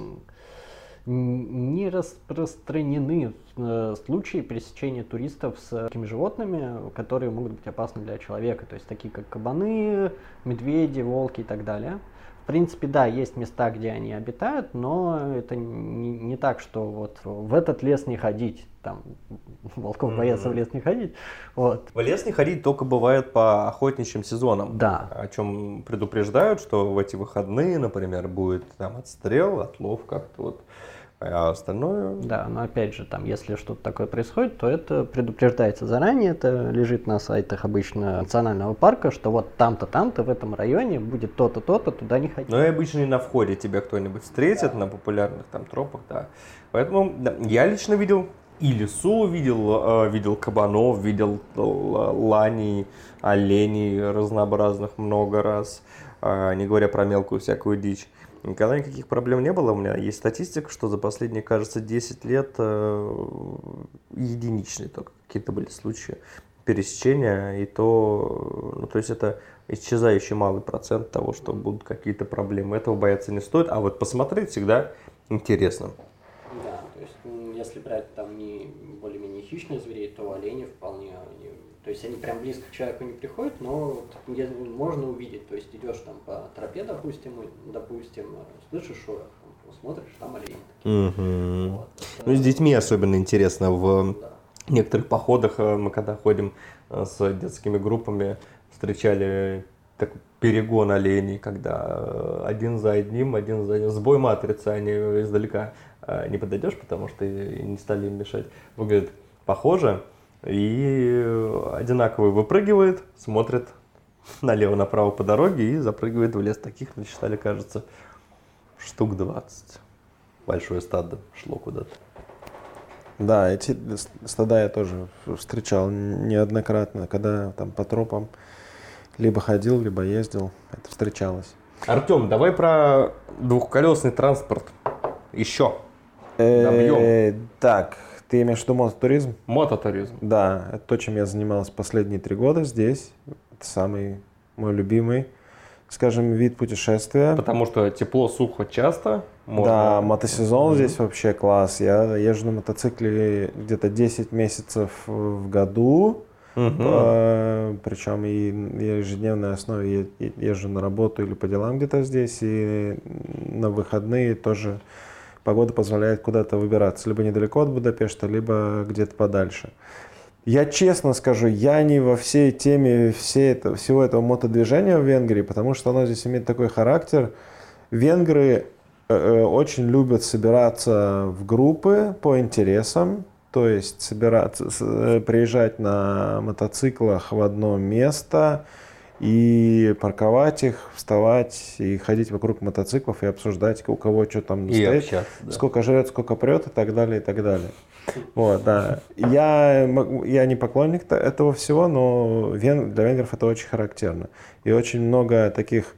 S2: не распространены случаи пересечения туристов с такими животными, которые могут быть опасны для человека, то есть такие как кабаны, медведи, волки и так далее. В принципе, да, есть места, где они обитают, но это не так, что вот в этот лес не ходить, там волков боятся в лес не ходить. Вот.
S3: В лес не ходить только бывает по охотничьим сезонам.
S2: Да.
S3: О чем предупреждают, что в эти выходные, например, будет там отстрел, отлов как-то вот. А остальное...
S2: Да, но опять же, там, если что-то такое происходит, то это предупреждается заранее, это лежит на сайтах обычно национального парка, что вот там-то, там-то, в этом районе будет то-то, то-то, туда не ходить.
S3: Но и обычно не на входе тебя кто-нибудь встретит, на популярных там тропах, да. Поэтому да, я лично видел и лису, видел кабанов, видел ланей, оленей разнообразных много раз, не говоря про мелкую всякую дичь. Никогда никаких проблем не было. У меня есть статистика, что за последние, кажется, 10 лет единичные только какие-то были случаи пересечения. И то есть это исчезающий малый процент того, что будут какие-то проблемы. Этого бояться не стоит. А вот посмотреть всегда интересно.
S2: Да, то есть если брать там не более-менее хищных зверей, то олени вполне... То есть они прям близко к человеку не приходят, но можно увидеть. То есть идешь там по тропе, допустим, слышишь шорох, смотришь, там олени. Вот.
S3: Ну, с детьми особенно интересно. В некоторых походах мы когда ходим с детскими группами, встречали такой перегон оленей, когда один за одним, сбой матрицы, они издалека не подойдешь, потому что не стали им мешать. Выглядит похоже. И одинаково выпрыгивает, смотрит налево-направо по дороге и запрыгивает в лес. Таких насчитали, кажется, штук 20. Большое стадо шло куда-то.
S1: Да, эти стада я тоже встречал неоднократно, когда там по тропам либо ходил, либо ездил, это встречалось.
S3: Артем, давай про двухколесный транспорт еще добьем.
S1: Так. Ты имеешь в виду мототуризм?
S3: Мототуризм.
S1: Да, это то, чем я занимался последние 3 года здесь. Это самый мой любимый, скажем, вид путешествия.
S3: Потому что тепло, сухо часто.
S1: Да, мотосезон здесь вообще класс. Я езжу на мотоцикле где-то 10 месяцев в году. Причем и на ежедневной основе езжу на работу или по делам где-то здесь. И на выходные тоже... Погода позволяет куда-то выбираться, либо недалеко от Будапешта, либо где-то подальше. Я честно скажу, я не во всей теме всего этого мотодвижения в Венгрии, потому что оно здесь имеет такой характер. Венгры очень любят собираться в группы по интересам, то есть приезжать на мотоциклах в одно место и парковать их, вставать и ходить вокруг мотоциклов и обсуждать, у кого что там
S3: И
S1: стоит,
S3: общаться, да.
S1: сколько жрет, сколько прет и так далее, и так далее. Вот, да. Я не поклонник этого всего, но для венгров это очень характерно. И очень много таких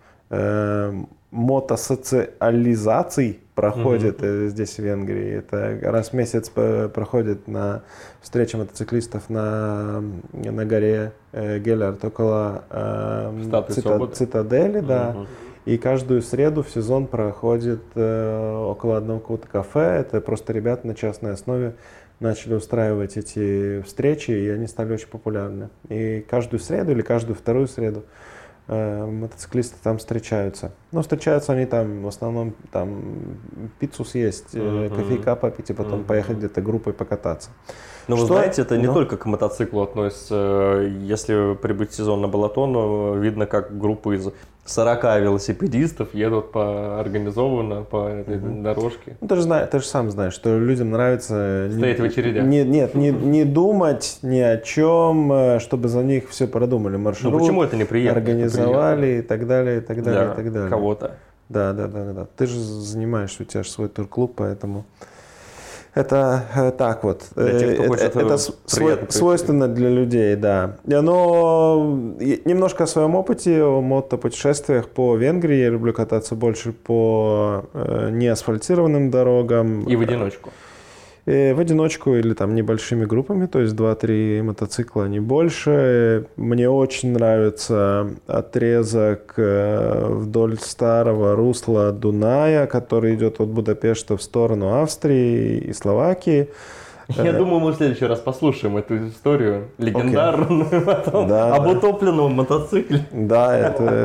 S1: мотосоциализаций проходит здесь, в Венгрии. Это раз в месяц проходит на встреча мотоциклистов на горе Геллерт около цитадели, да. И каждую среду в сезон проходит около одного какого-то кафе. Это просто ребята на частной основе начали устраивать эти встречи, и они стали очень популярны. И каждую среду или каждую вторую среду мотоциклисты там встречаются. Но встречаются они там в основном там пиццу съесть, кофейка попить и потом поехать где-то группой покататься.
S3: Но вы знаете, это не только к мотоциклу относится. Если прибыть в сезон на Балатон, видно, как группы из 40 велосипедистов едут организованно по этой дорожке.
S1: Ну, ты же сам знаешь, что людям нравится
S3: стоять в очередях.
S1: Не думать ни о чем, чтобы за них все продумали. Маршрут,
S3: почему это неприятно?
S1: организовали и так далее, и так далее,
S3: Для
S1: и так далее.
S3: Кого-то.
S1: Да. Ты же занимаешься, у тебя же свой турклуб, поэтому это так вот. Это свойственно для людей, да. Но немножко о своем опыте, о мотопутешествиях по Венгрии. Я люблю кататься больше по неасфальтированным дорогам.
S3: И в одиночку.
S1: В одиночку или там небольшими группами, то есть 2-3 мотоцикла, не больше. Мне очень нравится отрезок вдоль старого русла Дуная, который идет от Будапешта в сторону Австрии и Словакии.
S3: Я думаю, мы в следующий раз послушаем эту историю легендарную об утопленном мотоцикле.
S1: Да,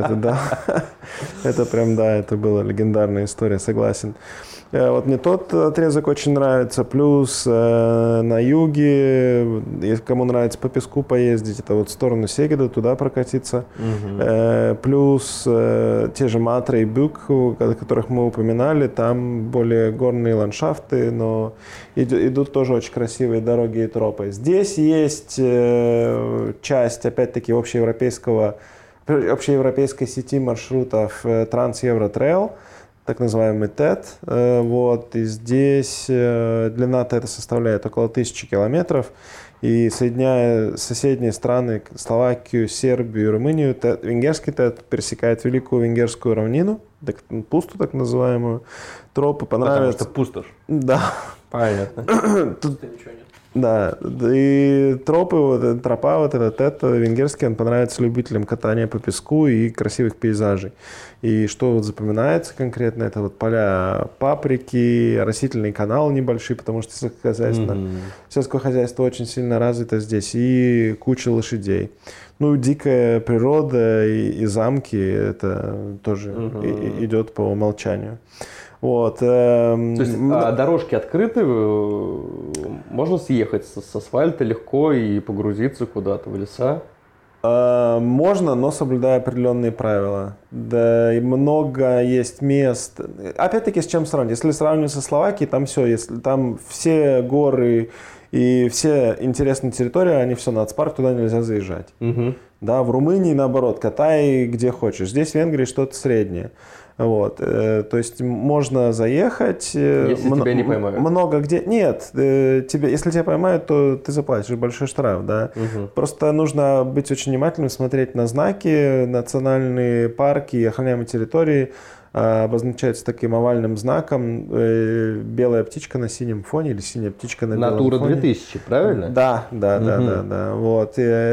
S1: это прям, да, это была легендарная история, согласен. Вот мне тот отрезок очень нравится, плюс на юге, если кому нравится по песку поездить, это вот в сторону Сегеда, туда прокатиться, плюс те же Матра и Бюк, о которых мы упоминали, там более горные ландшафты, но идут тоже очень красивые дороги и тропы. Здесь есть часть, опять-таки, общеевропейской сети маршрутов Транс-Евротрейл, так называемый ТЭТ. Вот. И здесь длина ТЭТа составляет около 1000 километров. И соединяя соседние страны, Словакию, Сербию, Румынию, венгерский ТЭТ пересекает Великую Венгерскую равнину, пусту так называемую. Тропы понравятся.
S3: Потому что пустошь.
S1: Да.
S3: Понятно.
S2: Тут ничего нет.
S1: Да, и тропа, вот этот ТЭТ венгерский, он понравится любителям катания по песку и красивых пейзажей. И что вот запоминается конкретно, это вот поля паприки, растительный канал небольшой, потому что сельское хозяйство очень сильно развито здесь, и куча лошадей. Ну, дикая природа и замки, это тоже идет по умолчанию. Вот.
S3: То есть дорожки открыты, можно съехать с асфальта легко и погрузиться куда-то в леса?
S1: Можно, но соблюдая определенные правила. Да, и много есть мест. Опять-таки, с чем сравнивать? Если сравнивать со Словакией, там все, там все горы и все интересные территории, они все, нацпарк, туда нельзя заезжать. Да, в Румынии, наоборот, катай где хочешь. Здесь в Венгрии что-то среднее. Вот, то есть можно заехать.
S3: Если тебя не поймают.
S1: Много где. Нет, если тебя поймают, то ты заплатишь большой штраф, да. Просто нужно быть очень внимательным, смотреть на знаки, национальные парки и охраняемые территории. Обозначается таким овальным знаком белая птичка на синем фоне или синяя птичка на белом фоне.
S3: Натура 2000, правильно?
S1: Да. Вот.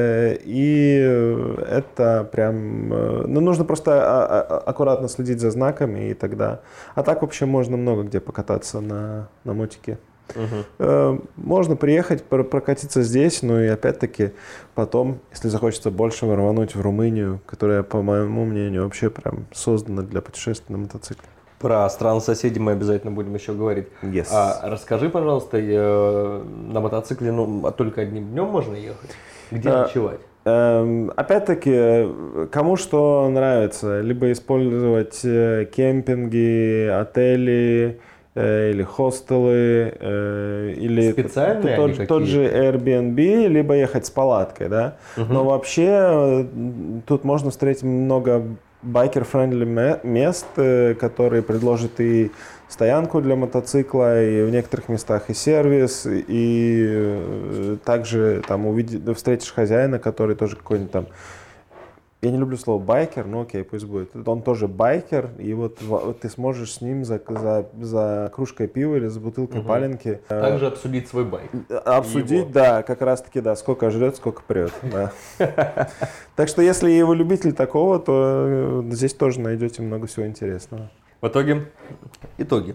S1: И это прям... Ну, нужно просто аккуратно следить за знаками, и тогда... А так вообще можно много где покататься на мотике. Можно приехать, прокатиться здесь, но и опять-таки потом, если захочется больше, рвануть в Румынию, которая, по моему мнению, вообще прям создана для путешествий на мотоцикле.
S3: Про страны-соседи мы обязательно будем еще говорить.
S1: Yes.
S3: Расскажи, пожалуйста, на мотоцикле только одним днем можно ехать? Где ночевать?
S1: Опять-таки, кому что нравится. Либо использовать кемпинги, отели, или хостелы, или тот же Airbnb, либо ехать с палаткой, да. Но вообще тут можно встретить много байкер-френдли мест, которые предложат и стоянку для мотоцикла, и в некоторых местах и сервис, и также там встретишь хозяина, который тоже какой-нибудь там, я не люблю слово байкер, но окей, пусть будет. Он тоже байкер, и вот ты сможешь с ним за кружкой пива или за бутылкой паленки.
S3: Также обсудить свой байк.
S1: Обсудить, да, как раз таки, да, сколько жрет, сколько прет. Да. Так что если вы любитель такого, то здесь тоже найдете много всего интересного.
S3: В итоге, итоги.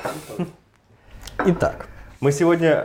S2: Итак,
S3: мы сегодня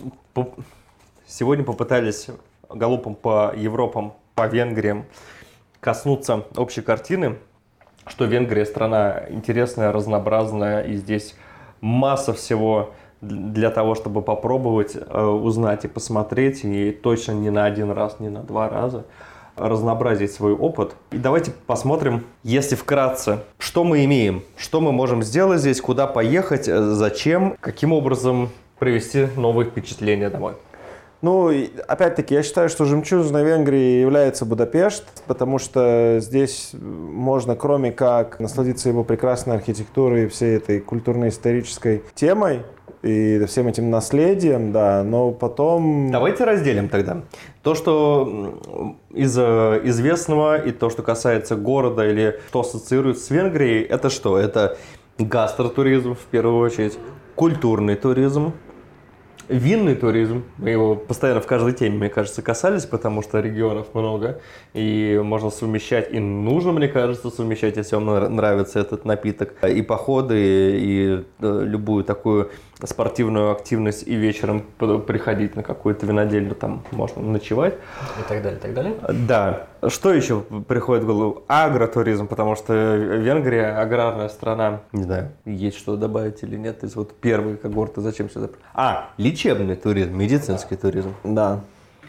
S3: попытались галопом по Европам, по Венгриям коснуться общей картины, что Венгрия страна интересная, разнообразная, и здесь масса всего для того, чтобы попробовать, узнать и посмотреть, и точно не на один раз, не на два раза разнообразить свой опыт. И давайте посмотрим, если вкратце, что мы имеем, что мы можем сделать здесь, куда поехать, зачем, каким образом привести новые впечатления домой.
S1: Ну, опять-таки, я считаю, что жемчужиной Венгрии является Будапешт, потому что здесь можно, кроме как насладиться его прекрасной архитектурой и всей этой культурно-исторической темой и всем этим наследием, да, но потом...
S3: Давайте разделим тогда. То, что из известного и то, что касается города или что ассоциируется с Венгрией, это что? Это гастротуризм в первую очередь, культурный туризм, винный туризм, мы его постоянно в каждой теме, мне кажется, касались, потому что регионов много, и можно совмещать, и нужно, мне кажется, совмещать, если вам нравится этот напиток, и походы, и любую такую спортивную активность, и вечером приходить на какую-то винодельню, там можно ночевать.
S2: И так далее, и так далее.
S3: Да. Что еще приходит в голову? Агротуризм, потому что Венгрия аграрная страна. Не знаю, есть что добавить или нет из вот первой когорты, зачем сюда? Лечебный туризм, медицинский туризм.
S1: Да.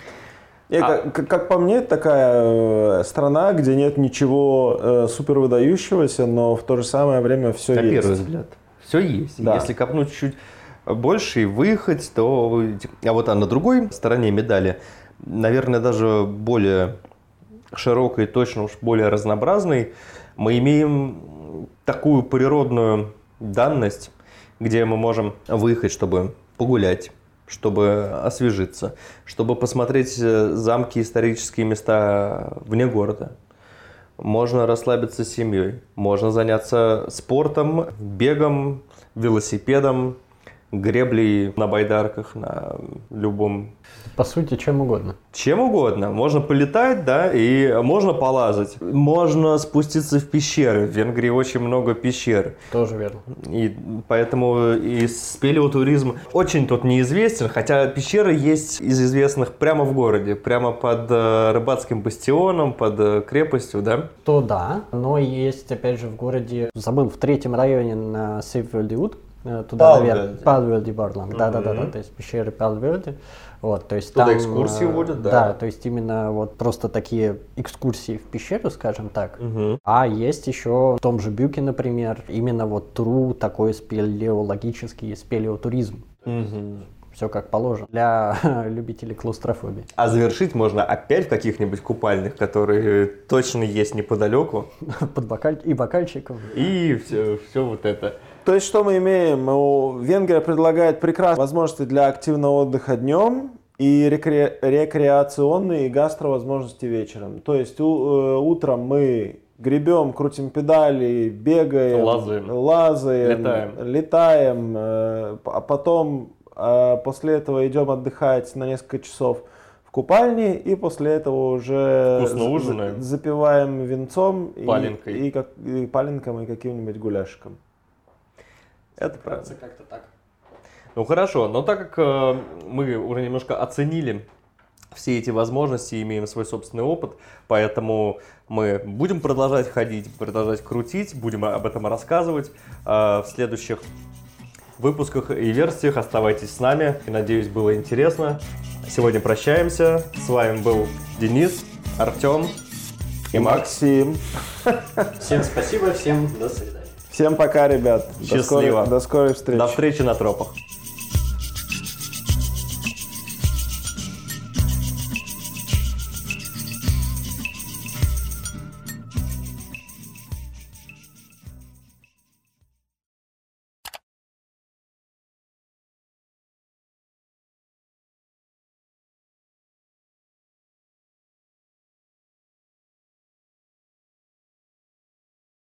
S1: И как по мне, это такая страна, где нет ничего супер выдающегося, но в то же самое время все есть.
S3: На первый взгляд. Все есть.
S1: Да.
S3: Если копнуть чуть больше и выехать, то... А вот на другой стороне медали, наверное, даже более широкой, точно уж более разнообразной, мы имеем такую природную данность, где мы можем выехать, чтобы погулять, чтобы освежиться, чтобы посмотреть замки, исторические места вне города. Можно расслабиться с семьей, можно заняться спортом, бегом, велосипедом, греблей на байдарках, на любом...
S2: По сути, чем угодно.
S3: Чем угодно. Можно полетать, да, и можно полазать. Можно спуститься в пещеры. В Венгрии очень много пещер.
S2: Тоже верно.
S3: И поэтому и спелеотуризм очень тут неизвестен, хотя пещеры есть из известных прямо в городе, прямо под рыбацким бастионом, под крепостью, да?
S2: То да, но есть, опять же, в городе, забыл, в 3-м районе на Сейфвельде-Ут, туда наверх, Палвельди-Барланд, да-да-да, то есть пещеры Палвельди. Вот, то есть
S3: туда
S2: там,
S3: экскурсии водят, да?
S2: Да, то есть именно вот просто такие экскурсии в пещеру, скажем так. А есть еще в том же Бюке, например, именно вот тру такой спелеологический спелеотуризм. Все как положено для любителей клаустрофобии.
S3: А завершить можно опять в каких-нибудь купальных, которые точно есть неподалеку.
S2: Под бокальчиком.
S3: И все вот это.
S1: То есть, что мы имеем? Венгрия предлагает прекрасные возможности для активного отдыха днем и рекреационные и гастровозможности вечером. То есть, утром мы гребем, крутим педали, бегаем, лазаем, летаем, а потом после этого идем отдыхать на несколько часов в купальне, и после этого уже запиваем винцом, и паленком и каким-нибудь гуляшиком.
S3: Это правда. Как-то так. Ну хорошо, но так как мы уже немножко оценили все эти возможности, имеем свой собственный опыт, поэтому мы будем продолжать ходить, продолжать крутить, будем об этом рассказывать в следующих выпусках и версиях. Оставайтесь с нами, и надеюсь, было интересно. Сегодня прощаемся. С вами был Денис, Артем и Максим.
S2: Всем спасибо, всем до свидания.
S1: Всем пока, ребят.
S3: Счастливо.
S1: До скорой встречи.
S3: До встречи на тропах.